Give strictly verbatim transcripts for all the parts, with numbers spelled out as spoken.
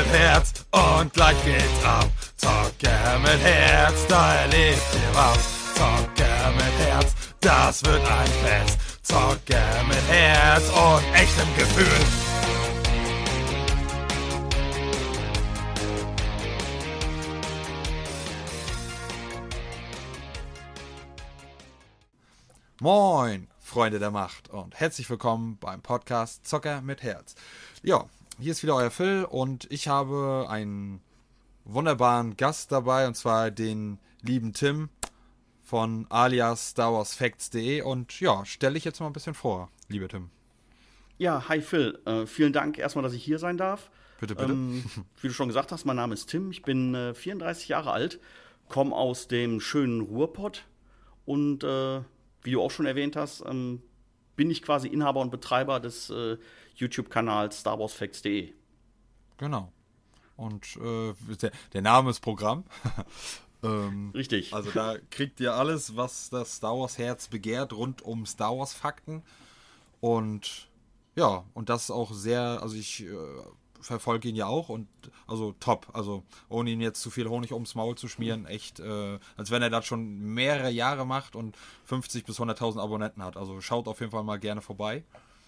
Herz und gleich geht's ab. Zocker mit Herz, da erlebt ihr was. Zocker mit Herz, das wird ein Fest. Zocker mit Herz und echtem Gefühl. Moin, Freunde der Macht und herzlich willkommen beim Podcast Zocker mit Herz. Ja, hier ist wieder euer Phil und ich habe einen wunderbaren Gast dabei, und zwar den lieben Tim von alias Star Wars Facts punkt de, und ja, stelle ich jetzt mal ein bisschen vor, lieber Tim. Ja, hi Phil, äh, vielen Dank erstmal, dass ich hier sein darf. Bitte, bitte. Ähm, wie du schon gesagt hast, mein Name ist Tim, ich bin äh, vierunddreißig Jahre alt, komme aus dem schönen Ruhrpott und äh, wie du auch schon erwähnt hast, ähm, bin ich quasi Inhaber und Betreiber des äh, YouTube-Kanals Star Wars Facts punkt de. Genau. Und äh, der, der Name ist Programm. ähm, Richtig. Also da kriegt ihr alles, was das Star Wars Herz begehrt, rund um Star Wars Fakten. Und ja, und das ist auch sehr, also ich äh, verfolge ihn ja auch und also top, also ohne ihn jetzt zu viel Honig ums Maul zu schmieren, echt, äh, als wenn er das schon mehrere Jahre macht und fünfzig bis hunderttausend Abonnenten hat. Also schaut auf jeden Fall mal gerne vorbei.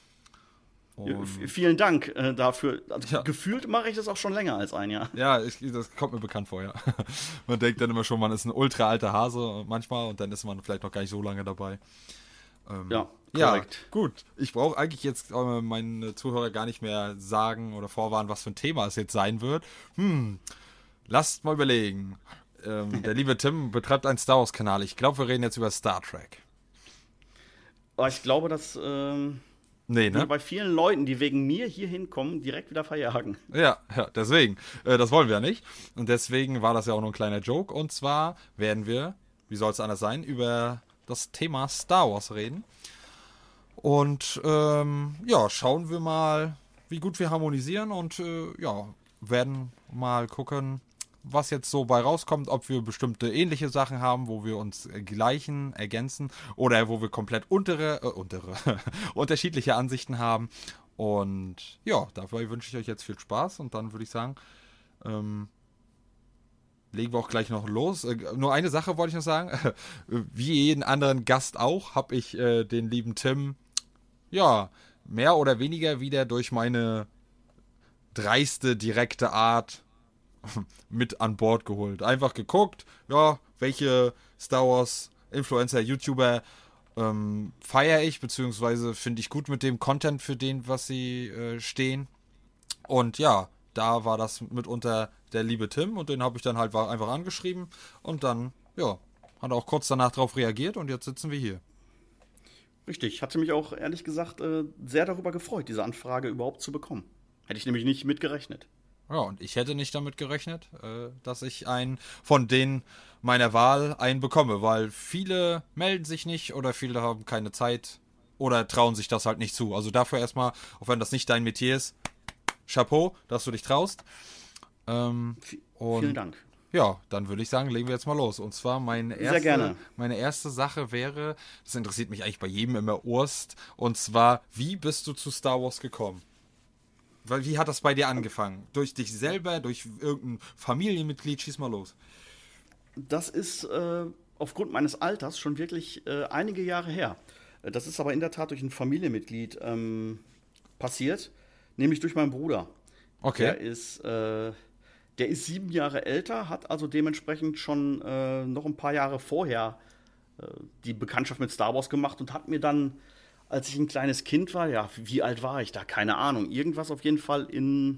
Und v- vielen Dank äh, dafür. Also, ja. Gefühlt mache ich das auch schon länger als ein Jahr. Ja, ich, das kommt mir bekannt vor, ja. Man denkt dann immer schon, man ist ein ultra alter Hase manchmal und dann ist man vielleicht noch gar nicht so lange dabei. Ähm, Ja, korrekt. Ja, gut. Ich brauche eigentlich jetzt äh, meinen Zuhörer gar nicht mehr sagen oder vorwarnen, was für ein Thema es jetzt sein wird. Hm, lasst mal überlegen. Ähm, der liebe Tim betreibt einen Star Wars-Kanal. Ich glaube, wir reden jetzt über Star Trek. Aber ich glaube, dass ähm, nee, ne? bei vielen Leuten, die wegen mir hier hinkommen, direkt wieder verjagen. Ja, ja, deswegen. Äh, das wollen wir ja nicht. Und deswegen war das ja auch nur ein kleiner Joke. Und zwar werden wir, wie soll es anders sein, über das Thema Star Wars reden. Und ähm, ja, schauen wir mal, wie gut wir harmonisieren und äh, ja, werden mal gucken, was jetzt so bei rauskommt, ob wir bestimmte ähnliche Sachen haben, wo wir uns äh, gleichen, ergänzen oder wo wir komplett untere, äh, untere unterschiedliche Ansichten haben. Und ja, dabei wünsche ich euch jetzt viel Spaß und dann würde ich sagen, ähm, legen wir auch gleich noch los. Äh, nur eine Sache wollte ich noch sagen. Wie jeden anderen Gast auch, habe ich äh, den lieben Tim, ja, mehr oder weniger wieder durch meine dreiste, direkte Art mit an Bord geholt. Einfach geguckt, ja, welche Star Wars Influencer, YouTuber ähm, feiere ich, beziehungsweise finde ich gut mit dem Content, für den, was sie äh, stehen. Und ja, da war das mitunter der liebe Tim und den habe ich dann halt einfach angeschrieben und dann, ja, hat er auch kurz danach darauf reagiert und jetzt sitzen wir hier. Richtig, ich hatte mich auch ehrlich gesagt äh, sehr darüber gefreut, diese Anfrage überhaupt zu bekommen. Hätte ich nämlich nicht mit gerechnet. Ja, und ich hätte nicht damit gerechnet, äh, dass ich einen von denen meiner Wahl einen bekomme, weil viele melden sich nicht oder viele haben keine Zeit oder trauen sich das halt nicht zu. Also dafür erstmal, auch wenn das nicht dein Metier ist, Chapeau, dass du dich traust. Ähm, V- und vielen Dank. Ja, dann würde ich sagen, legen wir jetzt mal los. Und zwar meine erste, Sehr gerne. meine erste Sache wäre, das interessiert mich eigentlich bei jedem immer Urst, und zwar, wie bist du zu Star Wars gekommen? Weil, wie hat das bei dir angefangen? Durch dich selber, durch irgendein Familienmitglied? Schieß mal los. Das ist äh, aufgrund meines Alters schon wirklich äh, einige Jahre her. Äh, Das ist aber in der Tat durch ein Familienmitglied ähm, passiert, nämlich durch meinen Bruder. Okay. Der ist, äh, der ist sieben Jahre älter, hat also dementsprechend schon äh, noch ein paar Jahre vorher äh, die Bekanntschaft mit Star Wars gemacht und hat mir dann, als ich ein kleines Kind war, ja, wie alt war ich da? Keine Ahnung. Irgendwas auf jeden Fall in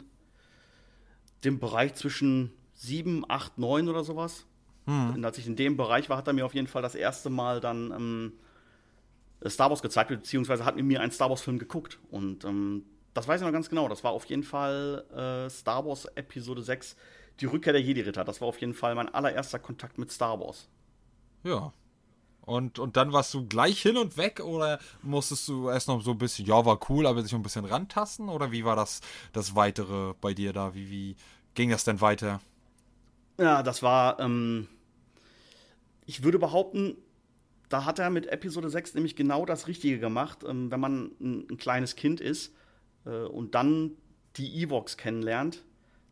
dem Bereich zwischen sieben, acht, neun oder sowas. Hm. Und als ich in dem Bereich war, hat er mir auf jeden Fall das erste Mal dann ähm, Star Wars gezeigt, beziehungsweise hat mit mir einen Star Wars-Film geguckt. Und ähm, das weiß ich noch ganz genau. Das war auf jeden Fall äh, Star Wars Episode sechs, die Rückkehr der Jedi-Ritter. Das war auf jeden Fall mein allererster Kontakt mit Star Wars. Ja. Und, und dann warst du gleich hin und weg oder musstest du erst noch so ein bisschen, ja, war cool, aber sich noch ein bisschen rantasten? Oder wie war das, das Weitere bei dir da? Wie, wie ging das denn weiter? Ja, das war, ähm, ich würde behaupten, da hat er mit Episode sechs nämlich genau das Richtige gemacht, ähm, wenn man ein, ein kleines Kind ist äh, und dann die Ewoks kennenlernt,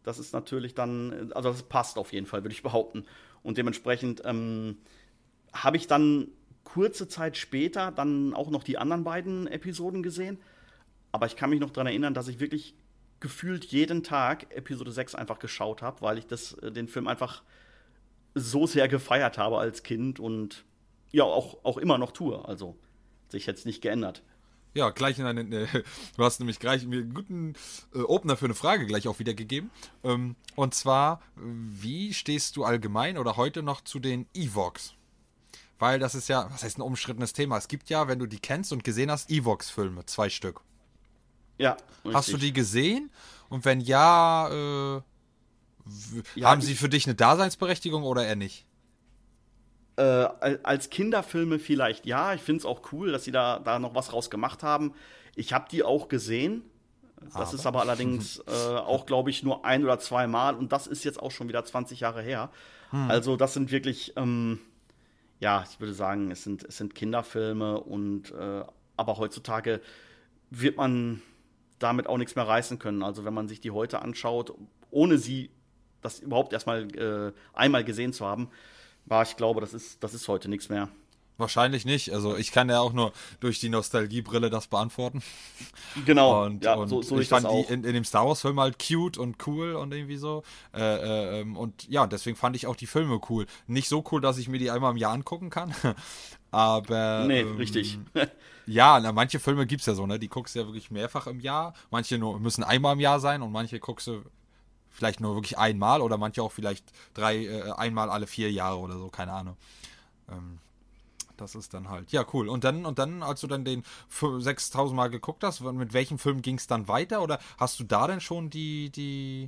Das ist natürlich dann, also das passt auf jeden Fall, würde ich behaupten. Und dementsprechend ähm, habe ich dann kurze Zeit später dann auch noch die anderen beiden Episoden gesehen. Aber ich kann mich noch daran erinnern, dass ich wirklich gefühlt jeden Tag Episode sechs einfach geschaut habe, weil ich das, den Film einfach so sehr gefeiert habe als Kind und ja, auch, auch immer noch tue. Also sich jetzt nicht geändert. Ja, gleich in einen, äh, du hast nämlich gleich mir einen guten äh, Opener für eine Frage gleich auch wieder gegeben. Ähm, und zwar, wie stehst du allgemein oder heute noch zu den Ewoks? Weil das ist ja, was heißt ein umstrittenes Thema? Es gibt ja, wenn du die kennst und gesehen hast, Ewoks-Filme, zwei Stück. Ja, richtig. Hast du die gesehen? Und wenn ja, äh, w- Ja, haben ich- sie für dich eine Daseinsberechtigung oder eher nicht? Äh, al- als Kinderfilme vielleicht ja. Ich finde es auch cool, dass sie da, da noch was raus gemacht haben. Ich habe die auch gesehen. Das Aber? ist aber allerdings äh, auch, glaube ich, nur ein oder zwei Mal. Und das ist jetzt auch schon wieder zwanzig Jahre her. Also das sind wirklich, ähm, ja, ich würde sagen, es sind, es sind Kinderfilme. Und äh, aber heutzutage wird man damit auch nichts mehr reißen können. Also wenn man sich die heute anschaut, ohne sie das überhaupt erstmal äh, einmal gesehen zu haben, war, ich glaube, das ist, das ist heute nichts mehr. Wahrscheinlich nicht. Also ich kann ja auch nur durch die Nostalgiebrille das beantworten. Genau, Und, ja, und so, so ich ich das fand auch. die in, in dem Star Wars Film halt cute und cool und irgendwie so. Äh, äh, ähm, und ja, deswegen fand ich auch die Filme cool. Nicht so cool, dass ich mir die einmal im Jahr angucken kann. Aber Nee, ähm, richtig. ja, na, manche Filme gibt's ja so, ne? Die guckst du ja wirklich mehrfach im Jahr. Manche nur müssen einmal im Jahr sein und manche guckst du vielleicht nur wirklich einmal oder manche auch vielleicht drei, äh, einmal alle vier Jahre oder so, keine Ahnung. Ähm, Das ist dann halt, ja, cool. Und dann, und dann, als du dann den sechstausend Mal geguckt hast, mit welchem Film ging es dann weiter? Oder hast du da denn schon die, die,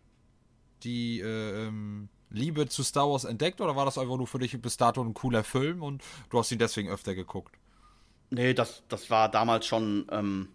die äh, ähm, Liebe zu Star Wars entdeckt? Oder war das einfach nur für dich bis dato ein cooler Film und du hast ihn deswegen öfter geguckt? Nee, das, das war damals schon, ähm,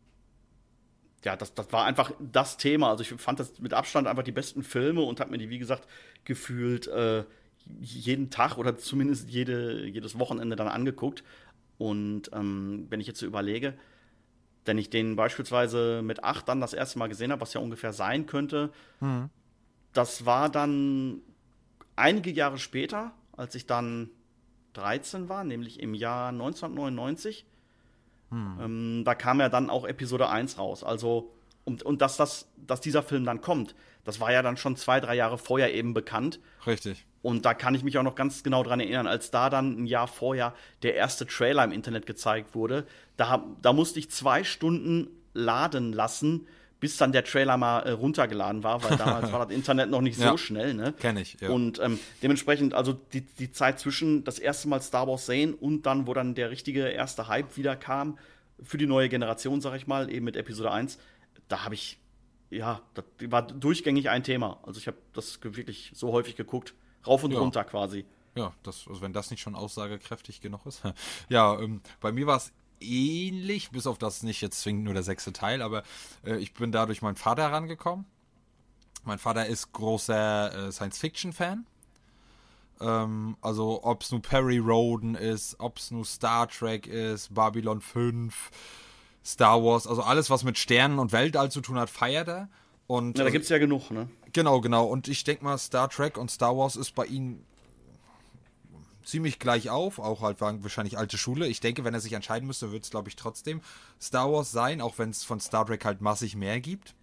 ja, das, das war einfach das Thema. Also ich fand das mit Abstand einfach die besten Filme und habe mir die, wie gesagt, gefühlt äh, jeden Tag oder zumindest jede, jedes Wochenende dann angeguckt. Und ähm, wenn ich jetzt so überlege, wenn ich den beispielsweise mit acht dann das erste Mal gesehen habe, was ja ungefähr sein könnte, Hm. das war dann einige Jahre später, als ich dann dreizehn war, nämlich im Jahr neunzehnhundertneunundneunzig. Ähm, da kam ja dann auch Episode eins raus. Also, und, und dass, das, dass dieser Film dann kommt, das war ja dann schon zwei, drei Jahre vorher eben bekannt. Richtig. Und da kann ich mich auch noch ganz genau dran erinnern, als da dann ein Jahr vorher der erste Trailer im Internet gezeigt wurde. Da, da musste ich zwei Stunden laden lassen, bis dann der Trailer mal äh, runtergeladen war, weil damals war das Internet noch nicht so Ja. schnell, ne? Kenn ich, ja. Und ähm, dementsprechend, also die, die Zeit zwischen das erste Mal Star Wars sehen und dann, wo dann der richtige erste Hype wieder kam, für die neue Generation, sag ich mal, eben mit Episode eins, da habe ich, ja, das war durchgängig ein Thema. Also ich habe das ge- wirklich so häufig geguckt, rauf und Ja. runter quasi. Ja, das, also wenn das nicht schon aussagekräftig genug ist. Ja, ähm, bei mir war es ähnlich, bis auf das nicht jetzt zwingend nur der sechste Teil, aber äh, ich bin da durch meinen Vater rangekommen. Mein Vater ist großer äh, Science-Fiction-Fan. Ähm, also ob es nur Perry Roden ist, ob es nur Star Trek ist, Babylon fünf, Star Wars, also alles, was mit Sternen und Weltall zu tun hat, feiert er. Und Ja, da also, gibt's ja genug, ne? genau, genau. Und ich denke mal, Star Trek und Star Wars ist bei ihm ziemlich gleich auf, auch halt wahrscheinlich alte Schule. Ich denke, wenn er sich entscheiden müsste, würde es, glaube ich, trotzdem Star Wars sein, auch wenn es von Star Trek halt massig mehr gibt.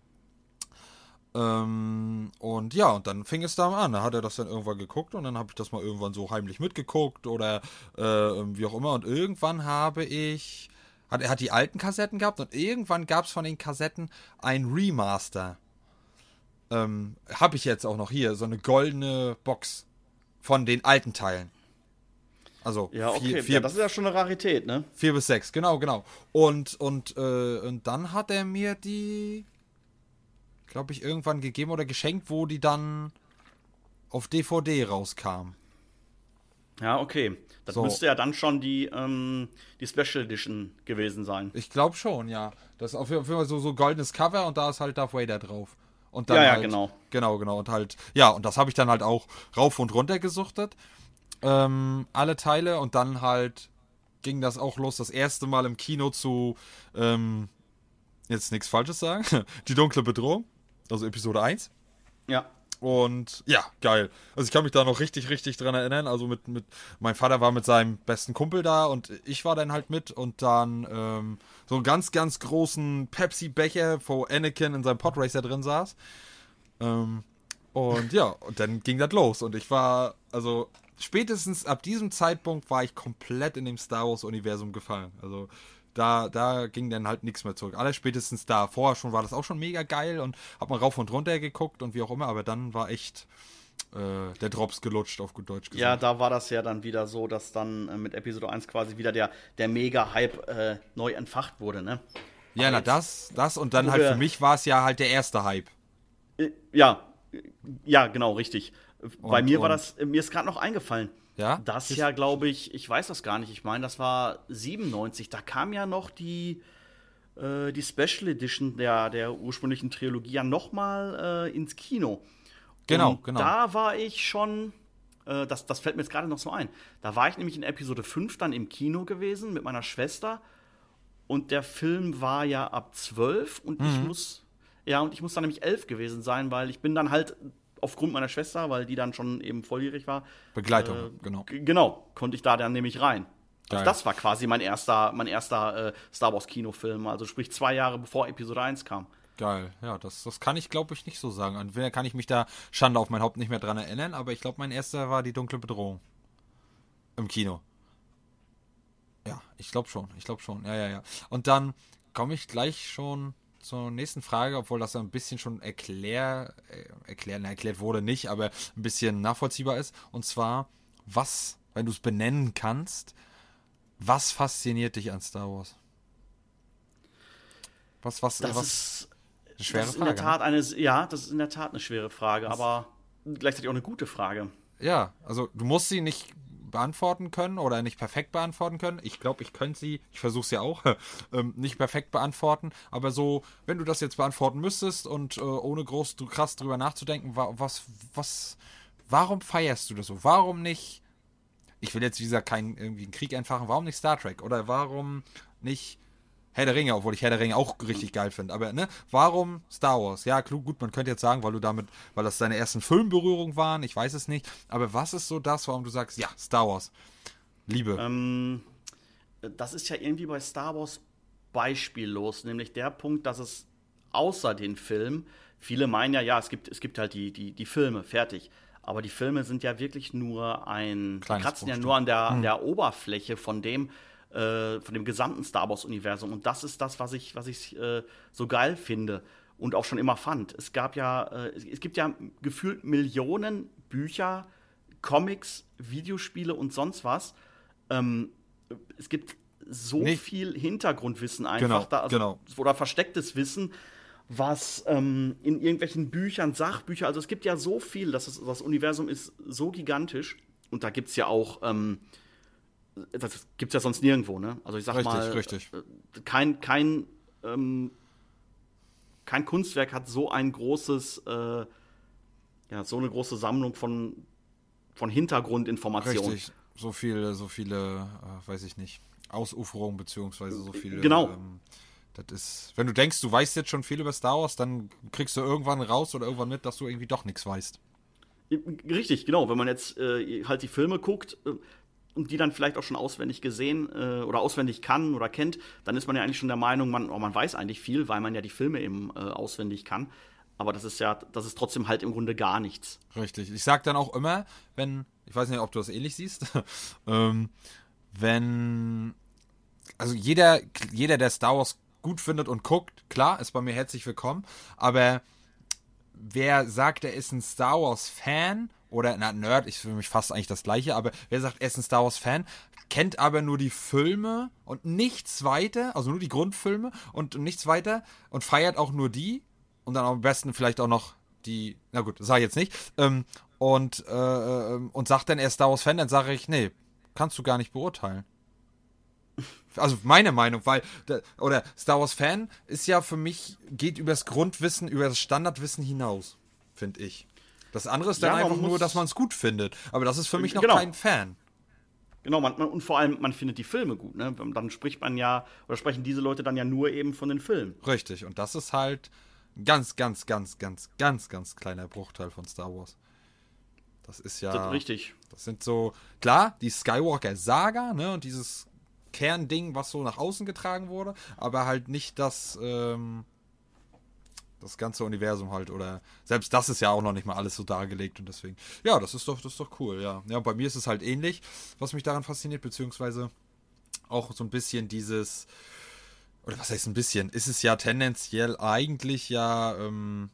Ähm, und ja, und dann fing es da an. Da hat er das dann irgendwann geguckt und dann habe ich das mal irgendwann so heimlich mitgeguckt oder äh, wie auch immer. Und irgendwann habe ich, hat, er hat die alten Kassetten gehabt und irgendwann gab es von den Kassetten ein Remaster. Ähm, habe ich jetzt auch noch hier, so eine goldene Box von den alten Teilen. Also Ja, okay. vier, vier, Ja, das ist ja schon eine Rarität, ne? vier bis sechs, genau, genau. Und, und, äh, und dann hat er mir die, glaube ich, irgendwann gegeben oder geschenkt, wo die dann auf D V D rauskam. Ja, okay. Das So. müsste ja dann schon die, ähm, die Special Edition gewesen sein. Ich glaube schon, ja. Das ist auf jeden Fall so, so goldenes Cover und da ist halt Darth Vader drauf. Und dann Ja, ja, halt, genau. Genau, genau. Und halt, ja, und das habe ich dann halt auch rauf und runter gesuchtet. Ähm, alle Teile und dann halt ging das auch los, das erste Mal im Kino zu, ähm, jetzt nichts Falsches sagen, die dunkle Bedrohung. Also Episode eins. Ja. Und ja, geil. Also ich kann mich da noch richtig, richtig dran erinnern. Also mit, mit, mein Vater war mit seinem besten Kumpel da und ich war dann halt mit und dann ähm, so einen ganz, ganz großen Pepsi-Becher, wo Anakin in seinem Podracer drin saß. Ähm, und ja, und dann ging das los und ich war, also spätestens ab diesem Zeitpunkt war ich komplett in dem Star Wars-Universum gefangen. Also Da, da ging dann halt nichts mehr zurück. Aller spätestens da. Vorher schon war das auch schon mega geil und hab mal rauf und runter geguckt und wie auch immer, aber dann war echt äh, der Drops gelutscht, auf gut Deutsch gesagt. Ja, da war das ja dann wieder so, dass dann äh, mit Episode eins quasi wieder der, der Mega-Hype äh, neu entfacht wurde, ne? Ja, Aber na jetzt, das, das und dann wo halt wir- für mich war es ja halt der erste Hype. äh, ja, äh, ja, genau, richtig. Bei Und- mir war und- das, äh, mir ist gerade noch eingefallen. Ja? Das ja, glaube ich, ich weiß das gar nicht, ich meine, das war siebenundneunzig, da kam ja noch die, äh, die Special Edition der, der ursprünglichen Trilogie ja nochmal äh, ins Kino. Genau, Und genau. da war ich schon, äh, das, das fällt mir jetzt gerade noch so ein, da war ich nämlich in Episode fünf dann im Kino gewesen mit meiner Schwester und der Film war ja ab zwölf und ich Mhm. muss, ja, und ich muss dann nämlich elf gewesen sein, weil ich bin dann halt aufgrund meiner Schwester, weil die dann schon eben volljährig war, Begleitung, äh, genau. g- Genau, konnte ich da dann nämlich rein. Also Geil. das war quasi mein erster, mein erster äh, Star Wars Kinofilm, also sprich zwei Jahre bevor Episode eins kam. Geil, ja, das, das kann ich, glaube ich, nicht so sagen. Entweder kann ich mich da Schande auf mein Haupt nicht mehr dran erinnern, aber ich glaube, mein erster war die dunkle Bedrohung. Im Kino. Ja, ich glaube schon, ich glaube schon, ja, ja, ja. Und dann komme ich gleich schon zur nächsten Frage, obwohl das ein bisschen schon erklär, äh, erklärt, na, erklärt wurde nicht, aber ein bisschen nachvollziehbar ist. Und zwar, was, wenn du es benennen kannst, was fasziniert dich an Star Wars? Was, was, Das was? ist, Eine schwere das ist in Frage. der Tat Ne? eine, ja, das ist in der Tat eine schwere Frage, aber gleichzeitig auch eine gute Frage. Ja, also du musst sie nicht beantworten können oder nicht perfekt beantworten können. Ich glaube, ich könnte sie, ich versuche es ja auch, ähm, nicht perfekt beantworten. Aber so, wenn du das jetzt beantworten müsstest und äh, ohne groß du krass drüber nachzudenken, wa was, was, warum feierst du das so? Warum nicht? Ich will jetzt, wie gesagt, keinen irgendwie einen Krieg entfachen. Warum nicht Star Trek? Oder warum nicht Herr der Ringe, obwohl ich Herr der Ringe auch richtig geil finde. Aber, ne, warum Star Wars? Ja, klug, gut, man könnte jetzt sagen, weil du damit, weil das deine ersten Filmberührungen waren, ich weiß es nicht. Aber was ist so das, warum du sagst, ja, Star Wars? Liebe. Ähm, das ist ja irgendwie bei Star Wars beispiellos, nämlich der Punkt, dass es außer den Filmen, viele meinen ja, ja, es gibt, es gibt halt die, die, die Filme, fertig. Aber die Filme sind ja wirklich nur ein, die Kleines kratzen ja Bruchstück. nur an der, an der Oberfläche von dem, äh, von dem gesamten Star Wars-Universum. Und das ist das, was ich, was ich äh, so geil finde und auch schon immer fand. Es gab ja, äh, es, es gibt ja gefühlt Millionen Bücher, Comics, Videospiele und sonst was. Ähm, es gibt so Nicht- viel Hintergrundwissen einfach Genau, da, also, genau. oder verstecktes Wissen, was ähm, in irgendwelchen Büchern, Sachbücher, also es gibt ja so viel, das, ist, das Universum ist so gigantisch und da gibt es ja auch, ähm, das gibt es ja sonst nirgendwo, ne? Also ich sag Richtig, mal, richtig. äh, kein, kein, ähm, kein Kunstwerk hat so ein großes, äh, ja, so eine große Sammlung von, von Hintergrundinformationen. Richtig. So viele, so viele, äh, weiß ich nicht, Ausuferungen, beziehungsweise so viele. Genau. Ähm, das ist, wenn du denkst, du weißt jetzt schon viel über Star Wars, dann kriegst du irgendwann raus oder irgendwann mit, dass du irgendwie doch nichts weißt. Richtig, genau. Wenn man jetzt äh, halt die Filme guckt äh, und die dann vielleicht auch schon auswendig gesehen äh, oder auswendig kann oder kennt, dann ist man ja eigentlich schon der Meinung, man, oh, man weiß eigentlich viel, weil man ja die Filme eben äh, auswendig kann. Aber das ist ja, das ist trotzdem halt im Grunde gar nichts. Richtig. Ich sag dann auch immer, wenn, ich weiß nicht, ob du das ähnlich siehst, ähm, wenn, also jeder, jeder, der Star Wars gut findet und guckt, klar, ist bei mir herzlich willkommen, aber wer sagt, er ist ein Star Wars Fan oder, na, Nerd, ist für mich fast eigentlich das Gleiche, aber wer sagt, er ist ein Star Wars Fan, kennt aber nur die Filme und nichts weiter, also nur die Grundfilme und nichts weiter und feiert auch nur die und dann am besten vielleicht auch noch die, na gut, das sage ich jetzt nicht, ähm, und, äh, ähm, und sagt dann, er ist Star Wars Fan, dann sage ich, nee, kannst du gar nicht beurteilen. Also meine Meinung, weil, da- oder Star Wars Fan ist ja für mich, geht übers Grundwissen, über das Standardwissen hinaus, finde ich. Das andere ist dann Ja, man einfach nur, muss- dass man es gut findet. Aber das ist für mich noch Genau. kein Fan. Genau, man, man, und vor allem, man findet die Filme gut, ne? Dann spricht man ja, oder sprechen diese Leute dann ja nur eben von den Filmen. Richtig. Und das ist halt Ganz, ganz, ganz, ganz, ganz, ganz kleiner Bruchteil von Star Wars. Das ist ja... Das ist richtig. Das sind so, klar, die Skywalker-Saga, ne, und dieses Kernding, was so nach außen getragen wurde, aber halt nicht das, ähm, das ganze Universum halt, oder selbst das ist ja auch noch nicht mal alles so dargelegt und deswegen, ja, das ist doch, das ist doch cool, ja. Ja, und bei mir ist es halt ähnlich, was mich daran fasziniert, beziehungsweise auch so ein bisschen dieses, oder was heißt ein bisschen, ist es ja tendenziell eigentlich ja, ähm,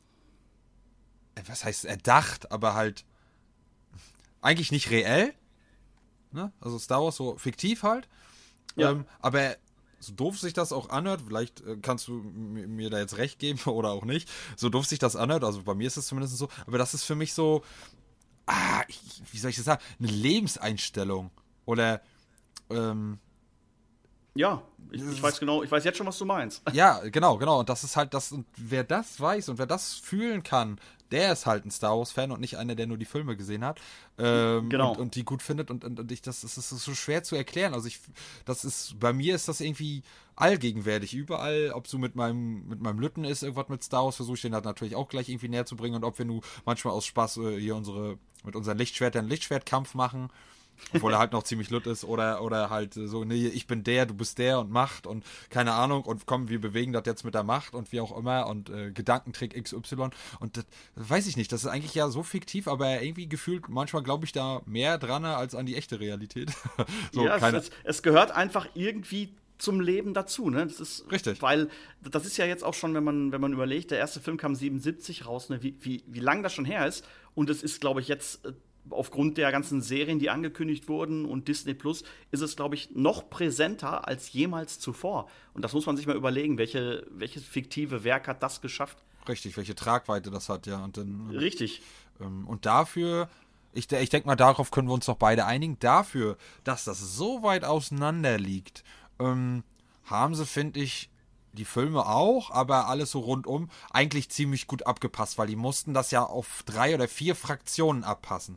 was heißt erdacht, aber halt eigentlich nicht reell, ne? Also Star Wars so fiktiv halt, Ja. ähm, aber so doof sich das auch anhört, vielleicht äh, kannst du m- mir da jetzt recht geben oder auch nicht, so doof sich das anhört, also bei mir ist es zumindest so, aber das ist für mich so, ah, ich, wie soll ich das sagen, eine Lebenseinstellung oder, ähm, Ja, ich, ich weiß genau, ich weiß jetzt schon, was du meinst. ja, genau, genau. Und das ist halt das, und wer das weiß und wer das fühlen kann, der ist halt ein Star Wars-Fan und nicht einer, der nur die Filme gesehen hat. Ähm, Genau. und, und die gut findet und, und, und ich, das, das ist so schwer zu erklären. Also ich, das ist, bei mir ist das irgendwie allgegenwärtig. Überall, ob so mit meinem, mit meinem Lütten ist, irgendwas mit Star Wars, versuche ich den halt natürlich auch gleich irgendwie näher zu bringen und ob wir nur manchmal aus Spaß äh, hier unsere, mit unseren Lichtschwertern einen Lichtschwertkampf machen. Obwohl er halt noch ziemlich lut ist oder, oder halt so, nee, ich bin der, du bist der und Macht und keine Ahnung und komm, wir bewegen das jetzt mit der Macht und wie auch immer und äh, Gedankentrick X Y und das, das weiß ich nicht, das ist eigentlich ja so fiktiv, aber irgendwie gefühlt, manchmal glaube ich da mehr dran als an die echte Realität. so, ja, keine, es, es, es gehört einfach irgendwie zum Leben dazu, ne? Das ist Richtig. Weil das ist ja jetzt auch schon, wenn man, wenn man überlegt, der erste Film kam siebenundsiebzig raus, ne? Wie, wie, wie lang das schon her ist. Und es ist, glaube ich, jetzt äh, aufgrund der ganzen Serien, die angekündigt wurden und Disney Plus, ist es, glaube ich, noch präsenter als jemals zuvor. Und das muss man sich mal überlegen, welche, welches fiktive Werk hat das geschafft? Richtig, welche Tragweite das hat, ja. Und dann, Richtig. ähm, und dafür, ich, de- ich denke mal, darauf können wir uns doch beide einigen, dafür, dass das so weit auseinander liegt, ähm, haben sie, finde ich, die Filme auch, aber alles so rundum eigentlich ziemlich gut abgepasst, weil die mussten das ja auf drei oder vier Fraktionen abpassen.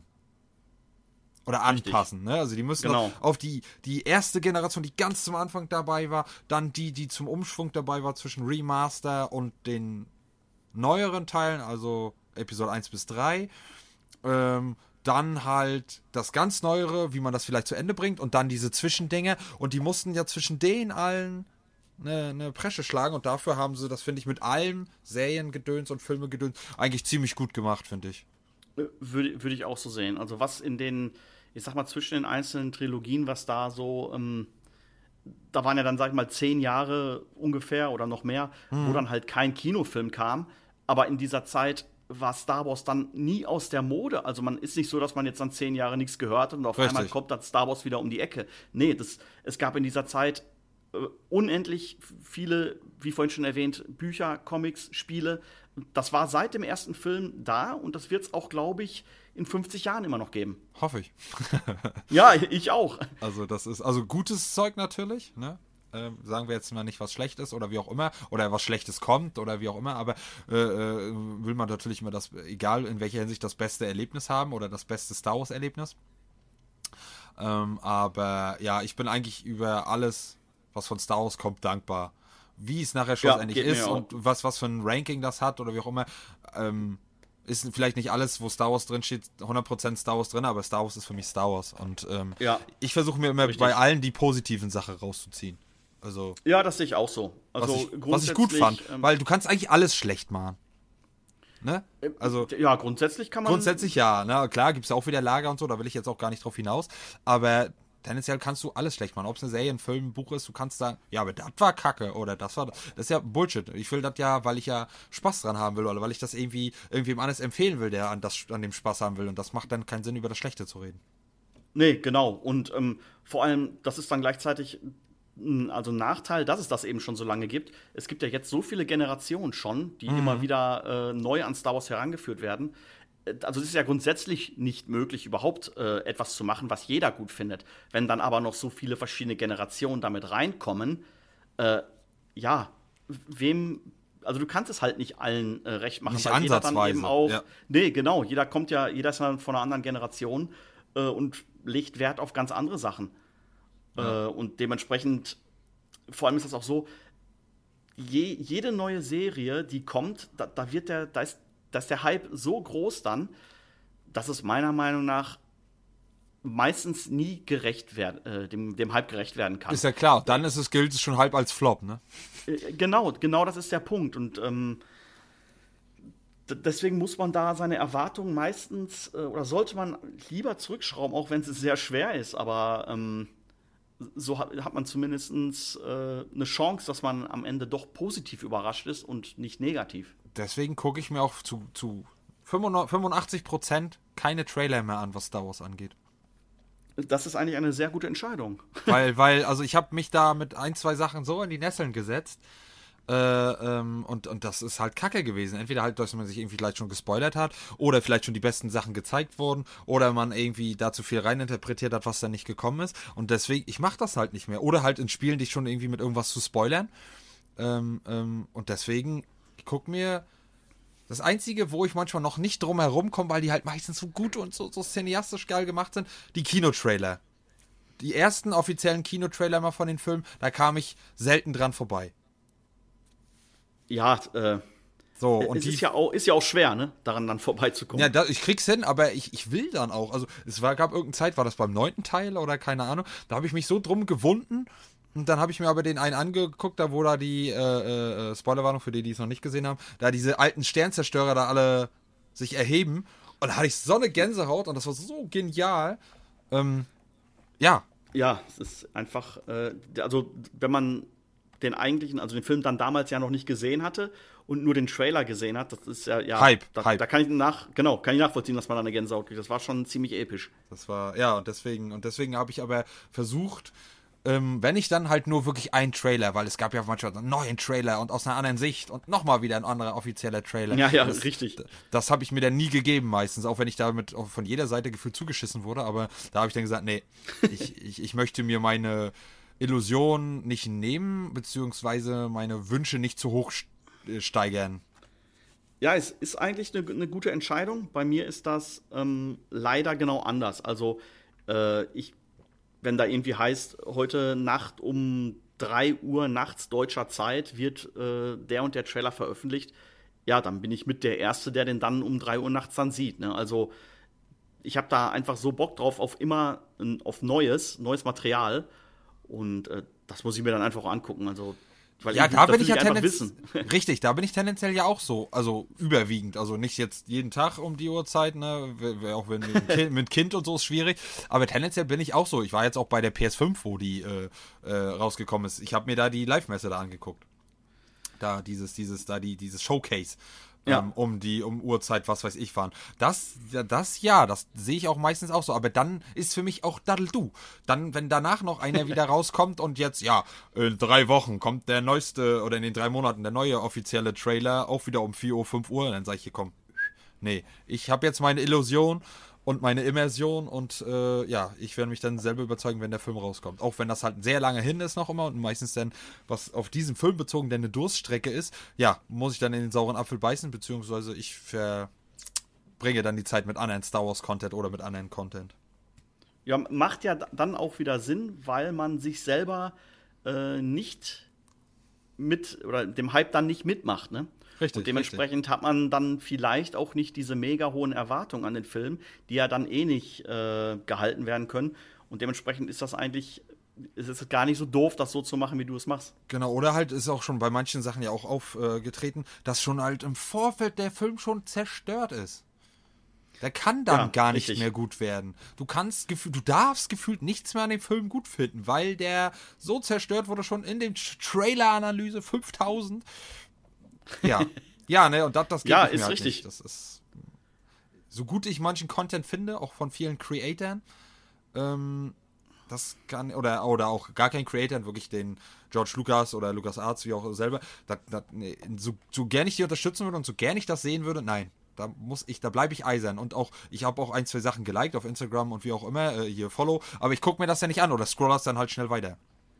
Oder Richtig. anpassen, ne? Also die müssen Genau. auf die, die erste Generation, die ganz zum Anfang dabei war, dann die, die zum Umschwung dabei war zwischen Remaster und den neueren Teilen, also Episode eins bis drei. Ähm, dann halt das ganz Neuere, wie man das vielleicht zu Ende bringt und dann diese Zwischendinge und die mussten ja zwischen denen allen eine, eine Presche schlagen und dafür haben sie das, finde ich, mit allem Seriengedöns und Filmegedöns eigentlich ziemlich gut gemacht, finde ich. Würde, würde ich auch so sehen. Also was in den, ich sag mal, zwischen den einzelnen Trilogien, was da so, ähm, da waren ja dann, sag ich mal, zehn Jahre ungefähr oder noch mehr, Mhm. wo dann halt kein Kinofilm kam. Aber in dieser Zeit war Star Wars dann nie aus der Mode. Also man ist nicht so, dass man jetzt dann zehn Jahre nichts gehört hat und auf Richtig. einmal kommt dann Star Wars wieder um die Ecke. Nee, das, es gab in dieser Zeit äh, unendlich viele, wie vorhin schon erwähnt, Bücher, Comics, Spiele. Das war seit dem ersten Film da und das wird es auch, glaube ich, in fünfzig Jahren immer noch geben. Hoffe ich. Ja, ich auch. Also das ist, also gutes Zeug natürlich, ne? Ähm, sagen wir jetzt mal nicht, was schlecht ist oder wie auch immer, oder was Schlechtes kommt oder wie auch immer, aber äh, äh, will man natürlich immer das, egal in welcher Hinsicht, das beste Erlebnis haben oder das beste Star Wars-Erlebnis. Ähm, aber ja, ich bin eigentlich über alles, was von Star Wars kommt, dankbar. Wie es nachher schlussendlich geht mir ist auch. und was, was für ein Ranking das hat oder wie auch immer, ähm, ist vielleicht nicht alles, wo Star Wars drin steht, hundert Prozent Star Wars drin, aber Star Wars ist für mich Star Wars. Und ähm, Ja. ich versuche mir immer Richtig. bei allen die positiven Sachen rauszuziehen. Also, Ja, das sehe ich auch so. Also was, ich, was ich gut fand, ähm, weil du kannst eigentlich alles schlecht machen. Ne? Also, ja, grundsätzlich kann man. grundsätzlich ja, ne? Klar, gibt es auch wieder Lager und so, da will ich jetzt auch gar nicht drauf hinaus, aber tendenziell kannst du alles schlecht machen. Ob es eine Serie, ein Film, ein Buch ist, du kannst sagen, ja, aber das war Kacke oder das war, das ist ja Bullshit. Ich will das ja, weil ich ja Spaß dran haben will oder weil ich das irgendwie irgendwem anders empfehlen will, der an, das, an dem Spaß haben will und das macht dann keinen Sinn, über das Schlechte zu reden. Nee, genau. Und ähm, vor allem, das ist dann gleichzeitig ein also ein Nachteil, dass es das eben schon so lange gibt. Es gibt ja jetzt so viele Generationen schon, die Mhm. immer wieder äh, neu an Star Wars herangeführt werden. Äh, Also es ist ja grundsätzlich nicht möglich, überhaupt äh, etwas zu machen, was jeder gut findet. Wenn dann aber noch so viele verschiedene Generationen damit reinkommen, äh, ja, wem, also du kannst es halt nicht allen äh, recht machen, Nicht weil jeder dann ansatzweise, eben auch, ja. nee, genau, jeder kommt ja, jeder ist dann von einer anderen Generation äh, und legt Wert auf ganz andere Sachen. Ja. Äh, und dementsprechend, vor allem ist das auch so, je, jede neue Serie, die kommt, da, da wird der, da ist, da ist der Hype so groß dann, dass es meiner Meinung nach meistens nie gerecht werden, äh, dem, dem Hype gerecht werden kann. Ist ja klar, dann ist es, gilt es schon halb als Flop, ne? Äh, genau, genau das ist der Punkt. Und ähm, d- deswegen muss man da seine Erwartungen meistens, äh, oder sollte man lieber zurückschrauben, auch wenn es sehr schwer ist, aber ähm, so hat, hat man zumindest äh, eine Chance, dass man am Ende doch positiv überrascht ist und nicht negativ. Deswegen gucke ich mir auch zu, zu fünfundachtzig Prozent keine Trailer mehr an, was Star Wars angeht. Das ist eigentlich eine sehr gute Entscheidung. Weil, weil, also ich habe mich da mit ein, zwei Sachen so in die Nesseln gesetzt. Äh, ähm, und, und das ist halt kacke gewesen. Entweder halt, dass man sich irgendwie vielleicht schon gespoilert hat oder vielleicht schon die besten Sachen gezeigt wurden oder man irgendwie da zu viel reininterpretiert hat, was da nicht gekommen ist. Und deswegen, ich mache das halt nicht mehr. Oder halt in Spielen dich schon irgendwie mit irgendwas zu spoilern. Ähm, ähm, und deswegen, ich guck mir das Einzige, wo ich manchmal noch nicht drum herum komme, weil die halt meistens so gut und so, so cineastisch geil gemacht sind, die Kinotrailer. Die ersten offiziellen Kinotrailer mal von den Filmen, da kam ich selten dran vorbei. Ja, äh, So, und es die, ist ja, auch, ist ja auch schwer, ne, daran dann vorbeizukommen. ja, da, ich krieg's hin, aber ich, ich will dann auch. Also, es war, gab irgendeine Zeit, war das beim neunten Teil oder keine Ahnung, da habe ich mich so drum gewunden. Und dann habe ich mir aber den einen angeguckt, da wo da die, äh, äh, Spoilerwarnung für die, die es noch nicht gesehen haben, da diese alten Sternzerstörer da alle sich erheben. Und da hatte ich so eine Gänsehaut und das war so genial. Ähm, ja. Ja, es ist einfach, äh, also wenn man den eigentlichen, also den Film dann damals ja noch nicht gesehen hatte und nur den Trailer gesehen hat, das ist ja, ja Hype, da, Hype. da kann ich nach, genau, kann ich nachvollziehen, dass man da eine Gänsehaut kriegt. Das war schon ziemlich episch. Das war, ja, und deswegen, und deswegen habe ich aber versucht, ähm, wenn ich dann halt nur wirklich einen Trailer, weil es gab ja manchmal einen neuen Trailer und aus einer anderen Sicht und nochmal wieder ein anderer offizieller Trailer. Ja, ja, das, richtig. Das, das habe ich mir dann nie gegeben meistens, auch wenn ich damit von jeder Seite gefühlt zugeschissen wurde, aber da habe ich dann gesagt, nee, ich, ich, ich möchte mir meine Illusion nicht nehmen, beziehungsweise meine Wünsche nicht zu hoch steigern. Ja, es ist eigentlich eine, eine gute Entscheidung. Bei mir ist das ähm, leider genau anders. Also äh, ich wenn da irgendwie heißt, heute Nacht um drei Uhr nachts deutscher Zeit wird äh, der und der Trailer veröffentlicht, ja, dann bin ich mit der Erste, der den dann um drei Uhr nachts dann sieht. Ne? Also ich habe da einfach so Bock drauf auf immer, auf Neues, neues Material und äh, das muss ich mir dann einfach angucken. Also weil ja, ich, da bin ich ja tendenziell richtig, da bin ich tendenziell ja auch so, also überwiegend, also nicht jetzt jeden Tag um die Uhrzeit, ne, auch wenn mit kind, mit Kind und so ist schwierig, aber tendenziell bin ich auch so. Ich war jetzt auch bei der P S fünf, wo die äh, äh, rausgekommen ist. Ich habe mir da die Live-Messe da angeguckt. Da dieses, dieses, da die, dieses Showcase. Ja. Ähm, um die, um Uhrzeit, was weiß ich, fahren. Das, das, ja, das sehe ich auch meistens auch so. Aber dann ist für mich auch Daddel-Du. Dann, wenn danach noch einer wieder rauskommt und jetzt, ja, in drei Wochen kommt der neueste, oder in den drei Monaten der neue offizielle Trailer, auch wieder um vier Uhr, fünf Uhr, dann sage ich hier, komm, nee, ich habe jetzt meine Illusion und meine Immersion und äh, ja, ich werde mich dann selber überzeugen, wenn der Film rauskommt. Auch wenn das halt sehr lange hin ist noch immer und meistens dann, was auf diesen Film bezogen dann eine Durststrecke ist, ja, muss ich dann in den sauren Apfel beißen, beziehungsweise ich verbringe dann die Zeit mit anderen Star Wars Content oder mit anderen Content. Ja, macht ja dann auch wieder Sinn, weil man sich selber äh, nicht mit, oder dem Hype dann nicht mitmacht, ne? Richtig, und dementsprechend richtig. hat man dann vielleicht auch nicht diese mega hohen Erwartungen an den Film, die ja dann eh nicht äh, gehalten werden können. Und dementsprechend ist das eigentlich, ist es gar nicht so doof, das so zu machen, wie du es machst. Genau, oder halt ist auch schon bei manchen Sachen ja auch aufgetreten, äh, dass schon halt im Vorfeld der Film schon zerstört ist. Der kann dann Ja, gar nicht richtig. mehr gut werden. Du kannst, du darfst gefühlt nichts mehr an dem Film gut finden, weil der so zerstört wurde schon in dem Trailer-Analyse fünftausend. Ja, ja, ne, und das, das geht Ja, nicht ist mehr halt richtig. nicht. Das ist, so gut ich manchen Content finde, auch von vielen Creatoren, ähm, das kann, oder, oder auch gar kein Creator, wirklich den George Lucas oder Lucas Arts, wie auch selber, das, das, nee, so, so gern ich die unterstützen würde und so gern ich das sehen würde, nein. Da muss ich, da bleibe ich eisern. Und auch, ich habe auch ein, zwei Sachen geliked auf Instagram und wie auch immer, äh, hier Follow, aber ich gucke mir das ja nicht an oder scroll das dann halt schnell weiter.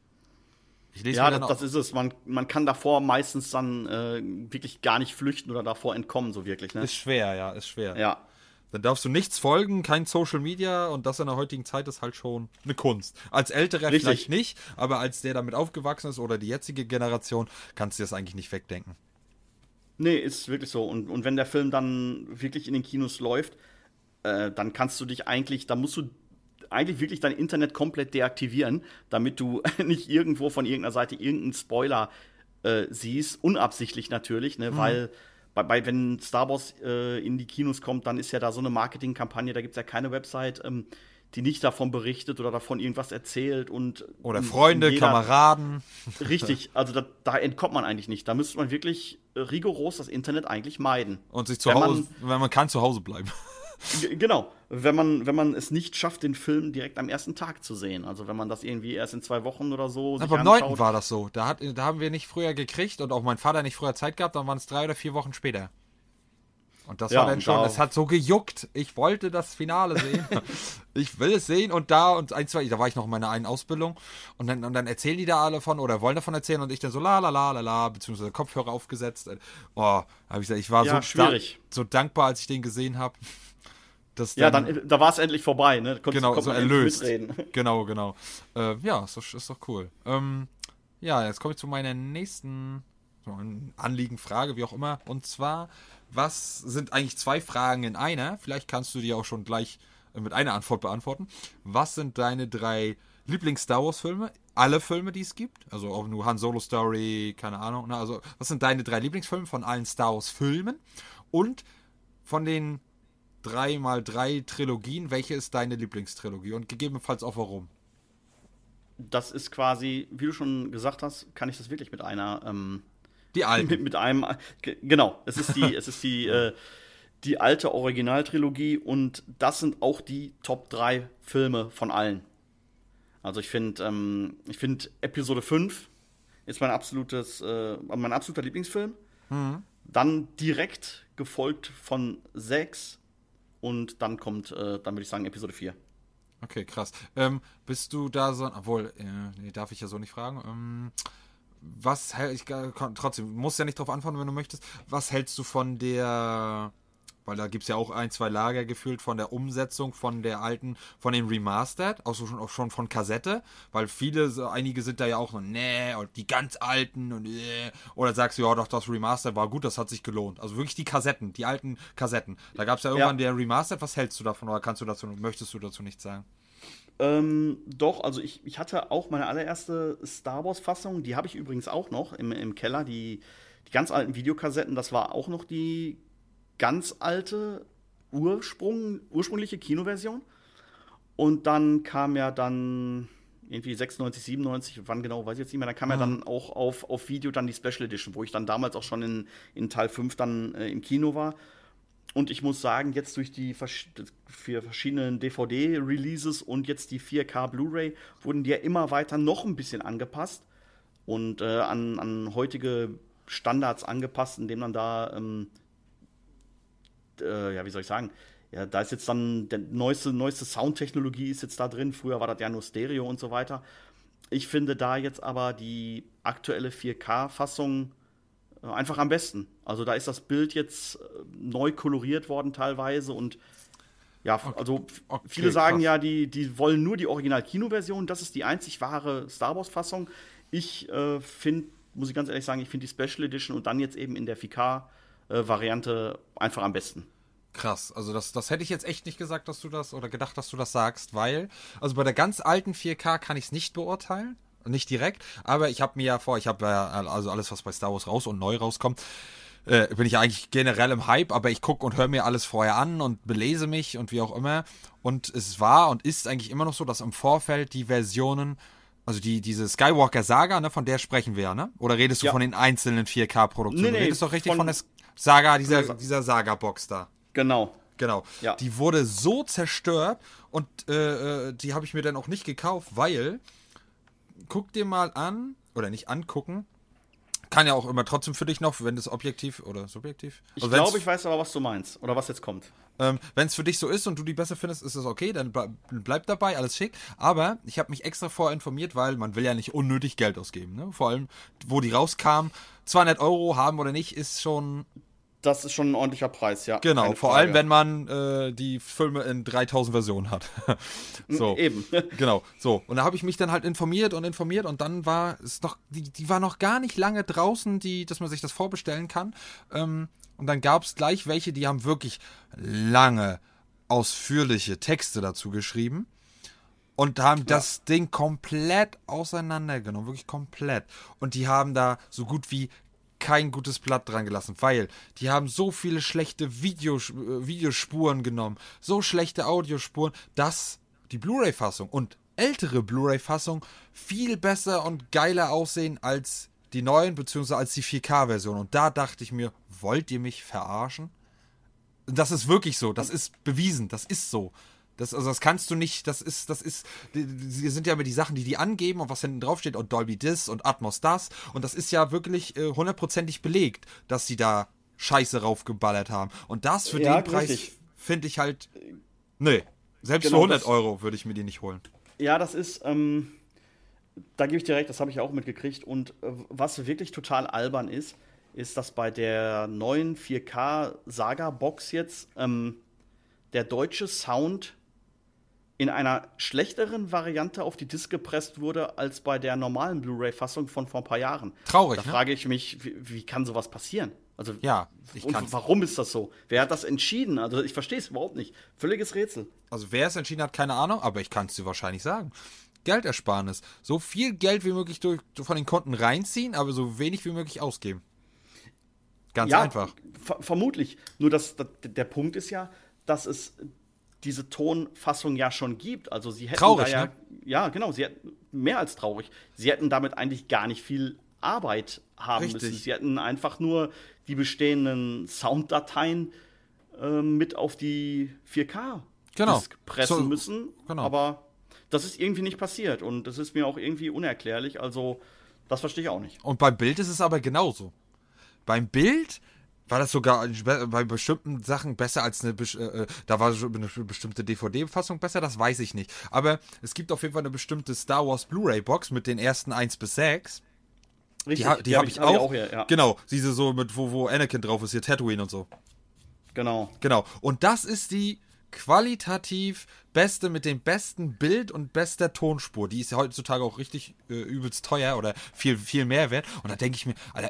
Ich lese Ja, mir dann das, auch, das ist es. Man, man kann davor meistens dann äh, wirklich gar nicht flüchten oder davor entkommen, so wirklich. Ne? ist schwer, ja, ist schwer. Ja. Dann darfst du nichts folgen, kein Social Media und das in der heutigen Zeit ist halt schon eine Kunst. Als Älterer Richtig. vielleicht nicht, aber als der damit aufgewachsen ist oder die jetzige Generation, kannst du das eigentlich nicht wegdenken. Nee, ist wirklich so. Und, und wenn der Film dann wirklich in den Kinos läuft, äh, dann kannst du dich eigentlich, da musst du eigentlich wirklich dein Internet komplett deaktivieren, damit du nicht irgendwo von irgendeiner Seite irgendeinen Spoiler äh, siehst, unabsichtlich natürlich, ne, mhm. weil bei, bei, wenn Star Wars äh, in die Kinos kommt, dann ist ja da so eine Marketingkampagne, da gibt es ja keine Website, ähm, die nicht davon berichtet oder davon irgendwas erzählt und oder Freunde, jeder, Kameraden. Richtig, also da, da entkommt man eigentlich nicht. Da müsste man wirklich äh, rigoros das Internet eigentlich meiden. Und sich zu wenn Hause, man, wenn man kann, zu Hause bleiben. G- genau, wenn man, wenn man es nicht schafft, den Film direkt am ersten Tag zu sehen. Also wenn man das irgendwie erst in zwei Wochen oder so sich beim neunten war das so. Da, hat, da haben wir nicht früher gekriegt und auch mein Vater nicht früher Zeit gehabt, dann waren es drei oder vier Wochen später. Und das ja, war dann schon, da es hat so gejuckt. Ich wollte das Finale sehen. Ich will es sehen und da und ein, zwei, da war ich noch in meiner einen Ausbildung und dann, und dann erzählen die da alle von oder wollen davon erzählen und ich dann so la la la la la, beziehungsweise Kopfhörer aufgesetzt. Oh, hab ich gesagt, ich war ja, so, schwierig. Da, so dankbar, als ich den gesehen habe. Dann, ja, dann, da war es endlich vorbei, ne? Konntest, genau, so erlöst. Mitreden. Genau, genau. Äh, ja, ist doch, ist doch cool. Ähm, ja, jetzt komme ich zu meiner nächsten so, Anliegenfrage, wie auch immer. Und zwar, was sind eigentlich zwei Fragen in einer? Vielleicht kannst du die auch schon gleich mit einer Antwort beantworten. Was sind deine drei Lieblings-Star Wars-Filme? Alle Filme, die es gibt? Also auch nur Han Solo Story, keine Ahnung. Ne? Also, was sind deine drei Lieblingsfilme von allen Star Wars-Filmen? Und von den drei mal drei Trilogien, welche ist deine Lieblingstrilogie und gegebenenfalls auch warum? Das ist quasi, wie du schon gesagt hast, kann ich das wirklich mit einer ähm, die alte mit, mit einem g- genau, es ist die es ist die äh, die alte Originaltrilogie und das sind auch die Top drei Filme von allen. Also ich finde ähm, ich finde Episode fünf ist mein absolutes äh, mein absoluter Lieblingsfilm. Mhm. Dann direkt gefolgt von sechs. Und dann kommt, äh, dann würde ich sagen, Episode vier. Okay, krass. Ähm, bist du da so, obwohl, äh, nee, darf ich ja so nicht fragen. Ähm, was hält, ich trotzdem, musst ja nicht drauf antworten, wenn du möchtest. Was hältst du von der, weil da gibt es ja auch ein, zwei Lager gefühlt von der Umsetzung von der alten, von den Remastered, auch, so schon, auch schon von Kassette, weil viele, so, einige sind da ja auch so, nee, und die ganz alten und äh, oder sagst du, ja doch, das Remastered war gut, das hat sich gelohnt. Also wirklich die Kassetten, die alten Kassetten. Da gab es ja irgendwann ja. der Remastered, was hältst du davon oder kannst du dazu, möchtest du dazu nichts sagen? Ähm, doch, also ich, ich hatte auch meine allererste Star Wars-Fassung, die habe ich übrigens auch noch im, im Keller, die, die ganz alten Videokassetten, das war auch noch die ganz alte Ursprung, ursprüngliche Kinoversion. Und dann kam ja dann irgendwie sechsundneunzig, siebenundneunzig, wann genau, weiß ich jetzt nicht mehr, dann kam mhm. ja dann auch auf, auf Video dann die Special Edition, wo ich dann damals auch schon in, in Teil fünf dann äh, im Kino war. Und ich muss sagen, jetzt durch die vers- für verschiedenen D V D-Releases und jetzt die vier K Blu-ray wurden die ja immer weiter noch ein bisschen angepasst und äh, an, an heutige Standards angepasst, indem dann da ähm, Äh, ja, wie soll ich sagen, ja, da ist jetzt dann, der neueste, neueste Soundtechnologie ist jetzt da drin, früher war das ja nur Stereo und so weiter. Ich finde da jetzt aber die aktuelle vier K-Fassung äh, einfach am besten. Also da ist das Bild jetzt äh, neu koloriert worden teilweise und ja, okay. also okay, viele sagen krass. ja, die, die wollen nur die Original-Kino-Version, das ist die einzig wahre Star Wars-Fassung. Ich äh, finde, muss ich ganz ehrlich sagen, ich finde die Special Edition und dann jetzt eben in der vier K Variante einfach am besten. Krass, also das, das hätte ich jetzt echt nicht gesagt, dass du das, oder gedacht, dass du das sagst, weil, also bei der ganz alten vier K kann ich es nicht beurteilen, nicht direkt, aber ich habe mir ja vor, ich habe ja, also alles, was bei Star Wars raus und neu rauskommt, äh, bin ich ja eigentlich generell im Hype, aber ich gucke und höre mir alles vorher an und belese mich und wie auch immer und es war und ist eigentlich immer noch so, dass im Vorfeld die Versionen, also die, diese Skywalker-Saga, ne, von der sprechen wir ja, ne? Oder redest du ja. von den einzelnen vier K-Produktionen? Nee, nee, du redest doch richtig von, von der Saga, dieser, dieser Saga-Box da. Genau. Genau. Ja. Die wurde so zerstört und äh, die habe ich mir dann auch nicht gekauft, weil, guck dir mal an, oder nicht angucken, kann ja auch immer trotzdem für dich noch, wenn das objektiv oder subjektiv. Ich also glaube, ich weiß aber, was du meinst oder was jetzt kommt. Ähm, wenn es für dich so ist und du die besser findest, ist es okay, dann ble- bleib dabei, alles schick. Aber ich habe mich extra vorher informiert, weil man will ja nicht unnötig Geld ausgeben. Ne? Vor allem, wo die rauskamen, zweihundert Euro haben oder nicht, ist schon Das ist schon ein ordentlicher Preis, ja. Genau, keine vor Frage. allem, wenn man äh, die Filme in dreitausend Versionen hat. so, Eben. genau, so. Und da habe ich mich dann halt informiert und informiert und dann war es noch, die, die war noch gar nicht lange draußen, die, dass man sich das vorbestellen kann. Ähm, und dann gab es gleich welche, die haben wirklich lange, ausführliche Texte dazu geschrieben. Und haben ja. das Ding komplett auseinandergenommen, wirklich komplett. Und die haben da so gut wie kein gutes Blatt dran gelassen, weil die haben so viele schlechte Videos, äh, Videospuren genommen, so schlechte Audiospuren, dass die Blu-ray-Fassung und ältere Blu-ray-Fassung viel besser und geiler aussehen als die neuen, beziehungsweise als die vier K-Version. Und da dachte ich mir, wollt ihr mich verarschen? Das ist wirklich so, das ist bewiesen, das ist so. Das, also das kannst du nicht, das ist, das ist, die sind ja immer die Sachen, die die angeben und was hinten drauf steht und Dolby This und Atmos das und das ist ja wirklich äh, hundertprozentig belegt, dass sie da Scheiße raufgeballert haben und das für ja, den Preis finde ich halt, nee, selbst genau, für hundert das, Euro würde ich mir die nicht holen. Ja, das ist, ähm, da gebe ich dir recht, das habe ich auch mitgekriegt und äh, was wirklich total albern ist, ist, dass bei der neuen vier K Saga Box jetzt ähm, der deutsche Sound in einer schlechteren Variante auf die Disc gepresst wurde, als bei der normalen Blu-ray-Fassung von vor ein paar Jahren. Traurig, Da ne? frage ich mich, wie, wie kann sowas passieren? Also, ja, ich und kann's. Warum ist das so? Wer hat das entschieden? Also, ich verstehe es überhaupt nicht. Völliges Rätsel. Also, wer es entschieden hat, keine Ahnung, aber ich kann es dir wahrscheinlich sagen. Geldersparnis. So viel Geld wie möglich durch, von den Konten reinziehen, aber so wenig wie möglich ausgeben. Ganz ja, einfach. Ver- vermutlich. Nur das, das, der Punkt ist ja, dass es diese Tonfassung ja schon gibt. Also sie hätten traurig, da ja, ne? ja, genau, sie hätten mehr als traurig. Sie hätten damit eigentlich gar nicht viel Arbeit haben Richtig. müssen. Sie hätten einfach nur die bestehenden Sounddateien äh, mit auf die vier K Genau. Disc pressen So, müssen. genau. Aber das ist irgendwie nicht passiert und das ist mir auch irgendwie unerklärlich. Also das verstehe ich auch nicht. Und beim Bild ist es aber genauso. Beim Bild war das sogar bei bestimmten Sachen besser als eine, äh, da war eine bestimmte D V D-Fassung besser, das weiß ich nicht. Aber es gibt auf jeden Fall eine bestimmte Star Wars Blu-ray-Box mit den ersten eins bis sechs. Richtig, die ha- die, die habe hab ich hab ich auch. auch hier, ja. Genau, diese so mit, wo, wo Anakin drauf ist, hier Tatooine und so. Genau. Genau. Und das ist die qualitativ beste mit dem besten Bild und bester Tonspur. Die ist ja heutzutage auch richtig äh, übelst teuer oder viel, viel mehr wert. Und da denke ich mir, Alter,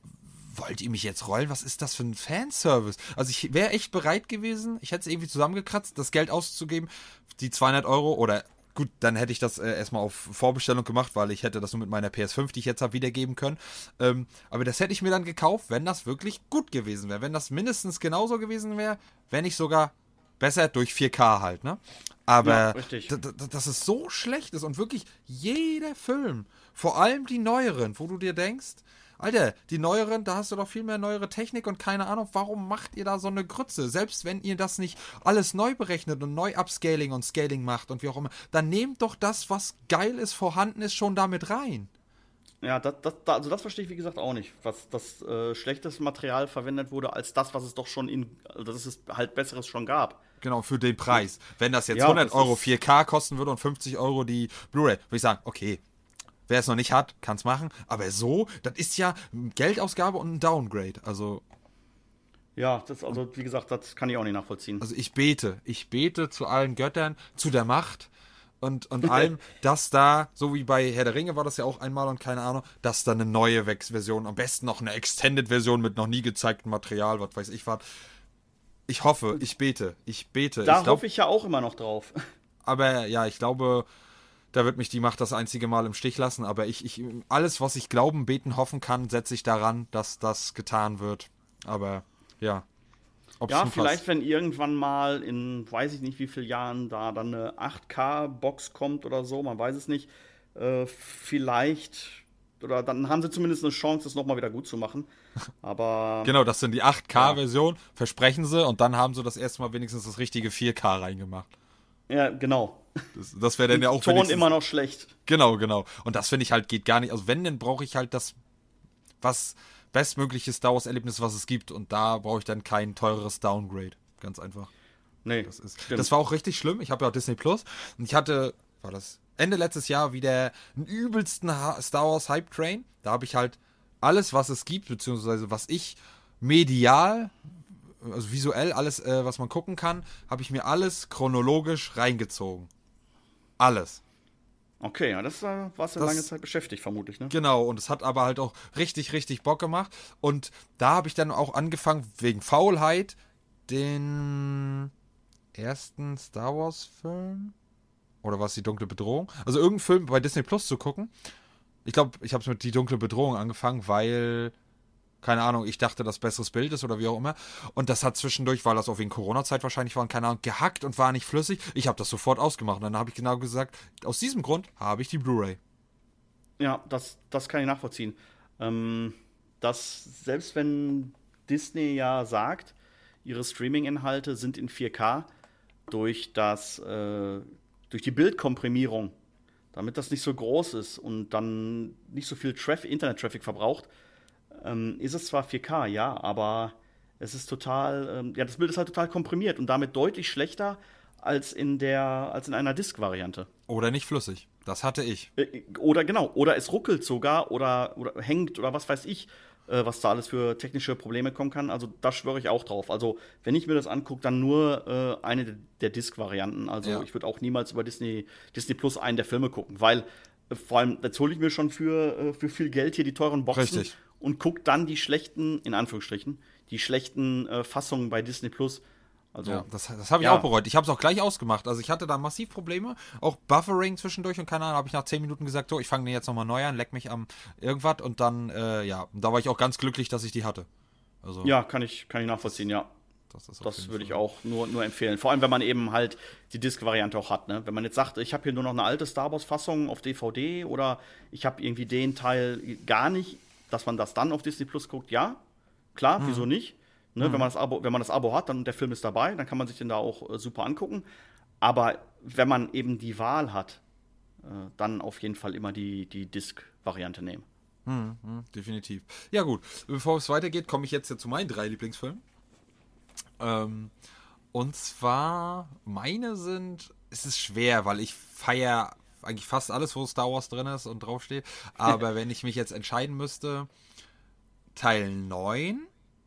wollt ihr mich jetzt rollen? Was ist das für ein Fanservice? Also ich wäre echt bereit gewesen, ich hätte es irgendwie zusammengekratzt, das Geld auszugeben, die zweihundert Euro oder gut, dann hätte ich das äh, erstmal auf Vorbestellung gemacht, weil ich hätte das nur mit meiner P S fünf, die ich jetzt habe, wiedergeben können. Ähm, aber das hätte ich mir dann gekauft, wenn das wirklich gut gewesen wäre. Wenn das mindestens genauso gewesen wäre, wenn nicht sogar besser durch vier K halt, ne? Aber Ja, richtig. d- d- dass es so schlecht ist und wirklich jeder Film, vor allem die neueren, wo du dir denkst, Alter, die neueren, da hast du doch viel mehr neuere Technik und keine Ahnung, warum macht ihr da so eine Grütze? Selbst wenn ihr das nicht alles neu berechnet und neu Upscaling und Scaling macht und wie auch immer, dann nehmt doch das, was geil ist, vorhanden ist, schon damit rein. Ja, das, das, da- also das verstehe ich wie gesagt auch nicht, was das äh, schlechtes Material verwendet wurde als das, was es doch schon in, also dass es halt besseres schon gab. Genau, für den Preis. Wenn das jetzt Ja, hundert das Euro ist- vier K kosten würde und fünfzig Euro die Blu-ray, würde ich sagen, okay, wer es noch nicht hat, kann es machen. Aber so, das ist ja Geldausgabe und ein Downgrade. Also, Ja, das, also wie gesagt, das kann ich auch nicht nachvollziehen. also ich bete, ich bete zu allen Göttern, zu der Macht und, und allem, dass da, so wie bei Herr der Ringe war das ja auch einmal und keine Ahnung, dass da eine neue Vex- Version, am besten noch eine Extended-Version mit noch nie gezeigtem Material, was weiß ich was. Ich hoffe, ich bete, ich bete. da ich glaub, hoffe ich ja auch immer noch drauf. Aber ja, ich glaube, da wird mich die Macht das einzige Mal im Stich lassen. Aber ich, ich alles, was ich glauben, beten, hoffen kann, setze ich daran, dass das getan wird. Aber ja. Ob's Ja, schon vielleicht, passt. wenn irgendwann mal in, weiß ich nicht wie vielen Jahren, da dann eine acht K Box kommt oder so, man weiß es nicht. Äh, vielleicht, oder dann haben sie zumindest eine Chance, das nochmal wieder gut zu machen. Aber Genau, das sind die acht K-Version, versprechen sie. Und dann haben sie das erste Mal wenigstens das richtige vier K reingemacht. ja, genau. Das, das wäre dann ja auch Ton wenigstens- immer noch schlecht. Genau, genau. Und das finde ich halt geht gar nicht. Also wenn, dann brauche ich halt das, was bestmögliche Star Wars-Erlebnis, was es gibt. Und da brauche ich dann kein teureres Downgrade. Ganz einfach. Nee, Das, ist, stimmt. das war auch richtig schlimm. Ich habe ja auch Disney Plus. Und ich hatte, war das Ende letztes Jahr wieder einen übelsten Ha- Star Wars Hype Train. Da habe ich halt alles, was es gibt, beziehungsweise was ich medial, also visuell, alles, äh, was man gucken kann, habe ich mir alles chronologisch reingezogen. Alles. Okay, ja, das äh, warst du Das- lange Zeit beschäftigt, vermutlich, ne? Genau, und es hat aber halt auch richtig, richtig Bock gemacht. Und da habe ich dann auch angefangen, wegen Faulheit, den ersten Star Wars-Film, oder was, die dunkle Bedrohung? Also irgendeinen Film bei Disney Plus zu gucken. Ich glaube, ich habe es mit die dunkle Bedrohung angefangen, weil, keine Ahnung, ich dachte, das besseres Bild ist oder wie auch immer. Und das hat zwischendurch, weil das auch wegen Corona-Zeit wahrscheinlich war, keine Ahnung, gehackt und war nicht flüssig. Ich habe das sofort ausgemacht. Und dann habe ich genau gesagt, aus diesem Grund habe ich die Blu-ray. Ja, das, das kann ich nachvollziehen. Ähm, dass selbst wenn Disney ja sagt, ihre Streaming-Inhalte sind in vier K durch das, äh, durch die Bildkomprimierung, damit das nicht so groß ist und dann nicht so viel Traffic, Internet-Traffic verbraucht, ähm, ist es zwar vier K, ja, aber es ist total, ähm, ja, das Bild ist halt total komprimiert und damit deutlich schlechter als in der, als in einer Disk-Variante. Oder nicht flüssig. Das hatte ich. Äh, Oder genau, oder es ruckelt sogar oder, oder hängt oder was weiß ich, äh, was da alles für technische Probleme kommen kann. Also da schwöre ich auch drauf. Also wenn ich mir das angucke, dann nur äh, eine der- der Disk-Varianten. Also Ja. ich würde auch niemals über Disney, Disney Plus einen der Filme gucken, weil äh, vor allem, jetzt hole ich mir schon für, äh, für viel Geld hier die teuren Boxen Richtig. und gucke dann die schlechten, in Anführungsstrichen, die schlechten äh, Fassungen bei Disney Plus. Also Ja, das, das habe ich ja. auch bereut. Ich habe es auch gleich ausgemacht. Also ich hatte da massiv Probleme. Auch Buffering zwischendurch und keine Ahnung, habe ich nach zehn Minuten gesagt, so, ich fange den jetzt nochmal neu an, leck mich am irgendwas und dann, äh, ja, da war ich auch ganz glücklich, dass ich die hatte. Also, ja, kann ich, kann ich nachvollziehen, ja. das, ist auf Das jeden würde ich Fall- auch nur, nur empfehlen. Vor allem, wenn man eben halt die Disk-Variante auch hat. Ne? Wenn man jetzt sagt, ich habe hier nur noch eine alte Star Wars-Fassung auf D V D oder ich habe irgendwie den Teil gar nicht, dass man das dann auf Disney Plus guckt, ja, klar, Mhm. wieso nicht? Ne? Wenn man das Abo, wenn man das Abo hat, dann der Film ist dabei, dann kann man sich den da auch äh, super angucken. Aber wenn man eben die Wahl hat, äh, dann auf jeden Fall immer die, die Disk-Variante nehmen. Mhm, mhm, definitiv. Ja gut, bevor es weitergeht, komme ich jetzt ja zu meinen drei Lieblingsfilmen. Ähm, und zwar, meine sind, es ist schwer, weil ich feiere eigentlich fast alles, wo Star Wars drin ist und draufsteht. Aber wenn ich mich jetzt entscheiden müsste, Teil neun,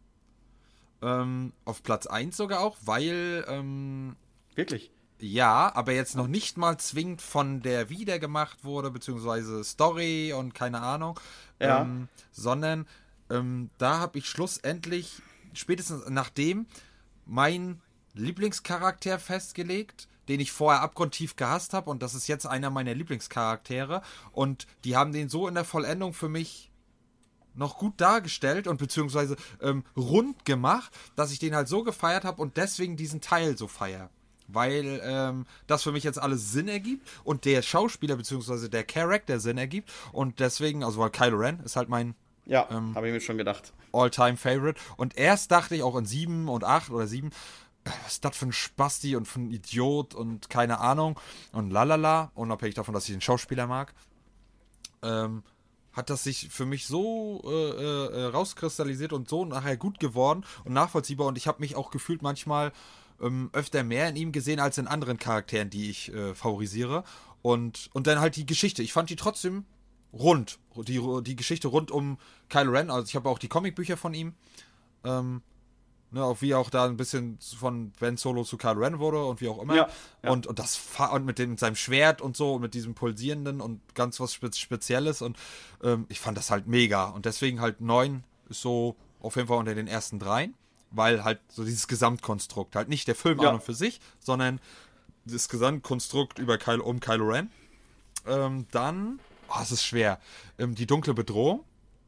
ähm, auf Platz eins sogar auch, weil, ähm, Wirklich? ja, aber jetzt noch nicht mal zwingend von der wiedergemacht wurde, beziehungsweise Story und keine Ahnung, Ja. ähm, sondern ähm, da habe ich schlussendlich, spätestens nachdem, mein Lieblingscharakter festgelegt, den ich vorher abgrundtief gehasst habe und das ist jetzt einer meiner Lieblingscharaktere und die haben den so in der Vollendung für mich noch gut dargestellt und beziehungsweise ähm, rund gemacht, dass ich den halt so gefeiert habe und deswegen diesen Teil so feier. Weil ähm, das für mich jetzt alles Sinn ergibt und der Schauspieler beziehungsweise der Charakter Sinn ergibt und deswegen, also weil Kylo Ren ist halt mein Ja, Ähm, habe ich mir schon gedacht. All-Time-Favorite und erst dachte ich auch in sieben und acht oder sieben, äh, was ist das für ein Spasti und für ein Idiot und keine Ahnung und lalala, unabhängig davon, dass ich den Schauspieler mag, ähm, hat das sich für mich so äh, äh, rauskristallisiert und so nachher gut geworden und nachvollziehbar und ich habe mich auch gefühlt manchmal ähm, öfter mehr in ihm gesehen als in anderen Charakteren, die ich äh, favorisiere und, und dann halt die Geschichte. Ich fand die trotzdem rund, die, die Geschichte rund um Kylo Ren, also ich habe auch die Comicbücher von ihm, ähm, ne, auch wie auch da ein bisschen von Ben Solo zu Kylo Ren wurde und wie auch immer. Ja, ja. Und, und das Fa- und mit, dem, mit seinem Schwert und so und mit diesem pulsierenden und ganz was Spe Spezielles und ähm, ich fand das halt mega und deswegen halt neun ist so auf jeden Fall unter den ersten dreien, weil halt so dieses Gesamtkonstrukt, halt nicht der Film Ja. an und für sich, sondern das Gesamtkonstrukt über Kylo, um Kylo Ren. Ähm, dann, oh, es ist schwer, ähm, die dunkle Bedrohung.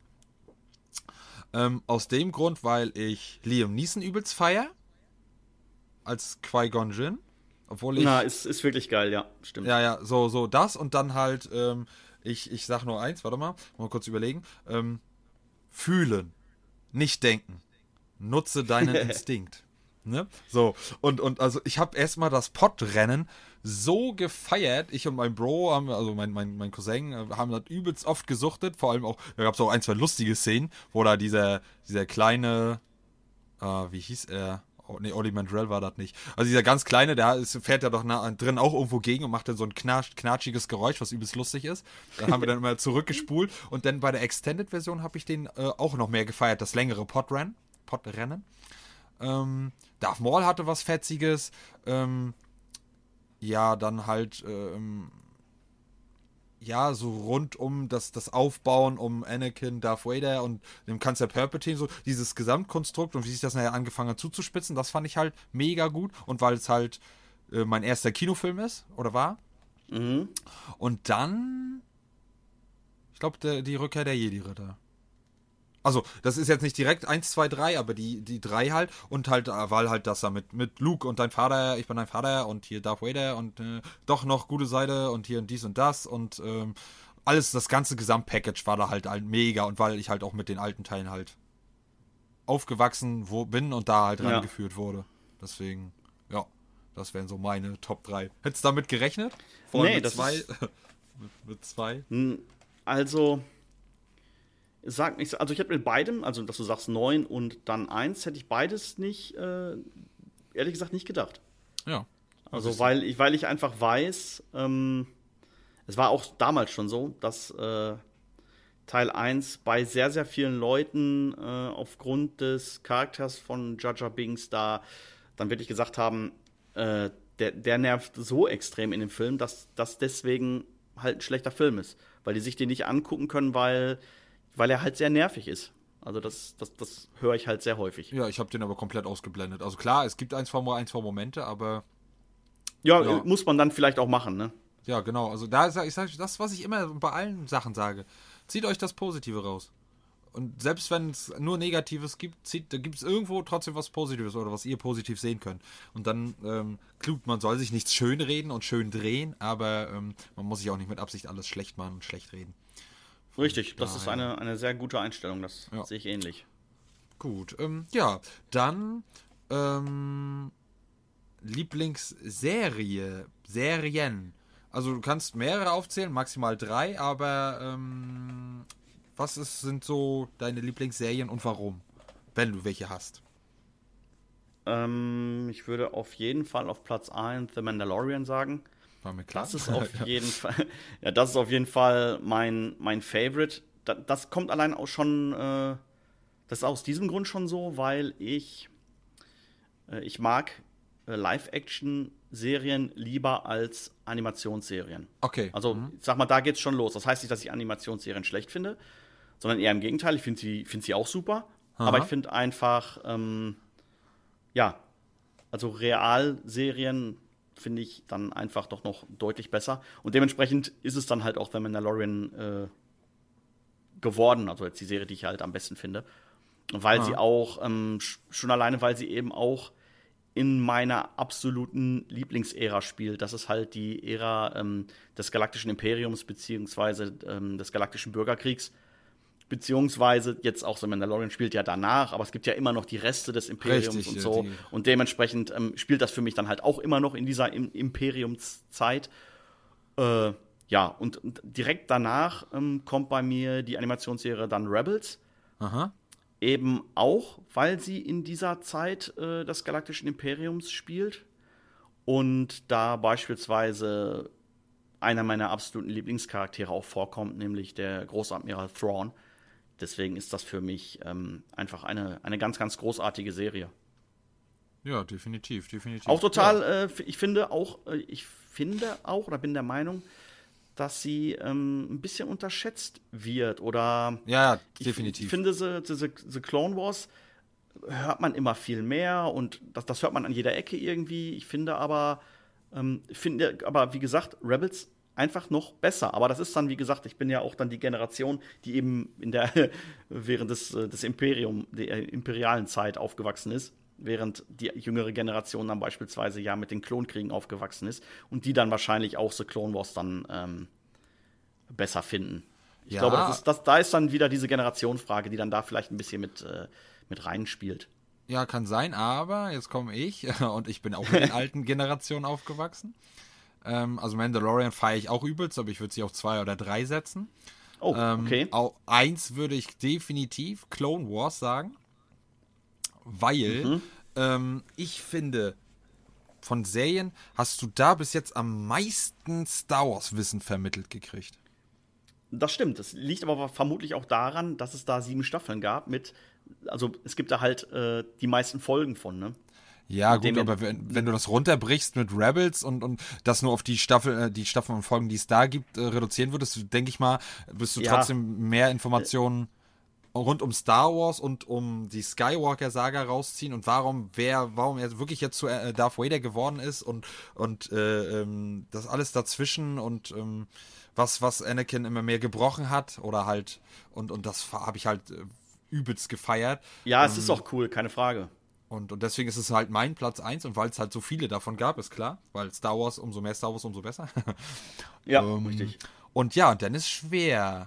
Ähm, aus dem Grund, weil ich Liam Neeson übelst feier. Als Qui-Gon Jinn. Obwohl ich. Na, ist, ist wirklich geil, ja, stimmt. Ja, ja, so, so das und dann halt, ähm, ich, ich sag nur eins, warte mal, mal kurz überlegen. Ähm, fühlen, nicht denken. Nutze deinen Instinkt. Ne? So, und, und also ich habe erstmal das Podrennen so gefeiert. Ich und mein Bro, haben, also mein, mein, mein Cousin, äh, haben das übelst oft gesuchtet. Vor allem auch, da gab es auch ein, zwei lustige Szenen, wo da dieser, dieser kleine, äh, wie hieß er? Oh, nee, Olli Mandrell war das nicht. Also dieser ganz kleine, der ist, fährt ja doch nah, drin auch irgendwo gegen und macht dann so ein knatsch, knatschiges Geräusch, was übelst lustig ist. Da haben wir dann immer zurückgespult und dann bei der Extended-Version habe ich den äh, auch noch mehr gefeiert, das längere Podrun. Pottrennen. Ähm, Darth Maul hatte was Fetziges. Ähm, ja, dann halt, ähm, ja, so rund um das, das Aufbauen um Anakin, Darth Vader und dem Kanzler Palpatine, so dieses Gesamtkonstrukt und wie sich das nachher angefangen hat zuzuspitzen, das fand ich halt mega gut. Und weil es halt äh, mein erster Kinofilm ist, oder war. Mhm. Und dann, ich glaube, die Rückkehr der Jedi-Ritter. Also, das ist jetzt nicht direkt eins, zwei, drei, aber die, die drei halt. Und halt, äh, weil halt das da mit, mit Luke und dein Vater, ich bin dein Vater und hier Darth Vader und äh, doch noch gute Seite und hier und dies und das und ähm, alles, das ganze Gesamtpackage war da halt, halt mega. Und weil ich halt auch mit den alten Teilen halt aufgewachsen wo, bin und da halt Ja. rangeführt wurde. Deswegen, ja, das wären so meine Top drei. Hättest du damit gerechnet? Vorhin Nee, mit das zwei? ist- mit, mit zwei? Also, sag nicht, also ich hätte mit beidem, also dass du sagst neun und dann eins, hätte ich beides nicht, äh, ehrlich gesagt, nicht gedacht. Ja. Also, weil ich, weil ich einfach weiß, ähm, es war auch damals schon so, dass äh, Teil eins bei sehr, sehr vielen Leuten äh, aufgrund des Charakters von Jar Jar Binks da dann wirklich gesagt haben, äh, der, der nervt so extrem in dem Film, dass das deswegen halt ein schlechter Film ist. Weil die sich den nicht angucken können, weil, weil er halt sehr nervig ist. Also das, das, das höre ich halt sehr häufig. Ja, ich habe den aber komplett ausgeblendet. Also klar, es gibt ein, zwei, ein, zwei Momente, aber Ja, Ja. muss man dann vielleicht auch machen, ne? ja, genau. Also da sag ich sag, das, was ich immer bei allen Sachen sage. Zieht euch das Positive raus. Und selbst wenn es nur Negatives gibt, zieht, da gibt es irgendwo trotzdem was Positives oder was ihr positiv sehen könnt. Und dann, ähm, klug, man soll sich nichts schön reden und schön drehen, aber ähm, man muss sich auch nicht mit Absicht alles schlecht machen und schlecht reden. Richtig, das ist daher- eine, eine sehr gute Einstellung, das Ja. sehe ich ähnlich. Gut, ähm, ja, dann ähm, Lieblingsserie, Serien. Also du kannst mehrere aufzählen, maximal drei, aber ähm, was ist, sind so deine Lieblingsserien und warum? Wenn du welche hast. Ähm, ich würde auf jeden Fall auf Platz eins The Mandalorian sagen. War mir klar. Das ist auf Ja. jeden Fall, ja, das ist auf jeden Fall mein, mein Favorite. Da, das kommt allein auch schon, äh, das ist aus diesem Grund schon so, weil ich, äh, ich mag äh, Live-Action-Serien lieber als Animationsserien. Okay. Also, ich sag mal, da geht's schon los. Das heißt nicht, dass ich Animationsserien schlecht finde, sondern eher im Gegenteil. Ich finde sie, find sie auch super. Aha. Aber ich finde einfach, ähm, ja, also Realserien finde ich dann einfach doch noch deutlich besser. Und dementsprechend ist es dann halt auch The Mandalorian äh, geworden. Also jetzt die Serie, die ich halt am besten finde. Weil Ah. sie auch, ähm, sch- schon alleine, weil sie eben auch in meiner absoluten Lieblingsära spielt. Das ist halt die Ära ähm, des Galaktischen Imperiums beziehungsweise ähm, des Galaktischen Bürgerkriegs. Beziehungsweise jetzt auch The Mandalorian spielt ja danach, aber es gibt ja immer noch die Reste des Imperiums Richtig, und ja, so. die- Und dementsprechend ähm, spielt das für mich dann halt auch immer noch in dieser Im Imperiumszeit. Äh, ja, und, und direkt danach ähm, kommt bei mir die Animationsserie dann Rebels. Aha. Eben auch, weil sie in dieser Zeit äh, des Galaktischen Imperiums spielt. Und da beispielsweise einer meiner absoluten Lieblingscharaktere auch vorkommt, nämlich der Großadmiral Thrawn. Deswegen ist das für mich ähm, einfach eine, eine ganz, ganz großartige Serie. Ja, definitiv, definitiv. Auch total, Ja. äh, f- ich finde auch, äh, ich finde auch oder bin der Meinung, dass sie ähm, ein bisschen unterschätzt wird oder Ja, ja, ich, definitiv. Ich finde, The, The, The Clone Wars hört man immer viel mehr und das, das hört man an jeder Ecke irgendwie. Ich finde aber, ähm, finde aber wie gesagt, Rebels einfach noch besser. Aber das ist dann, wie gesagt, ich bin ja auch dann die Generation, die eben in der während des, äh, des Imperium, der imperialen Zeit aufgewachsen ist. Während die jüngere Generation dann beispielsweise ja mit den Klonkriegen aufgewachsen ist und die dann wahrscheinlich auch The Clone Wars dann ähm, besser finden. Ich Ja. glaube, das ist, das, da ist dann wieder diese Generationsfrage, die dann da vielleicht ein bisschen mit, äh, mit reinspielt. Ja, kann sein, aber jetzt komme ich und ich bin auch mit den alten Generationen aufgewachsen. Ähm, also Mandalorian feiere ich auch übelst, aber ich würde sie auf zwei oder drei setzen. Oh, Ähm, okay. Auch eins würde ich definitiv Clone Wars sagen, weil Mhm. ähm, ich finde, von Serien hast du da bis jetzt am meisten Star Wars Wissen vermittelt gekriegt. Das stimmt. Das liegt aber vermutlich auch daran, dass es da sieben Staffeln gab mit, also es gibt da halt äh, die meisten Folgen von, ne? Ja, Mit gut, dem- aber wenn, wenn du das runterbrichst mit Rebels und, und das nur auf die Staffel, äh, die Staffeln und Folgen, die es da gibt, äh, reduzieren würdest, denke ich mal, wirst du Ja. trotzdem mehr Informationen rund um Star Wars und um die Skywalker-Saga rausziehen und warum, wer, warum er wirklich jetzt zu äh, Darth Vader geworden ist und, und äh, ähm, das alles dazwischen und ähm, was, was Anakin immer mehr gebrochen hat oder halt, und, und das habe ich halt äh, übelst gefeiert. Ja, es ist auch cool, keine Frage. Und, und deswegen ist es halt mein Platz eins und weil es halt so viele davon gab, ist klar, weil Star Wars, umso mehr Star Wars, umso besser. Ja, Ähm, richtig. Und ja, und dann ist schwer.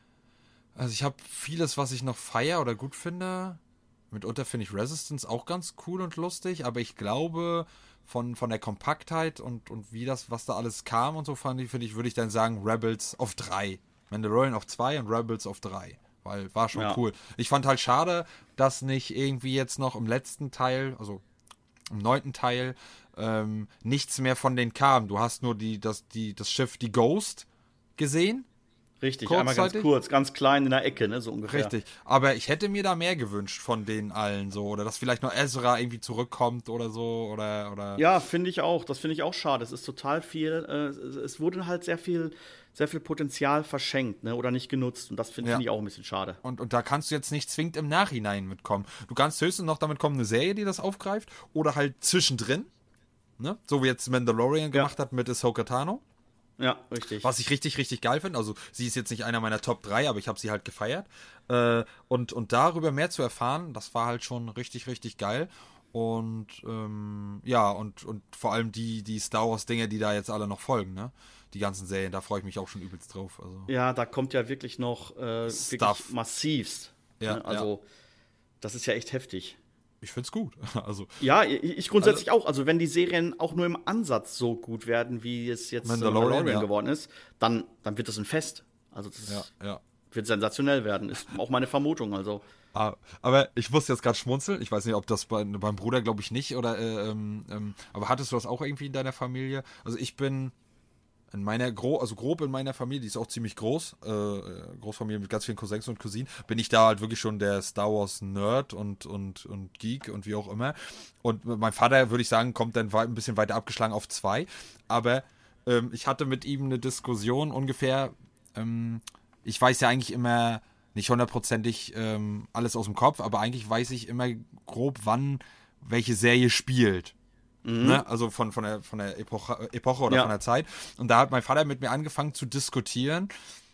Also ich habe vieles, was ich noch feier oder gut finde. Mitunter finde ich Resistance auch ganz cool und lustig, aber ich glaube, von, von der Kompaktheit und, und wie das, was da alles kam und so, fand ich, finde ich, würde ich dann sagen, Rebels auf drei. Mandalorian auf zwei und Rebels auf drei. Weil war schon Ja. cool. Ich fand halt schade, dass nicht irgendwie jetzt noch im letzten Teil, also im neunten Teil, ähm, nichts mehr von denen kam. Du hast nur die, das, die, das Schiff, die Ghost, gesehen. Richtig, einmal ganz kurzzeitig? kurz, ganz klein in der Ecke, ne, so ungefähr. Richtig. Aber ich hätte mir da mehr gewünscht von denen allen so. Oder dass vielleicht noch Ezra irgendwie zurückkommt oder so. Oder, oder Ja, finde ich auch. Das finde ich auch schade. Es ist total viel, äh, es, es wurde halt sehr viel, sehr viel Potenzial verschenkt, ne, oder nicht genutzt. Und das finde Ja. find ich auch ein bisschen schade. Und, und da kannst du jetzt nicht zwingend im Nachhinein mitkommen. Du kannst höchstens noch damit kommen, eine Serie, die das aufgreift. Oder halt zwischendrin. Ne? So wie jetzt Mandalorian Ja. gemacht hat mit Ahsoka Tano. Ja, richtig. Was ich richtig, richtig geil finde. Also sie ist jetzt nicht einer meiner Top drei, aber ich habe sie halt gefeiert. Äh, und, und darüber mehr zu erfahren, das war halt schon richtig, richtig geil. Und ähm, ja, und, und vor allem die, die Star Wars-Dinge, die da jetzt alle noch folgen, ne? Die ganzen Serien, da freue ich mich auch schon übelst drauf. Also. Ja, da kommt ja wirklich noch äh, Stuff. wirklich massivst. Ja, ne? Also, das ist ja echt heftig. Ich find's gut. Also Ja, ich, ich grundsätzlich auch. Also, wenn die Serien auch nur im Ansatz so gut werden, wie es jetzt Mandalorian, Mandalorian, ja. geworden ist, dann, dann wird das ein Fest. Also, das ja, ja. wird sensationell werden. Ist auch meine Vermutung. Also, Ah, aber ich muss jetzt gerade schmunzeln. Ich weiß nicht, ob das bei, beim Bruder, glaube ich, nicht. Oder äh, ähm, ähm, aber hattest du das auch irgendwie in deiner Familie? Also ich bin in meiner gro also grob in meiner Familie, die ist auch ziemlich groß, äh, Großfamilie mit ganz vielen Cousins und Cousinen, bin ich da halt wirklich schon der Star Wars Nerd und und und Geek und wie auch immer. Und mein Vater, würde ich sagen, kommt dann wei- ein bisschen weiter abgeschlagen auf zwei. Aber ähm, ich hatte mit ihm eine Diskussion ungefähr. Ähm, ich weiß ja eigentlich immer nicht hundertprozentig ähm, alles aus dem Kopf, aber eigentlich weiß ich immer grob, wann welche Serie spielt. Ne? Also von, von der, von der Epoche, Epoche oder Ja. von der Zeit. Und da hat mein Vater mit mir angefangen zu diskutieren,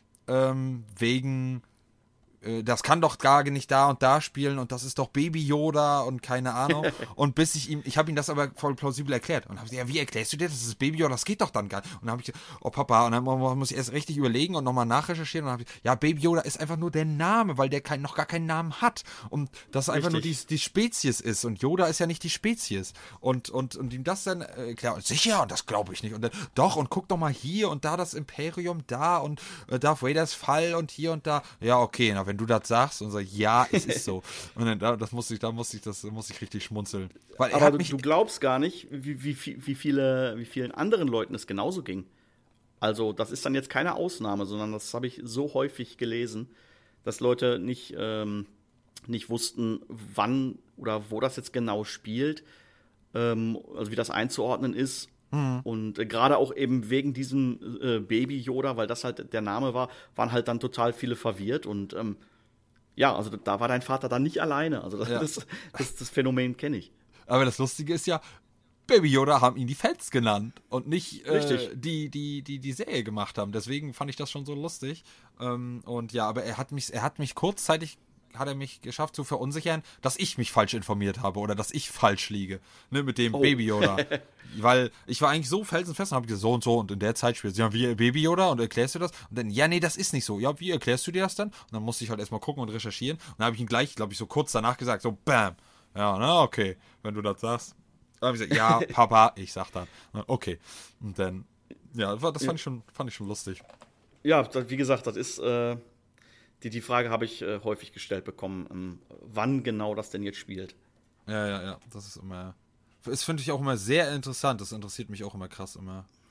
ähm, wegen, äh, das kann doch gar nicht da und da spielen und das ist doch Baby Yoda und keine Ahnung. Und bis ich ihm, ich habe ihm das aber voll plausibel erklärt. Und habe gesagt, ja, wie erklärst du dir, das ist Baby Yoda, das geht doch dann gar nicht. Und dann habe ich gesagt, oh Papa, und dann mu- muss ich erst richtig überlegen und nochmal nachrecherchieren. Und dann habe ich, ja, Baby Yoda ist einfach nur der Name, weil der kein, noch gar keinen Namen hat. Und das einfach nur die, Richtig. die Spezies ist. Und Yoda ist ja nicht die Spezies. Und, und, und ihm das dann äh, erklärt, sicher, und das glaube ich nicht. Und dann, doch, und guck doch mal hier und da das Imperium da und äh, Darth Vaders Fall und hier und da. Ja, okay, na, wenn du das sagst und sagst, ja, es ist so. Und dann, da, das musste ich, da musste ich, das musste ich richtig schmunzeln. Weil er aber hat du, mich, du glaubst gar nicht, wie, wie, wie, wie, viele, wie vielen anderen Leuten es genauso ging. Also, das ist dann jetzt keine Ausnahme, sondern das habe ich so häufig gelesen, dass Leute nicht, ähm, nicht wussten, wann oder wo das jetzt genau spielt, ähm, also wie das einzuordnen ist. Und äh, gerade auch eben wegen diesem äh, Baby Yoda, weil das halt der Name war, waren halt dann total viele verwirrt. Und ähm, ja, also da war dein Vater dann nicht alleine. Also das, Ja. das, das, das Phänomen kenne ich. aber das Lustige ist ja, Baby Yoda haben ihn die Fans genannt und nicht äh, Richtig. die, die, die die Serie gemacht haben. Deswegen fand ich das schon so lustig. Ähm, und ja, aber er hat mich, er hat mich kurzzeitig, hat er mich geschafft zu verunsichern, dass ich mich falsch informiert habe oder dass ich falsch liege. Ne, mit dem Oh. Baby Yoda. Weil ich war eigentlich so felsenfest und habe gesagt, so und so und in der Zeit spielst du ja wie Baby Yoda und erklärst du das? Und dann, ja, nee, das ist nicht so. Ja, wie erklärst du dir das dann? Und dann musste ich halt erstmal gucken und recherchieren. Und dann habe ich ihm gleich, glaube ich, so kurz danach gesagt, so bam. Ja, na, okay, wenn du das sagst. Dann habe ich gesagt, ja, Papa, ich sag dann. Na, okay. Und dann, ja, das war- das fand ich schon, fand ich schon lustig. Ja, das, wie gesagt, das ist äh, die, die Frage habe ich äh, häufig gestellt bekommen, ähm, wann genau das denn jetzt spielt. Ja, ja, ja, das ist immer, das finde ich auch immer sehr interessant. Das interessiert mich auch immer krass immer.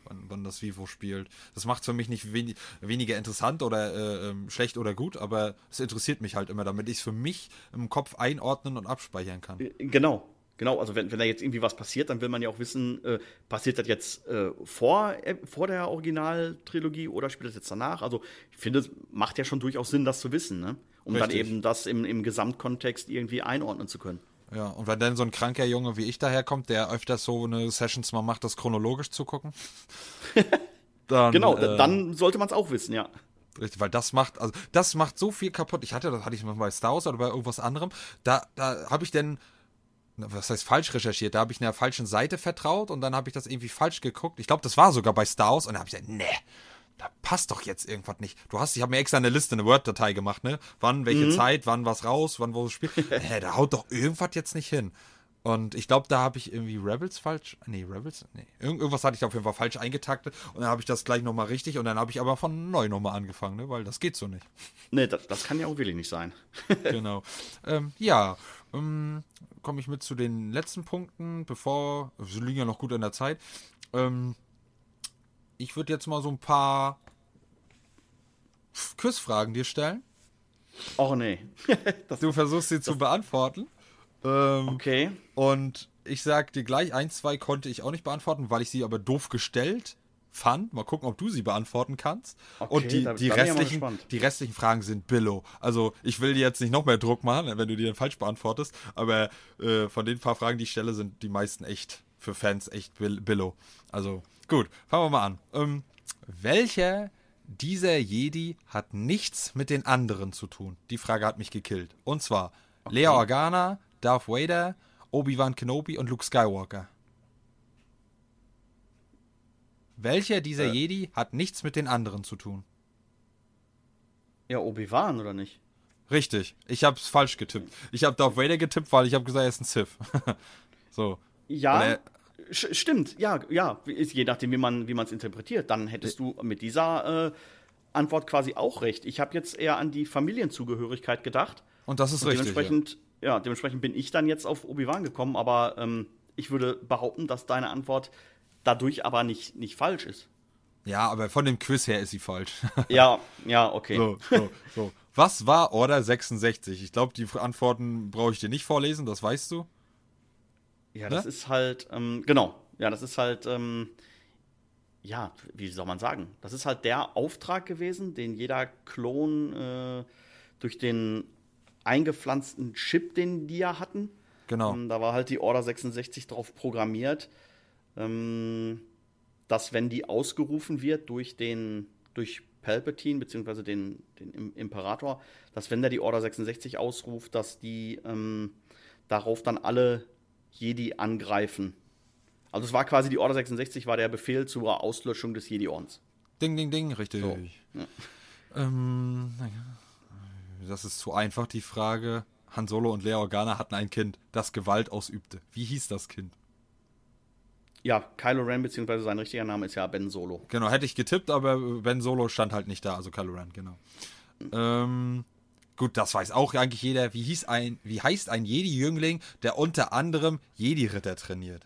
wann, wann das Vivo spielt. Das macht es für mich nicht wenig, weniger interessant oder äh, ähm, schlecht oder gut, aber es interessiert mich halt immer, damit ich es für mich im Kopf einordnen und abspeichern kann. Genau, genau. Also wenn, wenn da jetzt irgendwie was passiert, dann will man ja auch wissen, äh, passiert das jetzt äh, vor, äh, vor der Originaltrilogie oder spielt das jetzt danach? Also ich finde, es macht ja schon durchaus Sinn, das zu wissen, ne? Um Richtig. dann eben das im, im Gesamtkontext irgendwie einordnen zu können. Ja, und wenn dann so ein kranker Junge wie ich daherkommt, der öfters so eine Sessions mal macht, das chronologisch zu gucken, dann, Genau, äh, dann sollte man es auch wissen, ja. richtig, weil das macht, also das macht so viel kaputt. Ich hatte, das hatte ich mal bei Star Wars oder bei irgendwas anderem, da, da habe ich denn, was heißt falsch recherchiert, da habe ich einer falschen Seite vertraut und dann habe ich das irgendwie falsch geguckt. Ich glaube, das war sogar bei Star Wars und da habe ich gesagt, nee, da passt doch jetzt irgendwas nicht. Du hast, ich habe mir extra eine Liste, eine Word-Datei gemacht, ne? Wann, welche mhm. Zeit, wann was raus, wann wo es spielt. äh, da haut doch irgendwas jetzt nicht hin. Und ich glaube, da habe ich irgendwie Rebels falsch, nee, Rebels, nee, Irgend, irgendwas hatte ich auf jeden Fall falsch eingetaktet und dann habe ich das gleich nochmal richtig und dann habe ich aber von neu nochmal angefangen, ne? Weil das geht so nicht. Nee, das, das kann ja auch wirklich nicht sein. Genau. Ähm, ja, ähm, komme ich mit zu den letzten Punkten, bevor, wir liegen ja noch gut in der Zeit. Ähm, Ich würde jetzt mal so ein paar Quizfragen dir stellen. Oh nee. Du versuchst sie zu beantworten. Ähm, okay. Und ich sag dir gleich, ein, zwei konnte ich auch nicht beantworten, weil ich sie aber doof gestellt fand. Mal gucken, ob du sie beantworten kannst. Okay, und die, da, die, da restlichen, die restlichen Fragen sind Billo. Also ich will dir jetzt nicht noch mehr Druck machen, wenn du die dann falsch beantwortest. Aber äh, von den paar Fragen, die ich stelle, sind die meisten echt für Fans echt Billo. Also gut, fangen wir mal an. Ähm, welcher dieser Jedi hat nichts mit den anderen zu tun? Die Frage hat mich gekillt. Und zwar okay. Leia Organa, Darth Vader, Obi-Wan Kenobi und Luke Skywalker. Welcher dieser äh. Jedi hat nichts mit den anderen zu tun? Ja, Obi-Wan, oder nicht? Richtig, ich habe es falsch getippt. Ich habe Darth Vader getippt, weil ich habe gesagt, er ist ein Sith. So. Ja, er, stimmt, ja, ja, je nachdem, wie man wie man es interpretiert, dann hättest du mit dieser äh, Antwort quasi auch recht. Ich habe jetzt eher an die Familienzugehörigkeit gedacht. Und das ist und richtig, dementsprechend, ja. ja, dementsprechend bin ich dann jetzt auf Obi-Wan gekommen, aber ähm, ich würde behaupten, dass deine Antwort dadurch aber nicht, nicht falsch ist. Ja, aber von dem Quiz her ist sie falsch. ja, ja, okay. So, so, so. Was war Order sechsundsechzig? Ich glaube, die Antworten brauche ich dir nicht vorlesen, das weißt du. Ja, das ne? ist halt, ähm, genau, ja, das ist halt, ähm, ja, wie soll man sagen, das ist halt der Auftrag gewesen, den jeder Klon äh, durch den eingepflanzten Chip, den die ja hatten, genau. Ähm, da war halt die Order sechsundsechzig drauf programmiert, ähm, dass wenn die ausgerufen wird durch den, durch Palpatine, beziehungsweise den, den Imperator, dass wenn der die Order sechsundsechzig ausruft, dass die ähm, darauf dann alle Jedi angreifen. Also es war quasi, die Order sechsundsechzig war der Befehl zur Auslöschung des Jedi-Ordens. Ding, ding, ding, richtig. So. Ja. Ähm, das ist zu einfach, die Frage. Han Solo und Leia Organa hatten ein Kind, das Gewalt ausübte. Wie hieß das Kind? Ja, Kylo Ren, beziehungsweise sein richtiger Name ist ja Ben Solo. Genau, hätte ich getippt, aber Ben Solo stand halt nicht da, also Kylo Ren, genau. Mhm. Ähm... Gut, das weiß auch eigentlich jeder. Wie, hieß ein, wie heißt ein Jedi-Jüngling, der unter anderem Jedi-Ritter trainiert?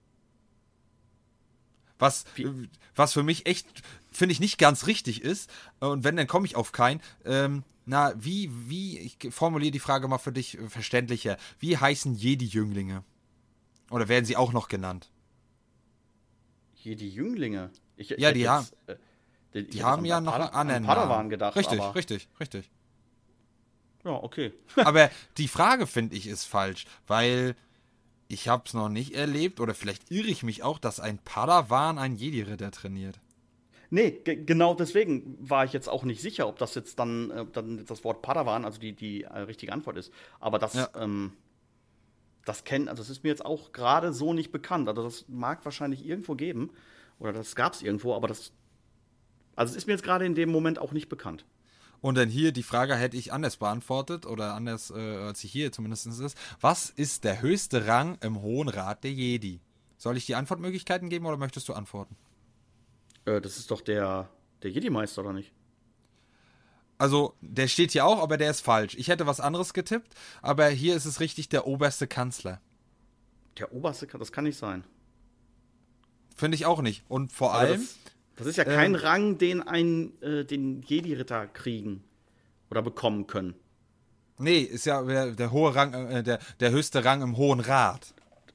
Was, was für mich echt, finde ich, nicht ganz richtig ist. Und wenn, dann komme ich auf keinen. Ähm, na, wie, wie, ich formuliere die Frage mal für dich verständlicher. Wie heißen Jedi-Jünglinge? Oder werden sie auch noch genannt? Jedi-Jünglinge? Ich, ja, die jetzt, haben, äh, die, die haben ja noch einen anderen Padawan gedacht. Richtig, aber richtig, richtig. Ja, okay. Aber die Frage, finde ich, ist falsch, weil ich habe es noch nicht erlebt, oder vielleicht irre ich mich auch, dass ein Padawan einen Jedi-Ritter trainiert. Nee, g- genau deswegen war ich jetzt auch nicht sicher, ob das jetzt dann, äh, dann das Wort Padawan, also die, die äh, richtige Antwort ist. Aber das, ja. ähm, das kennt, also das ist mir jetzt auch gerade so nicht bekannt. Also das mag wahrscheinlich irgendwo geben, oder das gab es irgendwo, aber das, also es ist mir jetzt gerade in dem Moment auch nicht bekannt. Und dann hier, die Frage hätte ich anders beantwortet, oder anders, äh, als sie hier zumindest ist. Was ist der höchste Rang im Hohen Rat der Jedi? Soll ich die Antwortmöglichkeiten geben, oder möchtest du antworten? Äh, das ist doch der, der Jedi-Meister, oder nicht? Also, der steht hier auch, aber der ist falsch. Ich hätte was anderes getippt, aber hier ist es richtig, der oberste Kanzler. Der oberste Kanzler, das kann nicht sein. Finde ich auch nicht. Und vor Aber allem. Das, das ist ja kein ähm, Rang, den ein, äh, den Jedi-Ritter kriegen oder bekommen können. Nee, ist ja der, der hohe Rang, äh, der, der höchste Rang im Hohen Rat.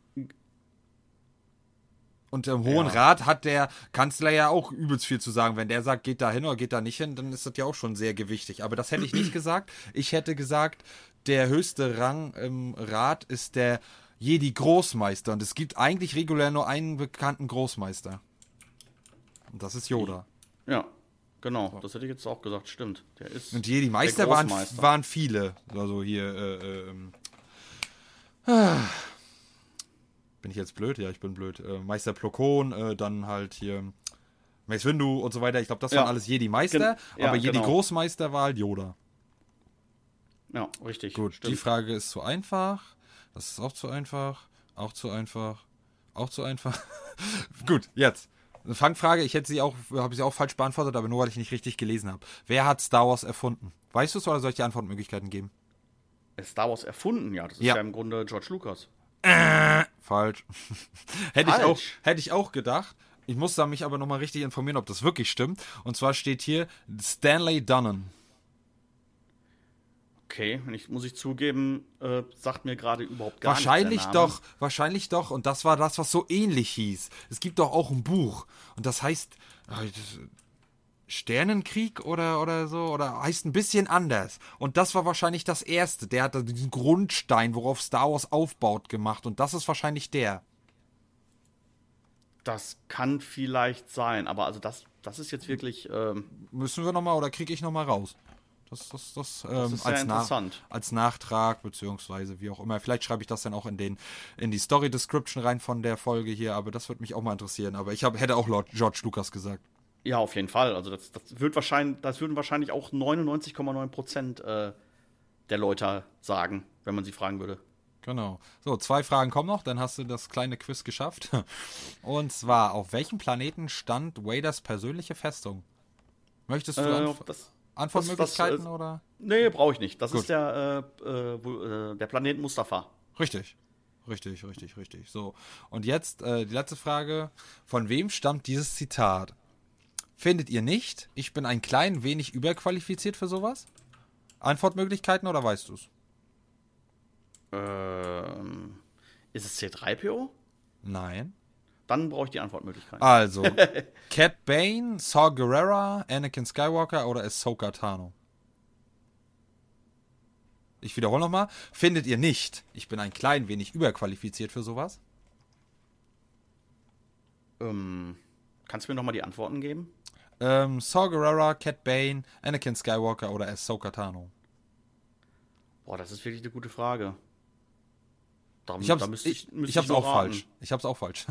Und im Hohen Ja. Rat hat der Kanzler ja auch übelst viel zu sagen. Wenn der sagt, geht da hin oder geht da nicht hin, dann ist das ja auch schon sehr gewichtig. Aber das hätte ich nicht gesagt. Ich hätte gesagt, der höchste Rang im Rat ist der Jedi-Großmeister. Und es gibt eigentlich regulär nur einen bekannten Großmeister. Und das ist Yoda. Ja, genau. Das hätte ich jetzt auch gesagt. Stimmt. Der ist Und Jedi-Meister der waren, Großmeister. waren viele. Also hier, äh, äh, ähm, ah. Bin ich jetzt blöd? Ja, ich bin blöd. Äh, Meister Plokon, äh, dann halt hier Mace Windu und so weiter. Ich glaube, das Ja. waren alles Jedi-Meister. Gen- ja, aber genau. Jedi-Großmeister war halt Yoda. Ja, richtig. Gut, stimmt. die Frage ist zu einfach. Das ist auch zu einfach. Auch zu einfach. Auch zu einfach. Gut, jetzt. Eine Fangfrage. Ich hätte sie auch, habe sie auch falsch beantwortet, aber nur, weil ich nicht richtig gelesen habe. Wer hat Star Wars erfunden? Weißt du es oder soll ich dir Antwortmöglichkeiten geben? Star Wars erfunden, ja. Das ist Ja. ja, im Grunde George Lucas. Falsch. hätte, ich auch, Falsch. hätte ich auch gedacht. Ich muss da mich aber nochmal richtig informieren, ob das wirklich stimmt. Und zwar steht hier Stanley Donen. Okay, wenn ich, muss ich zugeben, äh, sagt mir gerade überhaupt gar Wahrscheinlich nichts der Name. doch, wahrscheinlich doch. Und das war das, was so ähnlich hieß. Es gibt doch auch ein Buch. Und das heißt äh, das- Sternenkrieg oder, oder so. Oder heißt ein bisschen anders. Und das war wahrscheinlich das erste. Der hat da diesen Grundstein, worauf Star Wars aufbaut, gemacht. Und das ist wahrscheinlich der. Das kann vielleicht sein, aber also das, das ist jetzt wirklich, ähm, Müssen wir nochmal oder kriege ich nochmal raus? Das, das, das, ähm, ist sehr als, Nach interessant. als Nachtrag, beziehungsweise wie auch immer. Vielleicht schreibe ich das dann auch in, den, in die Story-Description rein von der Folge hier, aber das würde mich auch mal interessieren. Aber ich hab, hätte auch Lord George Lucas gesagt. ja, auf jeden Fall. Also das, das wird wahrscheinlich, das würden wahrscheinlich auch neunundneunzig Komma neun Prozent äh, der Leute sagen, wenn man sie fragen würde. Genau. So, zwei Fragen kommen noch, dann hast du das kleine Quiz geschafft. Und zwar, auf welchem Planeten stand Vaders persönliche Festung? Möchtest du Äh, Antw das, Antwortmöglichkeiten das, das, oder? nee, brauche ich nicht. Das Gut. ist der, äh, äh, wo, äh, der Planet Mustafa. Richtig. Richtig, richtig, richtig. So. Und jetzt äh, die letzte Frage. Von wem stammt dieses Zitat? Findet ihr nicht? Ich bin ein klein wenig überqualifiziert für sowas? Antwortmöglichkeiten oder weißt du es? Ähm, ist es C drei P O? Nein. Dann brauche ich die Antwortmöglichkeit. Also, Cat Bane, Saw Gerrera, Anakin Skywalker oder Ahsoka Tano? Ich wiederhole nochmal. Findet ihr nicht? Ich bin ein klein wenig überqualifiziert für sowas? Ähm, kannst du mir nochmal die Antworten geben? Ähm, Saw Gerrera, Cat Bane, Anakin Skywalker oder Ahsoka Tano? Boah, das ist wirklich eine gute Frage. Da, Ich hab's, da müsste ich, ich, müsste ich hab's nur auch raten. falsch. Ich hab's auch falsch.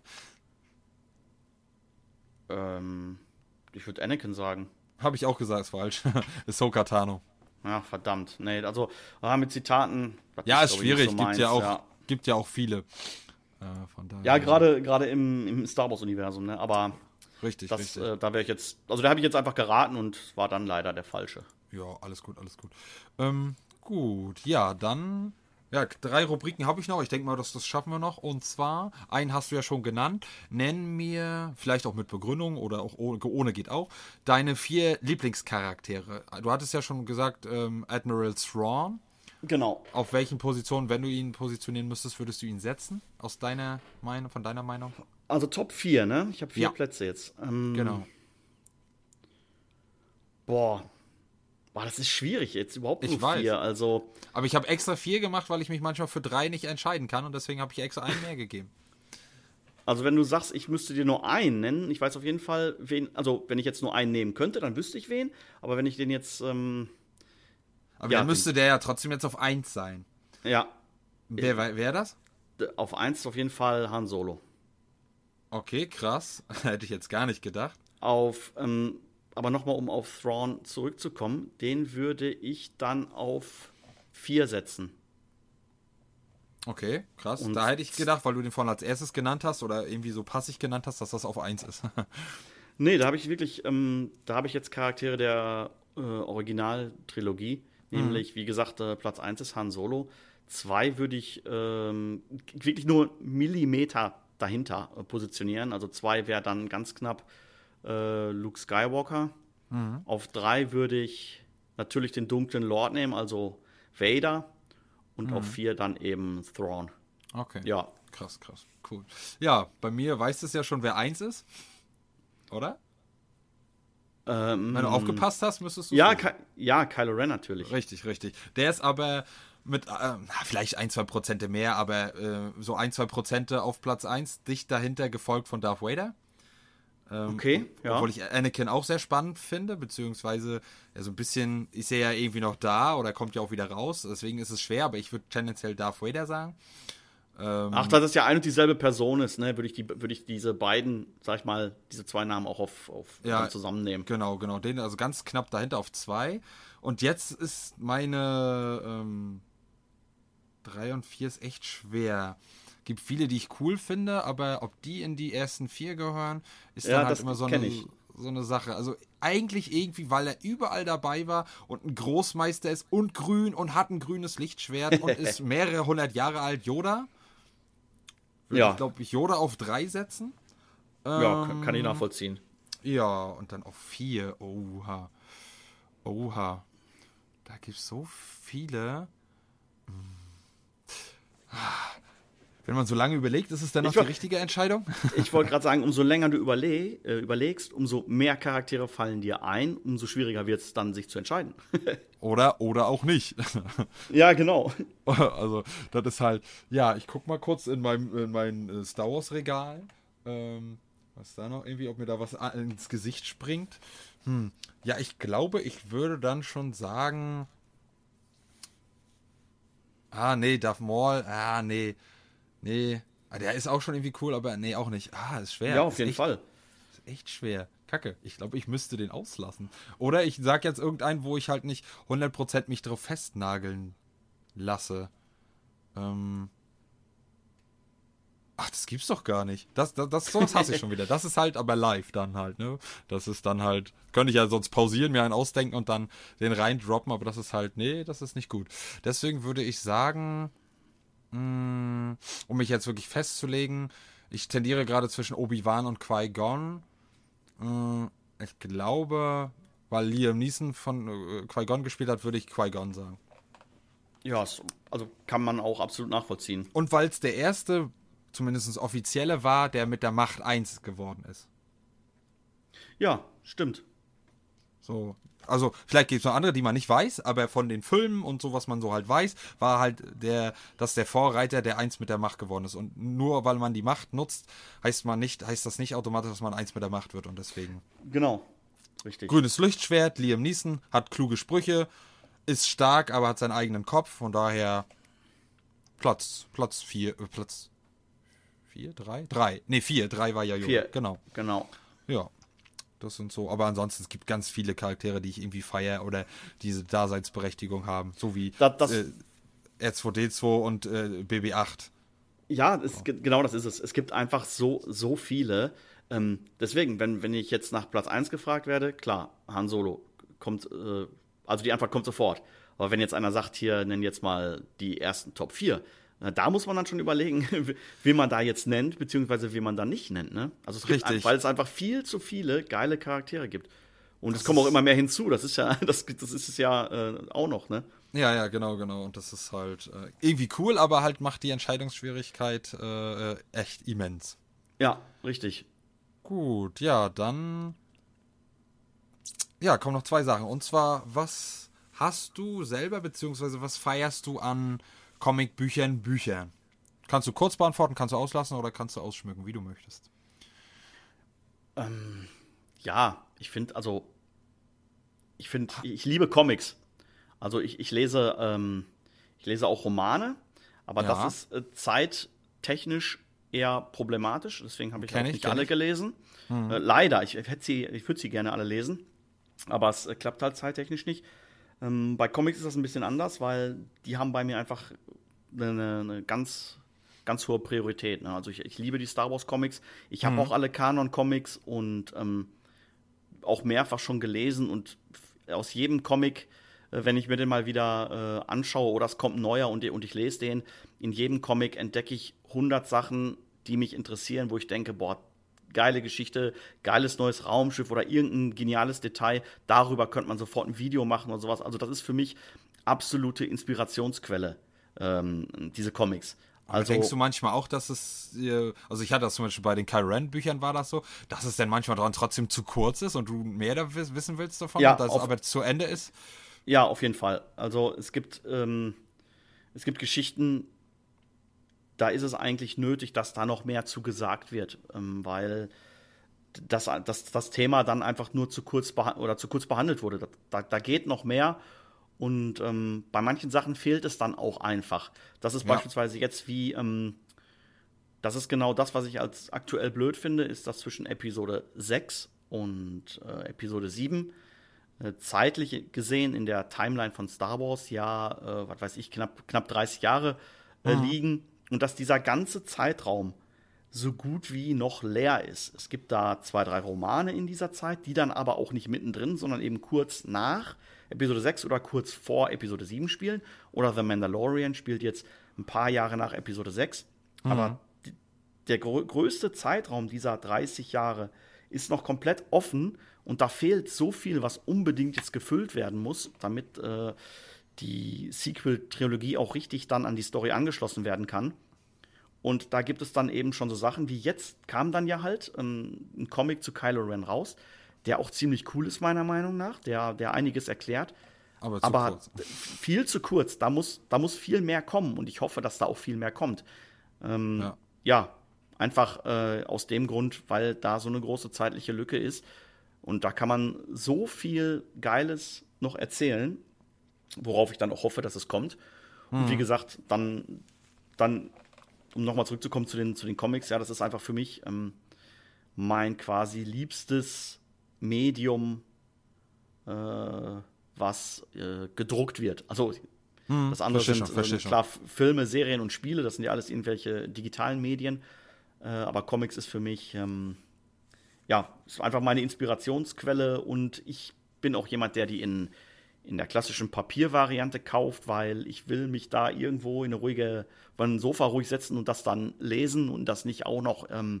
Ähm, ich würde Anakin sagen. Habe ich auch gesagt, ist falsch. Ahsoka Tano. Ja, verdammt. Nee, also ah, mit Zitaten. das Ja, ist glaub ich, nicht schwierig. so Gibt meins, ja auch, Ja, gibt ja auch viele. Äh, von daher. ja gerade gerade im, im Star Wars-Universum, ne? Aber Richtig, das, richtig. äh, da wäre ich jetzt. Also da habe ich jetzt einfach geraten und war dann leider der falsche. Ja, alles gut, alles gut. Ähm, gut, ja, dann. Ja, drei Rubriken habe ich noch. Ich denke mal, dass das schaffen wir noch. Und zwar, einen hast du ja schon genannt. Nenn mir, vielleicht auch mit Begründung oder auch ohne, ohne geht auch, deine vier Lieblingscharaktere. Du hattest ja schon gesagt, ähm, Admiral Thrawn. Genau. Auf welchen Positionen, wenn du ihn positionieren müsstest, würdest du ihn setzen? Aus deiner Meinung, von deiner Meinung? Also Top vier, ne? Ich habe vier Ja. Plätze jetzt. Ähm, Genau. Boah. Boah, das ist schwierig jetzt überhaupt nur Ich weiß. vier. Also, Aber ich habe extra vier gemacht, weil ich mich manchmal für drei nicht entscheiden kann und deswegen habe ich extra einen mehr gegeben. also wenn du sagst, ich müsste dir nur einen nennen, ich weiß auf jeden Fall, wen. Also wenn ich jetzt nur einen nehmen könnte, dann wüsste ich wen. Aber wenn ich den jetzt, ähm, Aber Ja, dann müsste der ja trotzdem jetzt auf eins sein. ja, Wer wäre das? auf eins ist auf jeden Fall Han Solo. Okay, krass. Hätte ich jetzt gar nicht gedacht. Auf, ähm, aber nochmal, um auf Thrawn zurückzukommen, den würde ich dann auf vier setzen. Okay, krass. Und- da hätte ich gedacht, weil du den vorhin als erstes genannt hast oder irgendwie so passig genannt hast, dass das auf eins ist. Nee, da habe ich wirklich, ähm, da habe ich jetzt Charaktere der äh, Originaltrilogie. Nämlich, wie gesagt, äh, Platz eins ist Han Solo. zwei würde ich ähm, wirklich nur Millimeter dahinter äh, positionieren. Also zwei wäre dann ganz knapp äh, Luke Skywalker. Mhm. Auf drei würde ich natürlich den dunklen Lord nehmen, also Vader. Und mhm. auf vier dann eben Thrawn. Okay. Ja. Krass, krass. Cool. Ja, bei mir weißt es ja schon, wer eins ist. Oder? Ähm, Wenn du aufgepasst hast, müsstest du. Ja, Ky- ja, Kylo Ren natürlich. Richtig, richtig. Der ist aber mit äh, vielleicht ein, zwei Prozente mehr, aber äh, so ein, zwei Prozente auf Platz eins, dicht dahinter gefolgt von Darth Vader. Ähm, okay, ja. Obwohl ich Anakin auch sehr spannend finde, beziehungsweise ja, so ein bisschen ist er ja irgendwie noch da oder kommt ja auch wieder raus, deswegen ist es schwer, aber ich würde tendenziell Darth Vader sagen. Ähm, Ach, dass es ja ein und dieselbe Person ist, ne, würde ich, die, würd ich diese beiden, sag ich mal, diese zwei Namen auch auf, auf ja, zusammennehmen. Genau, genau, den also ganz knapp dahinter auf zwei. Und jetzt ist meine ähm, drei und vier ist echt schwer. Gibt viele, die ich cool finde, aber ob die in die ersten vier gehören, ist ja, dann halt immer so eine, so eine Sache. Also eigentlich irgendwie, weil er überall dabei war und ein Großmeister ist und grün und hat ein grünes Lichtschwert und ist mehrere hundert Jahre alt, Yoda. Würde ja. ich, glaube ich, Yoda auf drei setzen. Ja, ähm, kann ich nachvollziehen. Ja, und dann auf vier. Oha. Oha. Da gibt es so viele. Wenn man so lange überlegt, ist es dann noch ich die wollt, richtige Entscheidung? Ich wollte gerade sagen, umso länger du überleg, äh, überlegst, umso mehr Charaktere fallen dir ein, umso schwieriger wird es dann, sich zu entscheiden. oder, oder auch nicht. Ja, genau. Also, das ist halt, ja, ich guck mal kurz in mein, in mein äh, Star Wars Regal, ähm, was da noch irgendwie, ob mir da was ins Gesicht springt. Hm. Ja, ich glaube, ich würde dann schon sagen, ah, nee, Darth Maul, ah, nee, nee, der ist auch schon irgendwie cool, aber nee, auch nicht. Ah, ist schwer. Ja, auf ist jeden echt, Fall. Ist echt schwer. Kacke. Ich glaube, ich müsste den auslassen. Oder ich sag jetzt irgendeinen, wo ich halt nicht hundert Prozent mich drauf festnageln lasse. Ähm. Ach, das gibt's doch gar nicht. Das, das, das sowas hasse ich schon wieder. Das ist halt aber live dann halt, ne? Das ist dann halt, könnte ich ja sonst pausieren, mir einen ausdenken und dann den reindroppen, aber das ist halt, nee, das ist nicht gut. Deswegen würde ich sagen, mh, um mich jetzt wirklich festzulegen, ich tendiere gerade zwischen Obi-Wan und Qui-Gon. Äh, ich glaube, weil Liam Neeson von äh, Qui-Gon gespielt hat, würde ich Qui-Gon sagen. Ja, also kann man auch absolut nachvollziehen. Und weil es der erste zumindest offizielle war, der mit der Macht eins geworden ist. Ja, stimmt. So, also vielleicht gibt es noch andere, die man nicht weiß, aber von den Filmen und so, was man so halt weiß, war halt der, dass der Vorreiter der eins mit der Macht geworden ist. Und nur weil man die Macht nutzt, heißt man nicht, heißt das nicht automatisch, dass man eins mit der Macht wird und deswegen. Genau, richtig. Grünes Lichtschwert, Liam Neeson, hat kluge Sprüche, ist stark, aber hat seinen eigenen Kopf, von daher Platz, Platz vier, äh, Platz Vier, drei? Drei. Ne, vier. Drei war ja Yoda. Vier. Genau. Genau. Ja. Das sind so. Aber ansonsten, es gibt ganz viele Charaktere, die ich irgendwie feiere oder diese Daseinsberechtigung haben. So wie das, das äh, R zwei D zwei und äh, B B acht. Ja, das, oh. genau das ist es. Es gibt einfach so, so viele. Ähm, deswegen, wenn, wenn ich jetzt nach Platz eins gefragt werde, klar, Han Solo kommt, äh, also die Antwort kommt sofort. Aber wenn jetzt einer sagt, hier, nenn jetzt mal die ersten Top vier, da muss man dann schon überlegen, wie man da jetzt nennt, beziehungsweise wie man da nicht nennt. Ne? Also es gibt Richtig. Weil es einfach viel zu viele geile Charaktere gibt. Und es kommen auch immer mehr hinzu. Das ist ja, das, das ist es ja äh, auch noch, ne? Ja, ja, genau, genau. Und das ist halt äh, irgendwie cool, aber halt macht die Entscheidungsschwierigkeit äh, echt immens. Ja, richtig. Gut, ja, dann ja, kommen noch zwei Sachen. Und zwar, was hast du selber, beziehungsweise was feierst du an Comicbüchern, Büchern? Kannst du kurz beantworten, kannst du auslassen oder kannst du ausschmücken, wie du möchtest? Ähm, ja, ich finde, also, ich finde, ich liebe Comics. Also ich, ich lese, ähm, ich lese auch Romane, aber ja. das ist äh, zeittechnisch eher problematisch, deswegen habe ich auch nicht alle ich. gelesen. Hm. Äh, leider, ich hätte sie, ich würde sie gerne alle lesen, aber es äh, klappt halt zeittechnisch nicht. Ähm, bei Comics ist das ein bisschen anders, weil die haben bei mir einfach eine, eine ganz, ganz hohe Priorität. Ne? Also ich, ich liebe die Star Wars Comics. Ich habe mhm. auch alle Kanon-Comics und ähm, auch mehrfach schon gelesen. Und aus jedem Comic, äh, wenn ich mir den mal wieder äh, anschaue oder es kommt ein neuer und, und ich lese den, in jedem Comic entdecke ich hundert Sachen, die mich interessieren, wo ich denke, boah, geile Geschichte, geiles neues Raumschiff oder irgendein geniales Detail, darüber könnte man sofort ein Video machen oder sowas. Also das ist für mich absolute Inspirationsquelle, ähm, diese Comics. Aber Also, denkst du manchmal auch, dass es, äh, also ich hatte das zum Beispiel bei den Kylo Ren-Büchern war das so, dass es dann manchmal dann trotzdem zu kurz ist und du mehr da wiss- wissen willst davon, Ja, und dass es auf- aber zu Ende ist? ja, auf jeden Fall. Also es gibt, ähm, es gibt Geschichten, da ist es eigentlich nötig, dass da noch mehr zu gesagt wird, ähm, weil das, das, das Thema dann einfach nur zu kurz, beha- oder zu kurz behandelt wurde. Da, da geht noch mehr. Und ähm, bei manchen Sachen fehlt es dann auch einfach. Das ist Ja. beispielsweise jetzt wie, ähm, das ist genau das, was ich als aktuell blöd finde, ist, dass zwischen Episode sechs und äh, Episode sieben äh, zeitlich gesehen in der Timeline von Star Wars ja, äh, was weiß ich, knapp, knapp dreißig Jahre äh, Mhm. liegen. Und dass dieser ganze Zeitraum so gut wie noch leer ist. Es gibt da zwei, drei Romane in dieser Zeit, die dann aber auch nicht mittendrin, sondern eben kurz nach Episode sechs oder kurz vor Episode sieben spielen. Oder The Mandalorian spielt jetzt ein paar Jahre nach Episode sechs. Mhm. Aber die, der grö größte Zeitraum dieser dreißig Jahre ist noch komplett offen und da fehlt so viel, was unbedingt jetzt gefüllt werden muss, damit äh, die Sequel-Trilogie auch richtig dann an die Story angeschlossen werden kann. Und da gibt es dann eben schon so Sachen wie jetzt kam dann ja halt ähm, ein Comic zu Kylo Ren raus, der auch ziemlich cool ist, meiner Meinung nach, der, der einiges erklärt. Aber zu Aber kurz. viel zu kurz. Da muss, da muss viel mehr kommen und ich hoffe, dass da auch viel mehr kommt. Ähm, Ja. ja, einfach äh, aus dem Grund, weil da so eine große zeitliche Lücke ist. Und da kann man so viel Geiles noch erzählen, worauf ich dann auch hoffe, dass es kommt. Und wie gesagt, dann, dann um nochmal zurückzukommen zu den, zu den Comics, ja, das ist einfach für mich ähm, mein quasi liebstes Medium, äh, was äh, gedruckt wird. Also das andere verstehe sind schon, verstehe äh, schon. klar F- Filme, Serien und Spiele, das sind ja alles irgendwelche digitalen Medien. Äh, aber Comics ist für mich, ähm, ja, ist einfach meine Inspirationsquelle und ich bin auch jemand, der die in, in der klassischen Papiervariante kauft, weil ich will mich da irgendwo in eine ruhige, auf ein Sofa ruhig setzen und das dann lesen und das nicht auch noch ähm,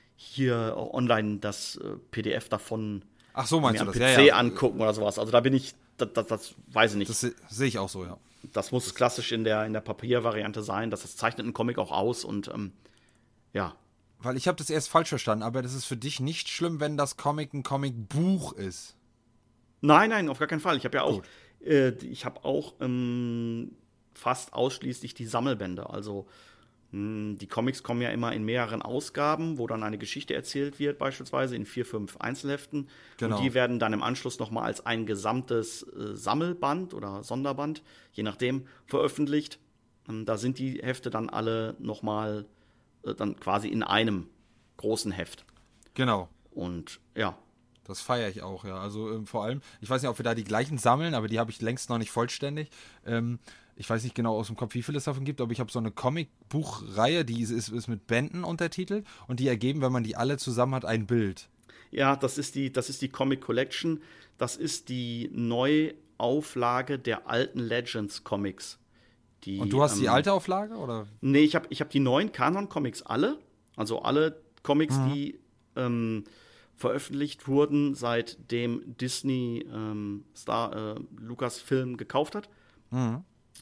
hier online das äh, P D F davon Ach so, meinst mir du am das? P C Ja, ja. angucken oder sowas. Also da bin ich, das, das, das weiß ich nicht. Das se- sehe ich auch so, ja. Das muss klassisch in der, in der Papiervariante sein. Das, das zeichnet einen Comic auch aus und ähm, ja. Weil ich habe das erst falsch verstanden, aber das ist für dich nicht schlimm, wenn das Comic ein Comicbuch ist. Nein, nein, auf gar keinen Fall. Ich habe ja auch, Gut. äh, ich habe auch ähm, fast ausschließlich die Sammelbände. Also mh, die Comics kommen ja immer in mehreren Ausgaben, wo dann eine Geschichte erzählt wird, beispielsweise in vier, fünf Einzelheften. Genau. Und die werden dann im Anschluss nochmal als ein gesamtes äh, Sammelband oder Sonderband, je nachdem, veröffentlicht. Ähm, da sind die Hefte dann alle nochmal äh, dann quasi in einem großen Heft. Genau. Und ja, Das feiere ich auch, ja. Also ähm, vor allem, ich weiß nicht, ob wir da die gleichen sammeln, aber die habe ich längst noch nicht vollständig. Ähm, ich weiß nicht genau aus dem Kopf, wie viel es davon gibt, aber ich habe so eine Comic-Buchreihe, die ist, ist, ist mit Bänden untertitelt und die ergeben, wenn man die alle zusammen hat, ein Bild. Ja, das ist die, das ist die Comic Collection. Das ist die Neuauflage der alten Legends Comics. Die, Und du hast die ähm, alte Auflage, oder? Nee, ich habe ich hab die neuen Kanon-Comics alle. Also alle Comics, die ähm, veröffentlicht wurden, seitdem Disney ähm, Star äh, Lucasfilm gekauft hat. Mhm.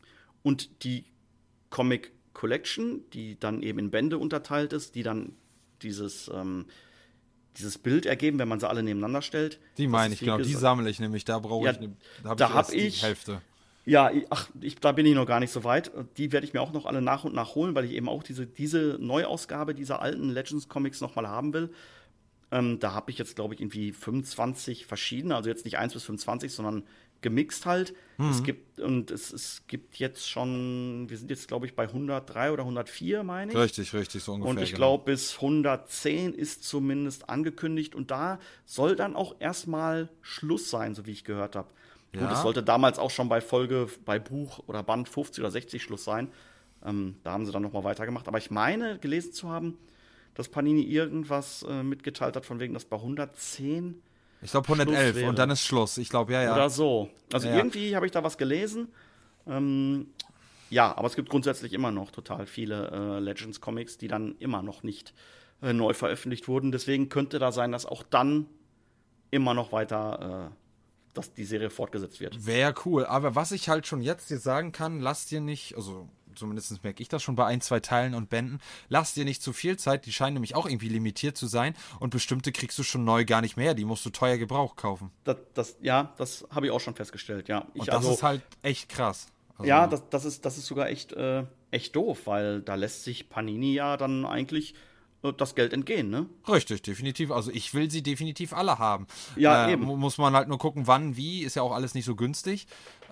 Und die Comic Collection, die dann eben in Bände unterteilt ist, die dann dieses, ähm, dieses Bild ergeben, wenn man sie alle nebeneinander stellt. Die Das meine ist, ich, wie genau. Die gesagt- sammle ich nämlich. Da brauche Ja, ich, ne, da habe da ich hab erst die ich- Hälfte. Ja, ich- ach, ich, da bin ich noch gar nicht so weit. Die werde ich mir auch noch alle nach und nach holen, weil ich eben auch diese, diese Neuausgabe dieser alten Legends-Comics nochmal haben will. Ähm, da habe ich jetzt, glaube ich, irgendwie fünfundzwanzig verschiedene, also jetzt nicht eins bis fünfundzwanzig, sondern gemixt halt. Es gibt, und es, es gibt jetzt schon, wir sind jetzt, glaube ich, bei hundertdrei oder hundertvier, meine ich. Richtig, richtig, so ungefähr. Und ich genau. glaube, bis hundertzehn ist zumindest angekündigt. Und da soll dann auch erstmal Schluss sein, so wie ich gehört habe. Gut, Ja. es sollte damals auch schon bei Folge, bei Buch oder Band fünfzig oder sechzig Schluss sein. Ähm, da haben sie dann nochmal weitergemacht. Aber ich meine, gelesen zu haben, dass Panini irgendwas äh, mitgeteilt hat, von wegen, dass bei hundertzehn Ich glaube Schluss hundertelf wäre. und dann ist Schluss. Ich glaube, ja, ja. oder so. Also Ja. irgendwie habe ich da was gelesen. Ähm, Ja, aber es gibt grundsätzlich immer noch total viele äh, Legends-Comics, die dann immer noch nicht äh, neu veröffentlicht wurden. Deswegen könnte da sein, dass auch dann immer noch weiter äh, dass die Serie fortgesetzt wird. Wäre cool, aber was ich halt schon jetzt dir sagen kann, lass dir nicht, also zumindest merke ich das schon bei ein, zwei Teilen und Bänden, lass dir nicht zu viel Zeit, die scheinen nämlich auch irgendwie limitiert zu sein und bestimmte kriegst du schon neu gar nicht mehr, die musst du teuer Gebrauch kaufen. Das, das, ja, das habe ich auch schon festgestellt, ja. Ich, Und das also, ist halt echt krass. Also, ja, das, das, ist, das ist sogar echt, äh, echt doof, weil da lässt sich Panini ja dann eigentlich äh, das Geld entgehen, ne? Richtig, definitiv. Also ich will sie definitiv alle haben. Ja, äh, eben. Muss man halt nur gucken, wann, wie, ist ja auch alles nicht so günstig.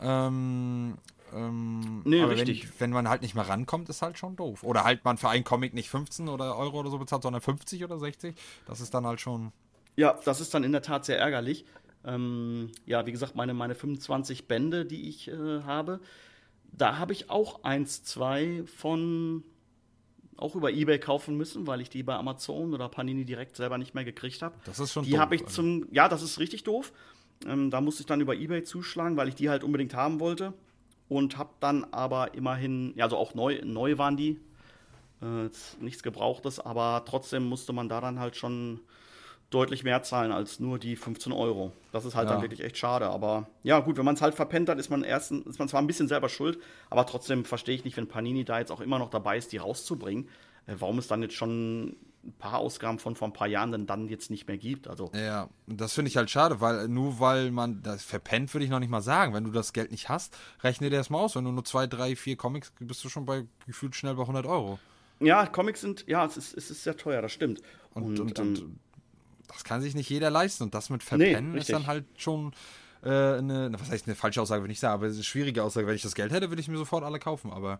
Ähm, ähm, Nee, aber richtig. Wenn, wenn man halt nicht mehr rankommt, ist halt schon doof. Oder halt man für einen Comic nicht fünfzehn oder Euro oder so bezahlt, sondern fünfzig oder sechzig. Das ist dann halt schon... Ja, das ist dann in der Tat sehr ärgerlich. Ähm, ja, wie gesagt, meine, meine fünfundzwanzig Bände, die ich äh, habe, da habe ich auch eins, zwei von auch über eBay kaufen müssen, weil ich die bei Amazon oder Panini direkt selber nicht mehr gekriegt habe. Das ist schon Die doof, habe ich also. zum, ja, das ist richtig doof. Ähm, da musste ich dann über eBay zuschlagen, weil ich die halt unbedingt haben wollte. Und habe dann aber immerhin, ja, also auch neu, neu waren die, äh, nichts Gebrauchtes, aber trotzdem musste man da dann halt schon deutlich mehr zahlen als nur die fünfzehn Euro. Das ist halt Ja. dann wirklich echt schade. Aber ja, gut, wenn man es halt verpennt hat, ist man erstens, ist man zwar ein bisschen selber schuld, aber trotzdem verstehe ich nicht, wenn Panini da jetzt auch immer noch dabei ist, die rauszubringen, äh, warum es dann jetzt schon ein paar Ausgaben von vor ein paar Jahren dann, dann jetzt nicht mehr gibt. Also, Ja, das finde ich halt schade, weil nur weil man das verpennt, würde ich noch nicht mal sagen. Wenn du das Geld nicht hast, rechne dir das mal aus. Wenn du nur zwei, drei, vier Comics, bist du schon bei gefühlt schnell bei hundert Euro. ja, Comics sind, ja, es ist, es ist sehr teuer, das stimmt. Und, und, ähm, und das kann sich nicht jeder leisten. Und das mit Nee, Verpennen ist richtig. dann halt schon äh, eine, was heißt eine falsche Aussage, würde ich sagen, aber es ist eine schwierige Aussage. Wenn ich das Geld hätte, würde ich mir sofort alle kaufen. Aber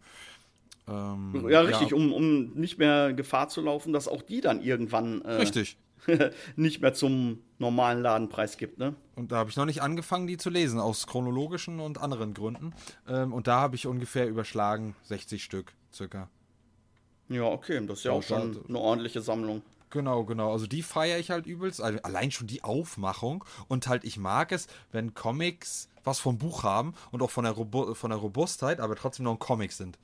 ähm, ja, richtig, Um, um nicht mehr Gefahr zu laufen, dass auch die dann irgendwann äh, Richtig. nicht mehr zum normalen Ladenpreis gibt, ne? Und da habe ich noch nicht angefangen, die zu lesen, aus chronologischen und anderen Gründen. Ähm, und da habe ich ungefähr überschlagen sechzig Stück, circa. Ja, okay, das ist ja Ja, auch schon da- eine ordentliche Sammlung. Genau, genau. Also die feiere ich halt übelst. Also allein schon die Aufmachung. Und halt, ich mag es, wenn Comics was vom Buch haben und auch von der, Robu von der Robustheit, aber trotzdem noch ein Comic sind.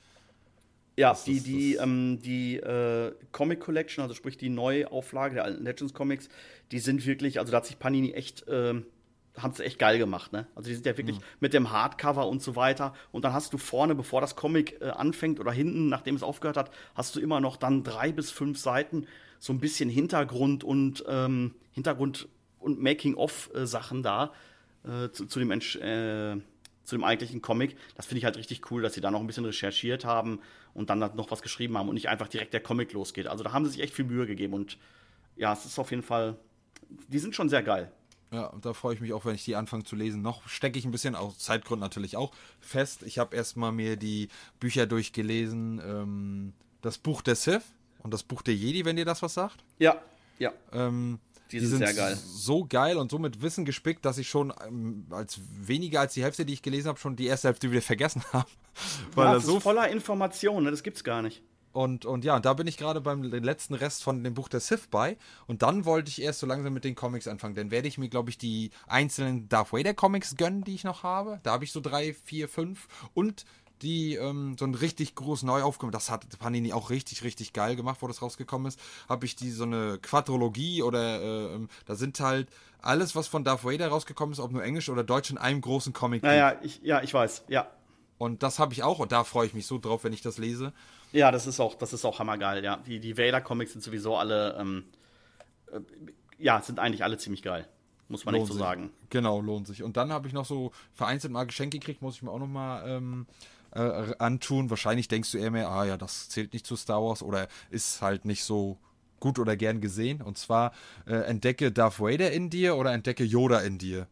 Ja, Das die, ist- die, das- ähm, die äh, Comic Collection, also sprich die Neuauflage der alten Legends Comics, die sind wirklich, also da hat sich Panini echt, ähm, haben sie echt geil gemacht, ne? Also die sind ja wirklich mit dem Hardcover und so weiter. Und dann hast du vorne, bevor das Comic äh, anfängt oder hinten, nachdem es aufgehört hat, hast du immer noch dann drei bis fünf Seiten so ein bisschen Hintergrund und ähm, Hintergrund und Making-of-Sachen da äh, zu, zu dem Entsch äh, zu dem eigentlichen Comic. Das finde ich halt richtig cool, dass sie da noch ein bisschen recherchiert haben und dann noch was geschrieben haben und nicht einfach direkt der Comic losgeht. Also da haben sie sich echt viel Mühe gegeben und ja, es ist auf jeden Fall, die sind schon sehr geil. Ja, und da freue ich mich auch, wenn ich die anfange zu lesen. Noch stecke ich ein bisschen, aus Zeitgründen natürlich auch, fest. Ich habe erstmal mir die Bücher durchgelesen. Ähm, das Buch der Sith und das Buch der Jedi, wenn dir das was sagt. Ja, ja, Ähm, die, die sind sind sehr geil. so geil und so mit Wissen gespickt, dass ich schon ähm, als weniger als die Hälfte, die ich gelesen habe, schon die erste Hälfte wieder vergessen habe. Weil Ja, da das so ist voller Informationen, ne? Das gibt's gar nicht. Und, und ja, und da bin ich gerade beim letzten Rest von dem Buch der Sith bei. Und dann wollte ich erst so langsam mit den Comics anfangen. Dann werde ich mir, glaube ich, die einzelnen Darth Vader Comics gönnen, die ich noch habe. Da habe ich so drei, vier, fünf. Und die ähm, so ein richtig groß neu aufgenommen. Das hat Panini auch richtig, richtig geil gemacht, wo das rausgekommen ist. Habe ich die so eine Quadrologie oder äh, ähm, da sind halt alles, was von Darth Vader rausgekommen ist, ob nur Englisch oder Deutsch, in einem großen Comic. Naja, ich, ja, ich weiß, ja. Und das habe ich auch. Und da freue ich mich so drauf, wenn ich das lese. Ja, das ist auch, das ist auch hammergeil, ja. Die, die Vader-Comics sind sowieso alle, ähm, äh, ja, sind eigentlich alle ziemlich geil. Muss man Lohnt nicht so sich. sagen. Genau, lohnt sich. Und dann habe ich noch so vereinzelt mal Geschenke gekriegt, muss ich mir auch noch mal ähm, äh, antun. Wahrscheinlich denkst du eher mehr, ah ja, das zählt nicht zu Star Wars oder ist halt nicht so gut oder gern gesehen. Und zwar äh, entdecke Darth Vader in dir oder entdecke Yoda in dir.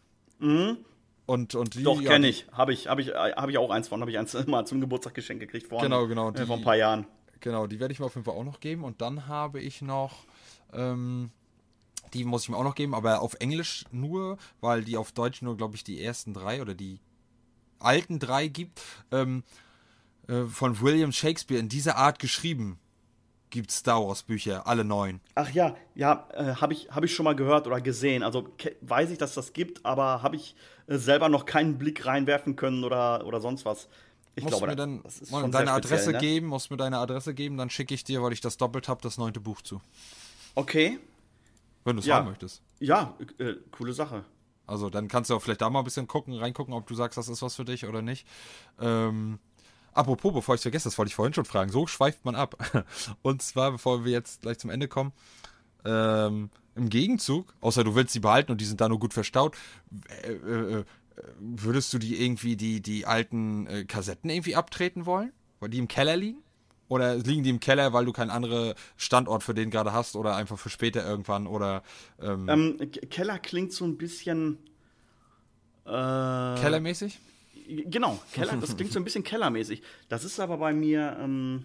Mhm. Und, und die, Doch, ja, kenne ich. Habe ich, hab ich, äh, hab ich auch eins von. Habe ich eins mal zum Geburtstag geschenkt gekriegt vor, Genau, genau, äh, die- vor ein paar Jahren. Genau, die werde ich mir auf jeden Fall auch noch geben. Und dann habe ich noch, ähm, die muss ich mir auch noch geben, aber auf Englisch nur, weil die auf Deutsch nur, glaube ich, die ersten drei oder die alten drei gibt. Ähm, äh, von William Shakespeare in dieser Art geschrieben gibt Star Wars Bücher, alle neun. Ach ja, ja, äh, habe ich, hab ich schon mal gehört oder gesehen. Also ke- weiß ich, dass das gibt, aber habe ich äh, selber noch keinen Blick reinwerfen können oder, oder sonst was. Ich musst glaube, mir dann das ist mal schon deine sehr Adresse speziell, ne? geben, musst mir deine Adresse geben, dann schicke ich dir, weil ich das doppelt habe, das neunte Buch zu. Okay. Wenn du es Ja. haben möchtest. Ja, äh, coole Sache. Also dann kannst du auch vielleicht da mal ein bisschen gucken, reingucken, ob du sagst, das ist was für dich oder nicht. Ähm, apropos, bevor ich es vergesse, das wollte ich vorhin schon fragen, so schweift man ab. Und zwar, bevor wir jetzt gleich zum Ende kommen, ähm, im Gegenzug, außer du willst sie behalten und die sind da nur gut verstaut, äh, äh, äh, würdest du die irgendwie, die, die alten äh, Kassetten irgendwie abtreten wollen? Weil die im Keller liegen? Oder liegen die im Keller, weil du keinen anderen Standort für den gerade hast oder einfach für später irgendwann oder ähm, Ähm, K- Keller klingt so ein bisschen. Äh, kellermäßig? Genau, Keller, das klingt so ein bisschen kellermäßig. Das ist aber bei mir ähm,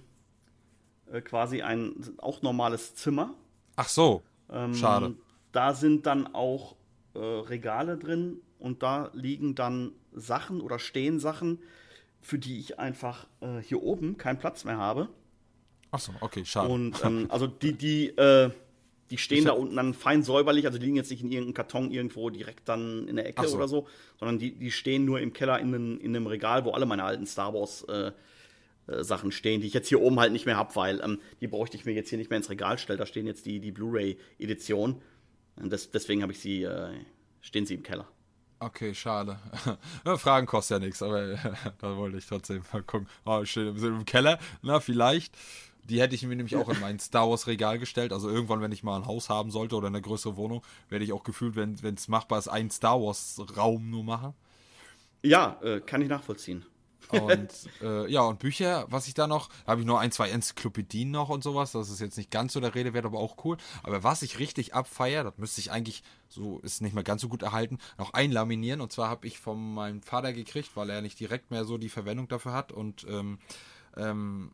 äh, quasi ein auch normales Zimmer. Ach so, Ähm, schade. Da sind dann auch äh, Regale drin und da liegen dann Sachen oder stehen Sachen, für die ich einfach äh, hier oben keinen Platz mehr habe. Ach so, okay, schade. Und ähm, also die, die, äh, die stehen Ich da hab- unten dann fein säuberlich, also die liegen jetzt nicht in irgendeinem Karton irgendwo direkt dann in der Ecke Ach so. oder so, sondern die, die stehen nur im Keller in einem, in einem Regal, wo alle meine alten Star Wars äh, äh, Sachen stehen, die ich jetzt hier oben halt nicht mehr habe, weil ähm, die bräuchte ich mir jetzt hier nicht mehr ins Regal stellen. Da stehen jetzt die, die Blu-ray-Edition. Und das, deswegen habe ich sie, äh, stehen sie im Keller. Okay, schade. Ja, Fragen kostet ja nichts, aber da wollte ich trotzdem mal gucken. Oh, steht sind im Keller. Na, vielleicht. Die hätte ich mir nämlich auch in mein Star Wars Regal gestellt. Also irgendwann, wenn ich mal ein Haus haben sollte oder eine größere Wohnung, werde ich auch gefühlt, wenn es machbar ist, einen Star Wars Raum nur machen. Ja, äh, kann ich nachvollziehen. Und äh, ja, und Bücher, was ich da noch, habe ich nur ein, zwei Enzyklopädien noch und sowas. Das ist jetzt nicht ganz so der Rede wert, aber auch cool. Aber was ich richtig abfeiere, das müsste ich eigentlich, so ist nicht mehr ganz so gut erhalten, noch einlaminieren. Und zwar habe ich von meinem Vater gekriegt, weil er nicht direkt mehr so die Verwendung dafür hat. Und ähm, ähm,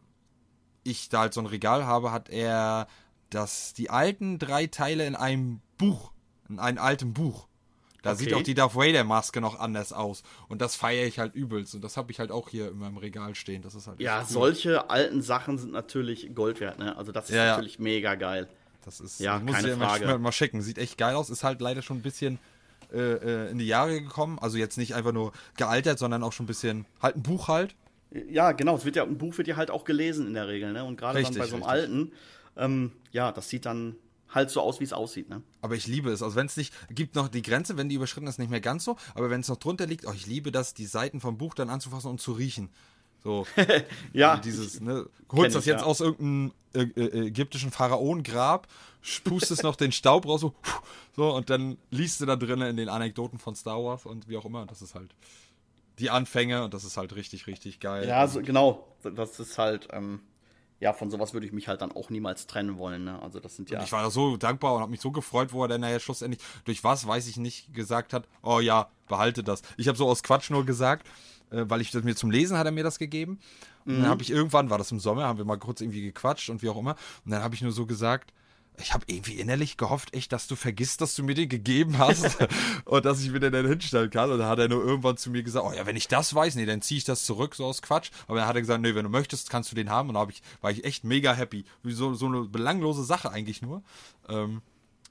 ich da halt so ein Regal habe, hat er das, die alten drei Teile in einem Buch, in einem alten Buch. Da Okay. sieht auch die Darth Vader Maske noch anders aus. Und das feiere ich halt übelst. Und das habe ich halt auch hier in meinem Regal stehen. Das ist halt Ja, echt cool. solche alten Sachen sind natürlich Gold wert, ne? Also das ist Ja, ja. natürlich mega geil. Das ist, Ja, muss keine ich dir Frage. Mal, mal schicken. Sieht echt geil aus. Ist halt leider schon ein bisschen äh, äh, in die Jahre gekommen. Also jetzt nicht einfach nur gealtert, sondern auch schon ein bisschen, halt ein Buch halt. Ja, genau. Es wird ja, ein Buch wird ja halt auch gelesen in der Regel, ne? Und gerade dann Richtig, bei so einem richtig. alten, ähm, ja, das sieht dann halt so aus, wie es aussieht, ne? Aber ich liebe es. Also wenn es nicht, gibt noch die Grenze, wenn die überschritten ist, nicht mehr ganz so. Aber wenn es noch drunter liegt, oh, ich liebe das, die Seiten vom Buch dann anzufassen und zu riechen. So, Ja, dieses, ne, kenn holst das ich, jetzt ja. aus irgendeinem äh, äh, ägyptischen Pharaonengrab, pustest noch den Staub raus, so, so, und dann liest du da drinnen in den Anekdoten von Star Wars und wie auch immer. Und das ist halt die Anfänge und das ist halt richtig, richtig geil. Ja, so, genau. Das ist halt, ähm, ja, von sowas würde ich mich halt dann auch niemals trennen wollen, ne? Also das sind ja. Und ich war da so dankbar und habe mich so gefreut, wo er dann nachher schlussendlich, durch was, weiß ich nicht, gesagt hat, oh ja, behalte das. Ich habe so aus Quatsch nur gesagt, äh, weil ich das mir zum Lesen hat er mir das gegeben. Und dann habe ich irgendwann, war das im Sommer, haben wir mal kurz irgendwie gequatscht und wie auch immer. Und dann habe ich nur so gesagt, ich habe irgendwie innerlich gehofft, echt, dass du vergisst, dass du mir den gegeben hast und dass ich mir den dann hinstellen kann. Und dann hat er nur irgendwann zu mir gesagt, oh ja, wenn ich das weiß, nee, dann ziehe ich das zurück, so aus Quatsch. Aber dann hat er gesagt, nee, wenn du möchtest, kannst du den haben. Und da hab ich, war ich echt mega happy. Wie so, so eine belanglose Sache eigentlich nur. Ähm,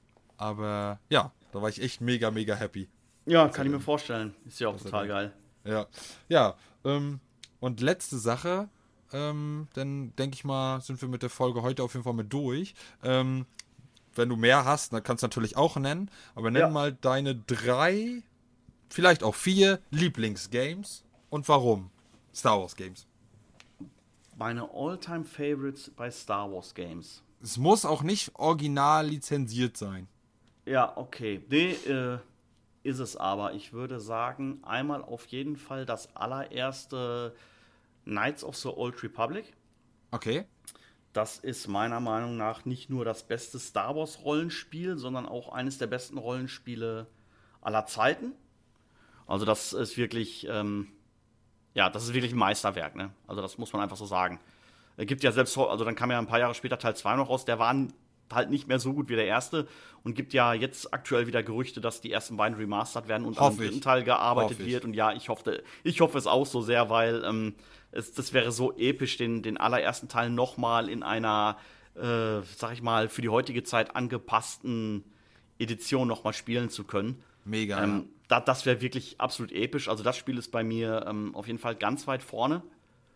aber ja, da war ich echt mega, mega happy. Ja, kann ich mir vorstellen. Ist ja auch total geil. Ja, ja. Ähm, und letzte Sache, ähm, dann denke ich mal, sind wir mit der Folge heute auf jeden Fall mit durch. Ähm, wenn du mehr hast, dann kannst du natürlich auch nennen, aber nenn Ja. mal deine drei, vielleicht auch vier Lieblingsgames und warum. Star Wars Games. Meine All-Time Favorites bei Star Wars Games. Es muss auch nicht original lizenziert sein. Ja, okay. Nee, äh, ist es aber. Ich würde sagen, einmal auf jeden Fall das allererste Knights of the Old Republic. Okay. Das ist meiner Meinung nach nicht nur das beste Star Wars Rollenspiel, sondern auch eines der besten Rollenspiele aller Zeiten. Also das ist wirklich, ähm, ja, das ist wirklich ein Meisterwerk, ne? Also das muss man einfach so sagen. Es gibt ja selbst, also dann kam ja ein paar Jahre später Teil zwei noch raus, der war halt nicht mehr so gut wie der erste und gibt ja jetzt aktuell wieder Gerüchte, dass die ersten beiden remastert werden und an Hoffe dem dritten ich. Teil gearbeitet Hoffe ich. wird. Und ja, ich hoffe, ich hoffe es auch so sehr, weil ähm, es, das wäre so episch, den, den allerersten Teil nochmal in einer, äh, sag ich mal, für die heutige Zeit angepassten Edition nochmal spielen zu können. Mega. Ähm, da, das wäre wirklich absolut episch. Also das Spiel ist bei mir ähm, auf jeden Fall ganz weit vorne.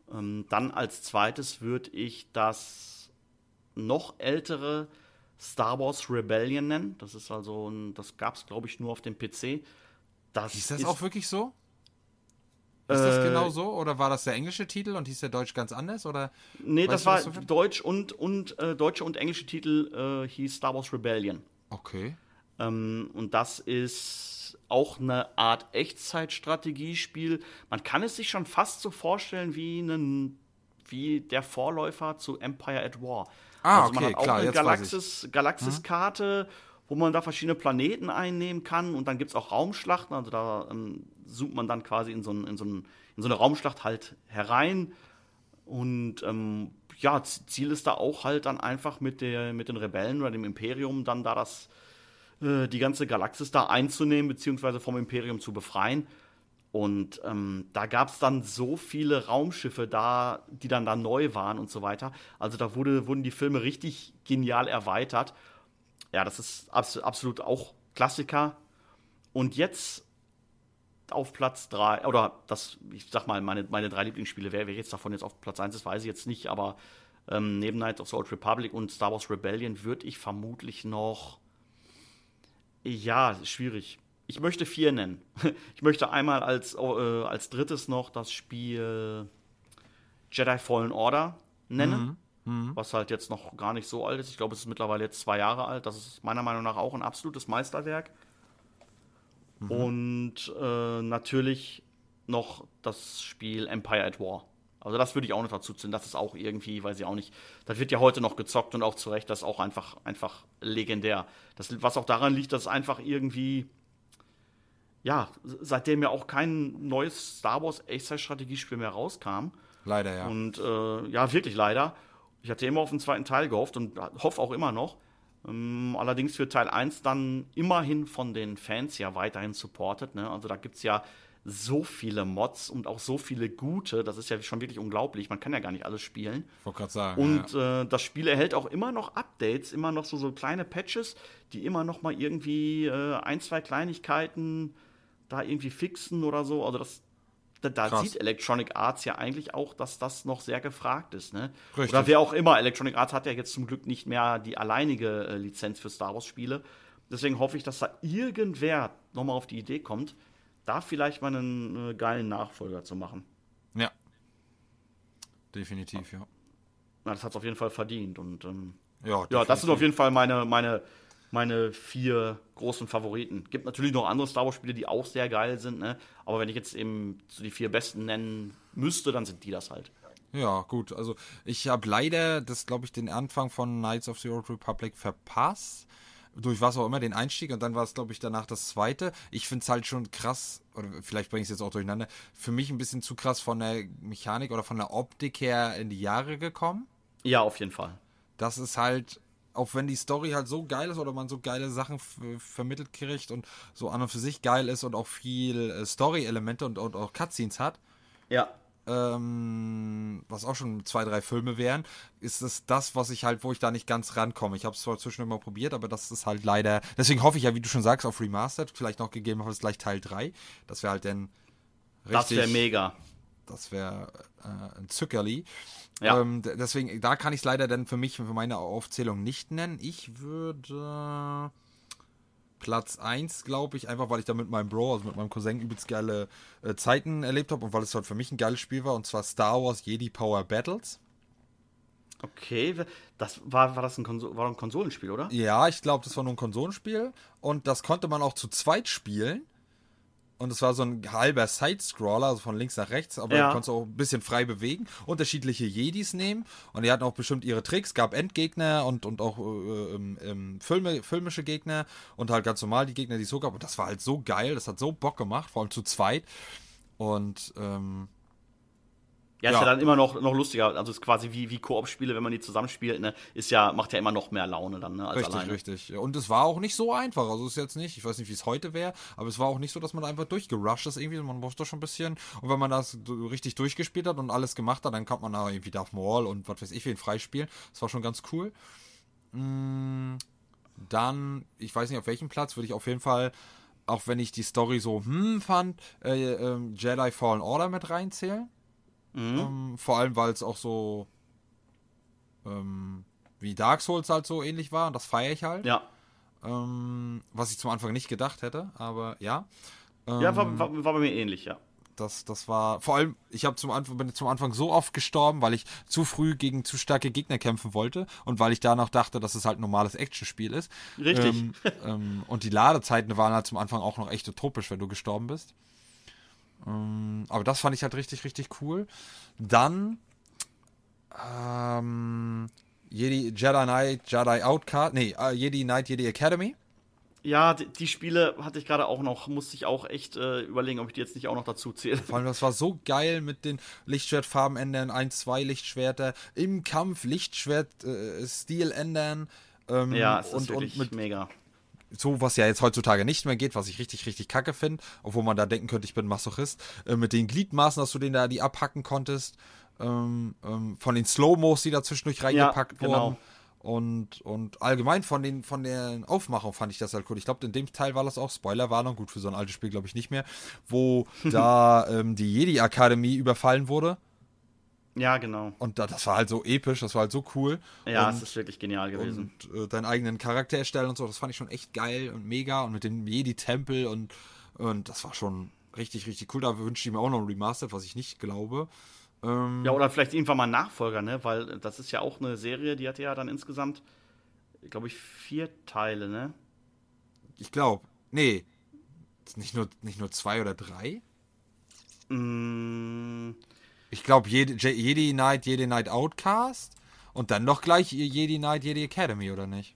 Ähm, dann als zweites würde ich das noch ältere Star Wars Rebellion nennen. Das ist also ein, das gab es, glaube ich, nur auf dem P C. Das Hieß das ist, auch wirklich so? Ist das genau so? Oder war das der englische Titel und hieß der Deutsch ganz anders? Oder Nee, das weißt du war das so viel? Deutsch und, und äh, deutsche und englische Titel äh, hieß Star Wars Rebellion. Okay. Ähm, und das ist auch eine Art Echtzeitstrategiespiel. Man kann es sich schon fast so vorstellen wie, einen, wie der Vorläufer zu Empire at War. Ah, also man okay, hat auch klar, eine jetzt weiß Galaxis, Galaxiskarte, wo man da verschiedene Planeten einnehmen kann. Und dann gibt es auch Raumschlachten. Also da ähm, zoomt man dann quasi in so, ein, in, so ein, in so eine Raumschlacht halt herein. Und ähm, ja, Z- Ziel ist da auch halt dann einfach mit, der, mit den Rebellen oder dem Imperium dann da das, äh, die ganze Galaxis da einzunehmen, beziehungsweise vom Imperium zu befreien. Und ähm, da gab es dann so viele Raumschiffe da, die dann da neu waren und so weiter. Also da wurde, wurden die Filme richtig genial erweitert. Ja, das ist abs absolut auch Klassiker. Und jetzt auf Platz drei oder das, ich sag mal, meine, meine drei Lieblingsspiele, wer, wer jetzt davon jetzt auf Platz eins ist, weiß ich jetzt nicht, aber ähm, neben Knights of the Old Republic und Star Wars Rebellion würde ich vermutlich noch, ja, schwierig. Ich möchte vier nennen. Ich möchte einmal als, äh, als drittes noch das Spiel Jedi Fallen Order nennen, Mhm. was halt jetzt noch gar nicht so alt ist. Ich glaube, es ist mittlerweile jetzt zwei Jahre alt. Das ist meiner Meinung nach auch ein absolutes Meisterwerk. Mhm. Und äh, natürlich noch das Spiel Empire at War. Also das würde ich auch noch dazu zählen. Das ist auch irgendwie, weiß ich auch nicht, das wird ja heute noch gezockt und auch zu Recht, das ist auch einfach, einfach legendär. Das, was auch daran liegt, dass es einfach irgendwie, ja, seitdem ja auch kein neues Star Wars Echtzeit-Strategiespiel mehr rauskam. Leider, ja. Und äh, ja, wirklich leider. Ich hatte immer auf den zweiten Teil gehofft und hoffe auch immer noch. Ähm, allerdings wird Teil eins dann immerhin von den Fans ja weiterhin supported. Ne? Also da gibt es ja so viele Mods und auch so viele gute. Das ist ja schon wirklich unglaublich. Man kann ja gar nicht alles spielen. Ich wollte gerade sagen. Und ja. äh, das Spiel erhält auch immer noch Updates, immer noch so, so kleine Patches, die immer noch mal irgendwie äh, ein, zwei Kleinigkeiten da irgendwie fixen oder so. Also das, da, da Krass. sieht Electronic Arts ja eigentlich auch, dass das noch sehr gefragt ist. Ne? Richtig. Oder wer auch immer. Electronic Arts hat ja jetzt zum Glück nicht mehr die alleinige äh, Lizenz für Star Wars Spiele. Deswegen hoffe ich, dass da irgendwer noch mal auf die Idee kommt, da vielleicht mal einen äh, geilen Nachfolger zu machen. Ja. Definitiv, ja. Na, das hat es auf jeden Fall verdient. Und ähm, Ja, ja, das sind definitiv. auf jeden Fall meine, meine, meine vier großen Favoriten. Gibt natürlich noch andere Star Wars-Spiele, die auch sehr geil sind, ne? Aber wenn ich jetzt eben so die vier besten nennen müsste, dann sind die das halt. Ja, gut. Also ich habe leider, das glaube ich, den Anfang von Knights of the Old Republic verpasst. Durch was auch immer, den Einstieg. Und dann war es, glaube ich, danach das zweite. Ich finde es halt schon krass, oder vielleicht bringe ich es jetzt auch durcheinander, für mich ein bisschen zu krass von der Mechanik oder von der Optik her in die Jahre gekommen. Ja, auf jeden Fall. Das ist halt, auch wenn die Story halt so geil ist oder man so geile Sachen f- vermittelt kriegt und so an und für sich geil ist und auch viel äh, Story-Elemente und, und auch Cutscenes hat, Ja. ähm, was auch schon zwei, drei Filme wären, ist es das, was ich halt, wo ich da nicht ganz rankomme. Ich habe es zwar zwischendurch mal probiert, aber das ist halt leider, deswegen hoffe ich ja, wie du schon sagst, auf Remastered, vielleicht noch gegebenenfalls gleich Teil drei. Das wäre halt dann richtig. Das wäre mega. Das wäre äh, ein Zückerli. Ja. Ähm, d- deswegen, da kann ich es leider dann für mich, für meine Aufzählung nicht nennen. Ich würde Platz eins, glaube ich, einfach weil ich da mit meinem Bro, also mit meinem Cousin, übelst geile äh, Zeiten erlebt habe und weil es halt für mich ein geiles Spiel war, und zwar Star Wars Jedi Power Battles. Okay, das war, war das ein, Konso war ein Konsolenspiel, oder? Ja, ich glaube, das war nur ein Konsolenspiel und das konnte man auch zu zweit spielen. Und es war so ein halber Side-Scroller, also von links nach rechts, aber Ja. du konntest auch ein bisschen frei bewegen, unterschiedliche Jedis nehmen und die hatten auch bestimmt ihre Tricks, gab Endgegner und, und auch äh, ähm, ähm, Filme, filmische Gegner und halt ganz normal die Gegner, die es so gab. Und das war halt so geil, das hat so Bock gemacht, vor allem zu zweit. Und ähm, Ja, ist Ja. ja dann immer noch, noch lustiger. Also ist quasi wie, wie Koop-Spiele, wenn man die zusammenspielt, ne? Ist ja, macht ja immer noch mehr Laune dann, ne? Als richtig, alleine. richtig. Und es war auch nicht so einfach, also ist jetzt nicht, ich weiß nicht, wie es heute wäre, aber es war auch nicht so, dass man einfach durchgerusht ist irgendwie, man braucht doch schon ein bisschen. Und wenn man das so richtig durchgespielt hat und alles gemacht hat, dann kann man da irgendwie Darth Maul und was weiß ich, wen freispielen. Das war schon ganz cool. Mm, Dann, ich weiß nicht auf welchem Platz, würde ich auf jeden Fall, auch wenn ich die Story so hm fand, äh, ähm, Jedi Fallen Order mit reinzählen. Mhm. Ähm, vor allem, weil es auch so ähm, wie Dark Souls halt so ähnlich war. Und das feiere ich halt. Ja. Ähm, was ich zum Anfang nicht gedacht hätte, aber ja. Ja, war, Ähm, war, war bei mir ähnlich, ja. das, das war, vor allem, ich habe zum Anfang, bin zum Anfang so oft gestorben, weil ich zu früh gegen zu starke Gegner kämpfen wollte und weil ich danach dachte, dass es halt ein normales Actionspiel ist. Richtig. Ähm, ähm, und die Ladezeiten waren halt zum Anfang auch noch echt utopisch, wenn du gestorben bist. Ähm, aber das fand ich halt richtig, richtig cool. Dann ähm, Jedi, Jedi Knight, Jedi Outcast, nee, äh, Jedi Knight, Jedi Academy. Ja, die, die Spiele hatte ich gerade auch noch, musste ich auch echt äh, überlegen, ob ich die jetzt nicht auch noch dazu zähle. Vor allem, das war so geil mit den Lichtschwertfarben ändern, ein, zwei Lichtschwerter, im Kampf Lichtschwert, äh, Stil ändern. Ähm, Ja, es ist und, wirklich und mit mega. so, was ja jetzt heutzutage nicht mehr geht, was ich richtig, richtig kacke finde, obwohl man da denken könnte, ich bin Masochist, äh, mit den Gliedmaßen, dass du den da die abhacken konntest, ähm, ähm, von den Slow-Mos, die da zwischendurch reingepackt Ja, genau. wurden. Und, und allgemein von den von der Aufmachung fand ich das halt cool. Ich glaube, in dem Teil war das auch, Spoilerwarnung, gut, für so ein altes Spiel glaube ich nicht mehr, wo da ähm, die Jedi-Akademie überfallen wurde. Ja, genau. Und da, das war halt so episch, das war halt so cool. Ja, und, es ist wirklich genial gewesen. Und äh, deinen eigenen Charakter erstellen und so, das fand ich schon echt geil und mega. Und mit dem Jedi-Tempel und, und das war schon richtig, richtig cool. Da wünschte ich mir auch noch ein Remastered, was ich nicht glaube. Ähm, Ja, oder vielleicht irgendwann mal ein Nachfolger, ne? Weil das ist ja auch eine Serie, die hatte ja dann insgesamt, glaube ich, vier Teile, ne? ich glaube, nee, nicht nur, nicht nur zwei oder drei. Mm, Ich glaube, Jedi, Jedi Knight, Jedi Knight Outcast und dann noch gleich Jedi Knight, Jedi Academy, oder nicht?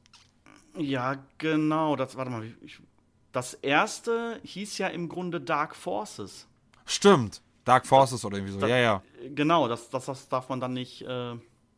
ja, genau. Das, warte mal. Ich, das erste hieß ja im Grunde Dark Forces. Stimmt. Dark Forces oder irgendwie so. Da, ja, ja. Genau, das, das, das darf man dann nicht, äh,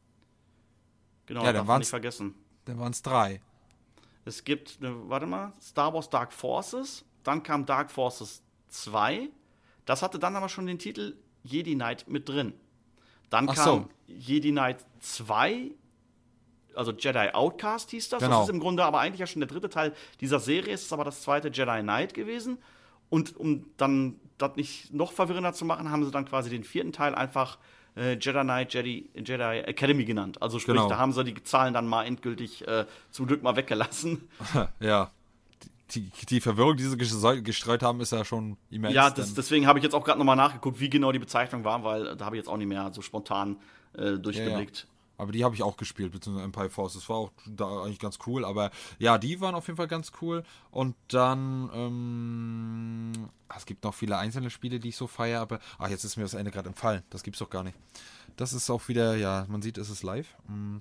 genau, Ja, darf dann man nicht waren's, vergessen. dann waren's drei. Es gibt, ne, warte mal, Star Wars Dark Forces, dann kam Dark Forces zwei. Das hatte dann aber schon den Titel Jedi Knight mit drin. Dann Ach kam so. Jedi Knight zwei, also Jedi Outcast hieß das. Genau. Das ist im Grunde aber eigentlich ja schon der dritte Teil dieser Serie. Es ist aber das zweite Jedi Knight gewesen. Und um dann das nicht noch verwirrender zu machen, haben sie dann quasi den vierten Teil einfach äh, Jedi Knight, Jedi, Jedi Academy genannt. Also sprich, Genau. da haben sie die Zahlen dann mal endgültig äh, zum Glück mal weggelassen. Ja. Die, die Verwirrung, die sie gestreut, gestreut haben, ist ja schon immens. Ja, das, denn- deswegen habe ich jetzt auch gerade nochmal nachgeguckt, wie genau die Bezeichnung war, weil da habe ich jetzt auch nicht mehr so spontan äh, durchgeblickt. Aber die habe ich auch gespielt, beziehungsweise Empire Force. Das war auch da eigentlich ganz cool. Aber ja, die waren auf jeden Fall ganz cool. Und dann, ähm, ah, es gibt noch viele einzelne Spiele, die ich so feiere, aber, ach, jetzt ist mir das Ende gerade entfallen. Das gibt's doch gar nicht. Das ist auch wieder, ja, man sieht, es ist live. Hm.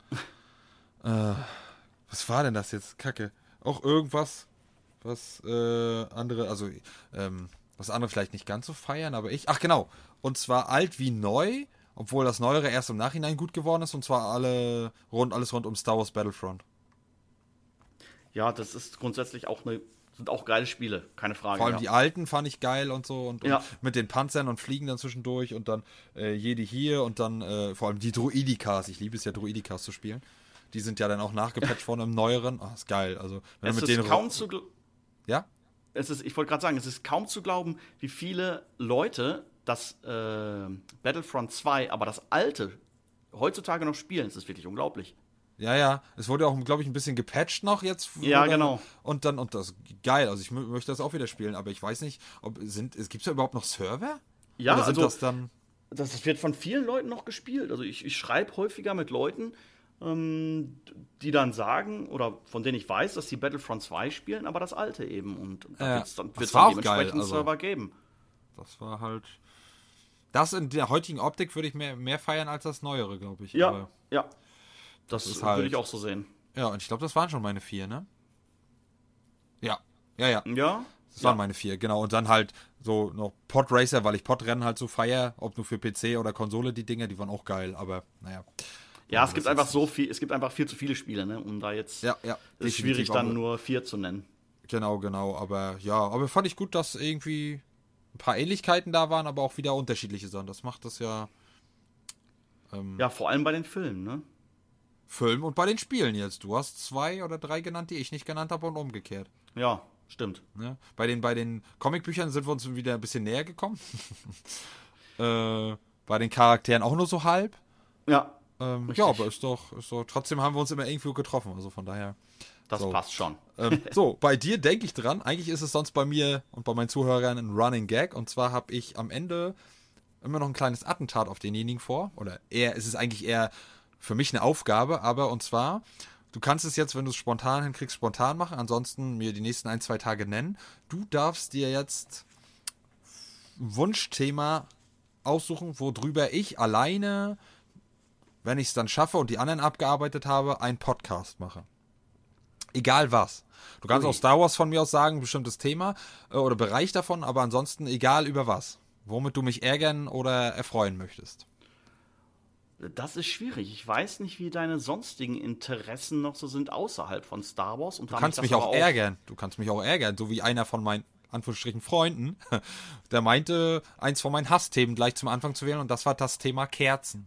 äh, was war denn das jetzt? Kacke. Auch irgendwas, was äh, andere, also, ähm, was andere vielleicht nicht ganz so feiern, aber ich, ach genau. Und zwar alt wie neu. Obwohl das Neuere erst im Nachhinein gut geworden ist, und zwar alle rund, alles rund um Star Wars Battlefront. Ja, das ist grundsätzlich auch eine, sind auch geile Spiele, keine Frage. Vor allem ja. die alten fand ich geil und so und, Ja. und mit den Panzern und Fliegen dann zwischendurch und dann äh, Jedi hier und dann äh, vor allem die Druidikas. Ich liebe es ja, Druidikas zu spielen. Die sind ja dann auch nachgepatcht worden im Neueren. Ah, ist geil. Also, wenn Es du mit ist denen kaum ro- zu, gl- Ja? es ist, ich wollte gerade sagen, es ist kaum zu glauben, wie viele Leute das äh, Battlefront zwei, aber das alte, heutzutage noch spielen. Es ist wirklich unglaublich. Ja, ja. Es wurde auch, glaube ich, ein bisschen gepatcht noch jetzt. Ja, oder- genau. Und dann, und das geil. Also ich mö- möchte das auch wieder spielen, aber ich weiß nicht, ob sind, es gibt ja überhaupt noch Server? Ja, Oder sind also das dann. das, das wird von vielen Leuten noch gespielt. Also ich, ich schreibe häufiger mit Leuten, ähm, die dann sagen, oder von denen ich weiß, dass sie Battlefront zwei spielen, aber das alte eben. Und da Ja. wird es dann, Das wird's war dann auch dementsprechend geil, also. Server geben. Das war halt. Das in der heutigen Optik würde ich mehr, mehr feiern als das Neuere, glaube ich. Ja, Aber, ja. Das, ist würde halt- ich auch so sehen. ja, und ich glaube, das waren schon meine vier, ne? Ja. Ja, ja. Ja? Das waren ja. meine vier, genau. Und dann halt so noch Podracer, weil ich Podrennen halt so feier, ob nur für P C oder Konsole, die Dinge, die waren auch geil, aber naja. Ja, es das gibt ist- einfach so viel, es gibt einfach viel zu viele Spiele, ne? Um da jetzt. Ja, ja. Es ist definitiv, schwierig, dann aber- nur vier zu nennen. Genau, genau. Aber ja, aber fand ich gut, dass irgendwie ein paar Ähnlichkeiten da waren, aber auch wieder unterschiedliche Sachen. Das macht das ja ähm, Ja, vor allem bei den Filmen, ne? Film und bei den Spielen jetzt. Du hast zwei oder drei genannt, die ich nicht genannt habe und umgekehrt. Ja, stimmt. Ne? Bei den, bei den Comicbüchern sind wir uns wieder ein bisschen näher gekommen. äh, bei den Charakteren auch nur so halb. Ja. Ähm, ja, aber ist doch, ist doch, trotzdem haben wir uns immer irgendwo getroffen, also von daher. Das so. passt schon. Ähm, so, bei dir denke ich dran. Eigentlich ist es sonst bei mir und bei meinen Zuhörern ein Running Gag. Und zwar habe ich am Ende immer noch ein kleines Attentat auf denjenigen vor. Oder eher, es ist eigentlich eher für mich eine Aufgabe. Aber und zwar, du kannst es jetzt, wenn du es spontan hinkriegst, spontan machen. Ansonsten mir die nächsten ein, zwei Tage nennen. Du darfst dir jetzt ein Wunschthema aussuchen, worüber ich alleine, wenn ich es dann schaffe und die anderen abgearbeitet habe, einen Podcast mache. Egal was. Du kannst Ui. auch Star Wars von mir aus sagen, ein bestimmtes Thema äh, oder Bereich davon, aber ansonsten egal über was. Womit du mich ärgern oder erfreuen möchtest. Das ist schwierig. Ich weiß nicht, wie deine sonstigen Interessen noch so sind außerhalb von Star Wars. Und Du kannst mich auch ärgern. Du kannst mich auch ärgern. So wie einer von meinen, Anführungsstrichen, Freunden, der meinte, eins von meinen Hassthemen gleich zum Anfang zu wählen und das war das Thema Kerzen.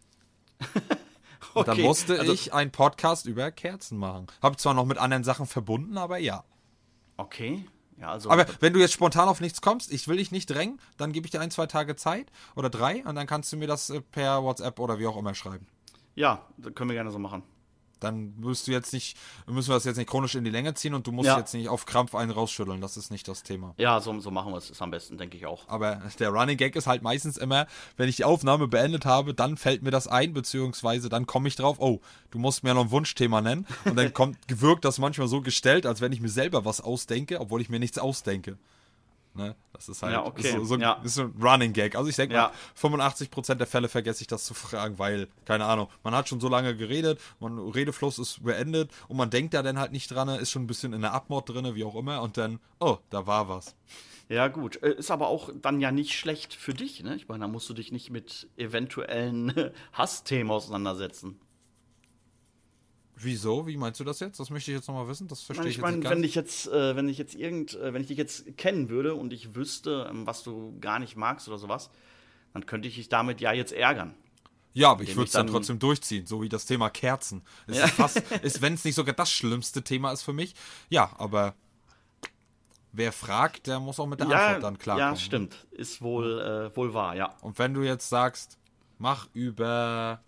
Und dann Okay, musste also- ich einen Podcast über Kerzen machen. Habe zwar noch mit anderen Sachen verbunden, aber ja. Okay. Ja, also. Aber wenn du jetzt spontan auf nichts kommst, ich will dich nicht drängen, dann gebe ich dir ein, zwei Tage Zeit oder drei und dann kannst du mir das äh, per WhatsApp oder wie auch immer schreiben. Ja, das können wir gerne so machen. Dann müsst du jetzt nicht, müssen wir das jetzt nicht chronisch in die Länge ziehen und du musst Ja. jetzt nicht auf Krampf einen rausschütteln. Das ist nicht das Thema. Ja, so, so machen wir es. Ist am besten, denke ich auch. Aber der Running Gag ist halt meistens immer, wenn ich die Aufnahme beendet habe, dann fällt mir das ein, beziehungsweise dann komme ich drauf, oh, du musst mir noch ein Wunschthema nennen. Und dann kommt, wirkt das manchmal so gestellt, als wenn ich mir selber was ausdenke, obwohl ich mir nichts ausdenke. Ne? Das ist halt Ja, okay. ist so, so, Ja. ist so ein Running Gag. Also ich denke Ja. mal, fünfundachtzig Prozent der Fälle vergesse ich das zu fragen, weil, keine Ahnung, man hat schon so lange geredet, man Redefluss ist beendet und man denkt da dann halt nicht dran, ist schon ein bisschen in der Abmord drin, wie auch immer, und dann, oh, da war was. Ja, gut. Äh, Ist aber auch dann ja nicht schlecht für dich, ne? Ich meine, da musst du dich nicht mit eventuellen Hassthemen auseinandersetzen. Wieso? Wie meinst du das jetzt? Das möchte ich jetzt nochmal wissen. Das verstehe Nein, ich, ich jetzt meine, nicht wenn ganz. ich jetzt, äh, wenn ich jetzt irgend, äh, wenn ich dich jetzt kennen würde und ich wüsste, ähm, was du gar nicht magst oder sowas, dann könnte ich dich damit ja jetzt ärgern. Ja, aber ich indem würde ich es dann dann- trotzdem durchziehen, so wie das Thema Kerzen. Es Ja. ist fast, ist, wenn es nicht sogar das schlimmste Thema ist für mich. Ja, aber wer fragt, der muss auch mit der Antwort dann klarkommen. ja, stimmt. Ist wohl, äh, wohl wahr, ja. Und wenn du jetzt sagst, mach über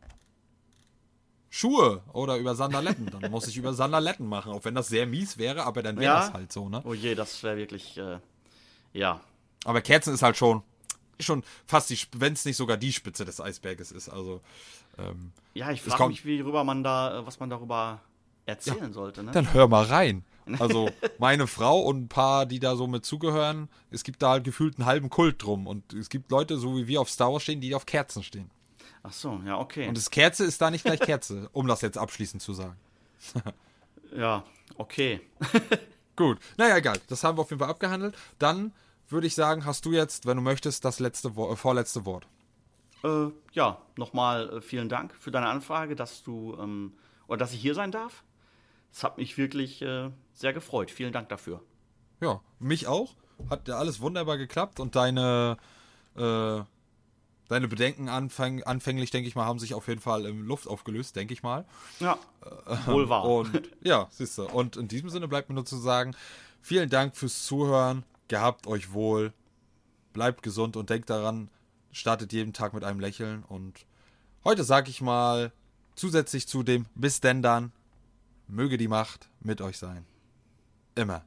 Schuhe oder über Sandaletten, dann muss ich über Sandaletten machen, auch wenn das sehr mies wäre, aber dann wäre Ja. das halt so, ne? Oh je, das wäre wirklich, äh, ja. Aber Kerzen ist halt schon, schon fast die, wenn es nicht sogar die Spitze des Eisberges ist, also ähm, Ja, ich Es frage kommt- mich, wie rüber man da, äh, was man darüber erzählen sollte, ne? dann hör mal rein. Also meine Frau und ein paar, die da so mit zugehören, es gibt da halt gefühlt einen halben Kult drum und es gibt Leute, so wie wir auf Star Wars stehen, die auf Kerzen stehen. Ach so, ja, okay. Und das Kerze ist da nicht gleich Kerze, um das jetzt abschließend zu sagen. Ja, okay. Gut, naja, egal. Das haben wir auf jeden Fall abgehandelt. Dann würde ich sagen, hast du jetzt, wenn du möchtest, das letzte Wo- äh, vorletzte Wort. Äh, ja, nochmal äh, vielen Dank für deine Anfrage, dass du, ähm, oder dass ich hier sein darf. Das hat mich wirklich äh, sehr gefreut. Vielen Dank dafür. Ja, mich auch. Hat ja alles wunderbar geklappt und deine, äh, deine Bedenken anfäng, anfänglich, denke ich mal, haben sich auf jeden Fall in Luft aufgelöst, denke ich mal. Ja, wohl wahr. Und ja, siehst du. Und in diesem Sinne bleibt mir nur zu sagen, vielen Dank fürs Zuhören. Gehabt euch wohl. Bleibt gesund und denkt daran, startet jeden Tag mit einem Lächeln. Und heute sage ich mal, zusätzlich zu dem Bis denn dann, möge die Macht mit euch sein. Immer.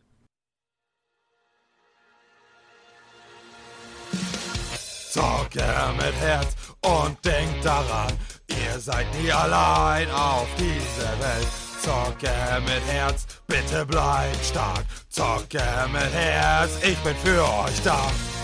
Zocke mit Herz und denkt daran, ihr seid nie allein auf dieser Welt. Zocke mit Herz, bitte bleibt stark. Zocke mit Herz, ich bin für euch da.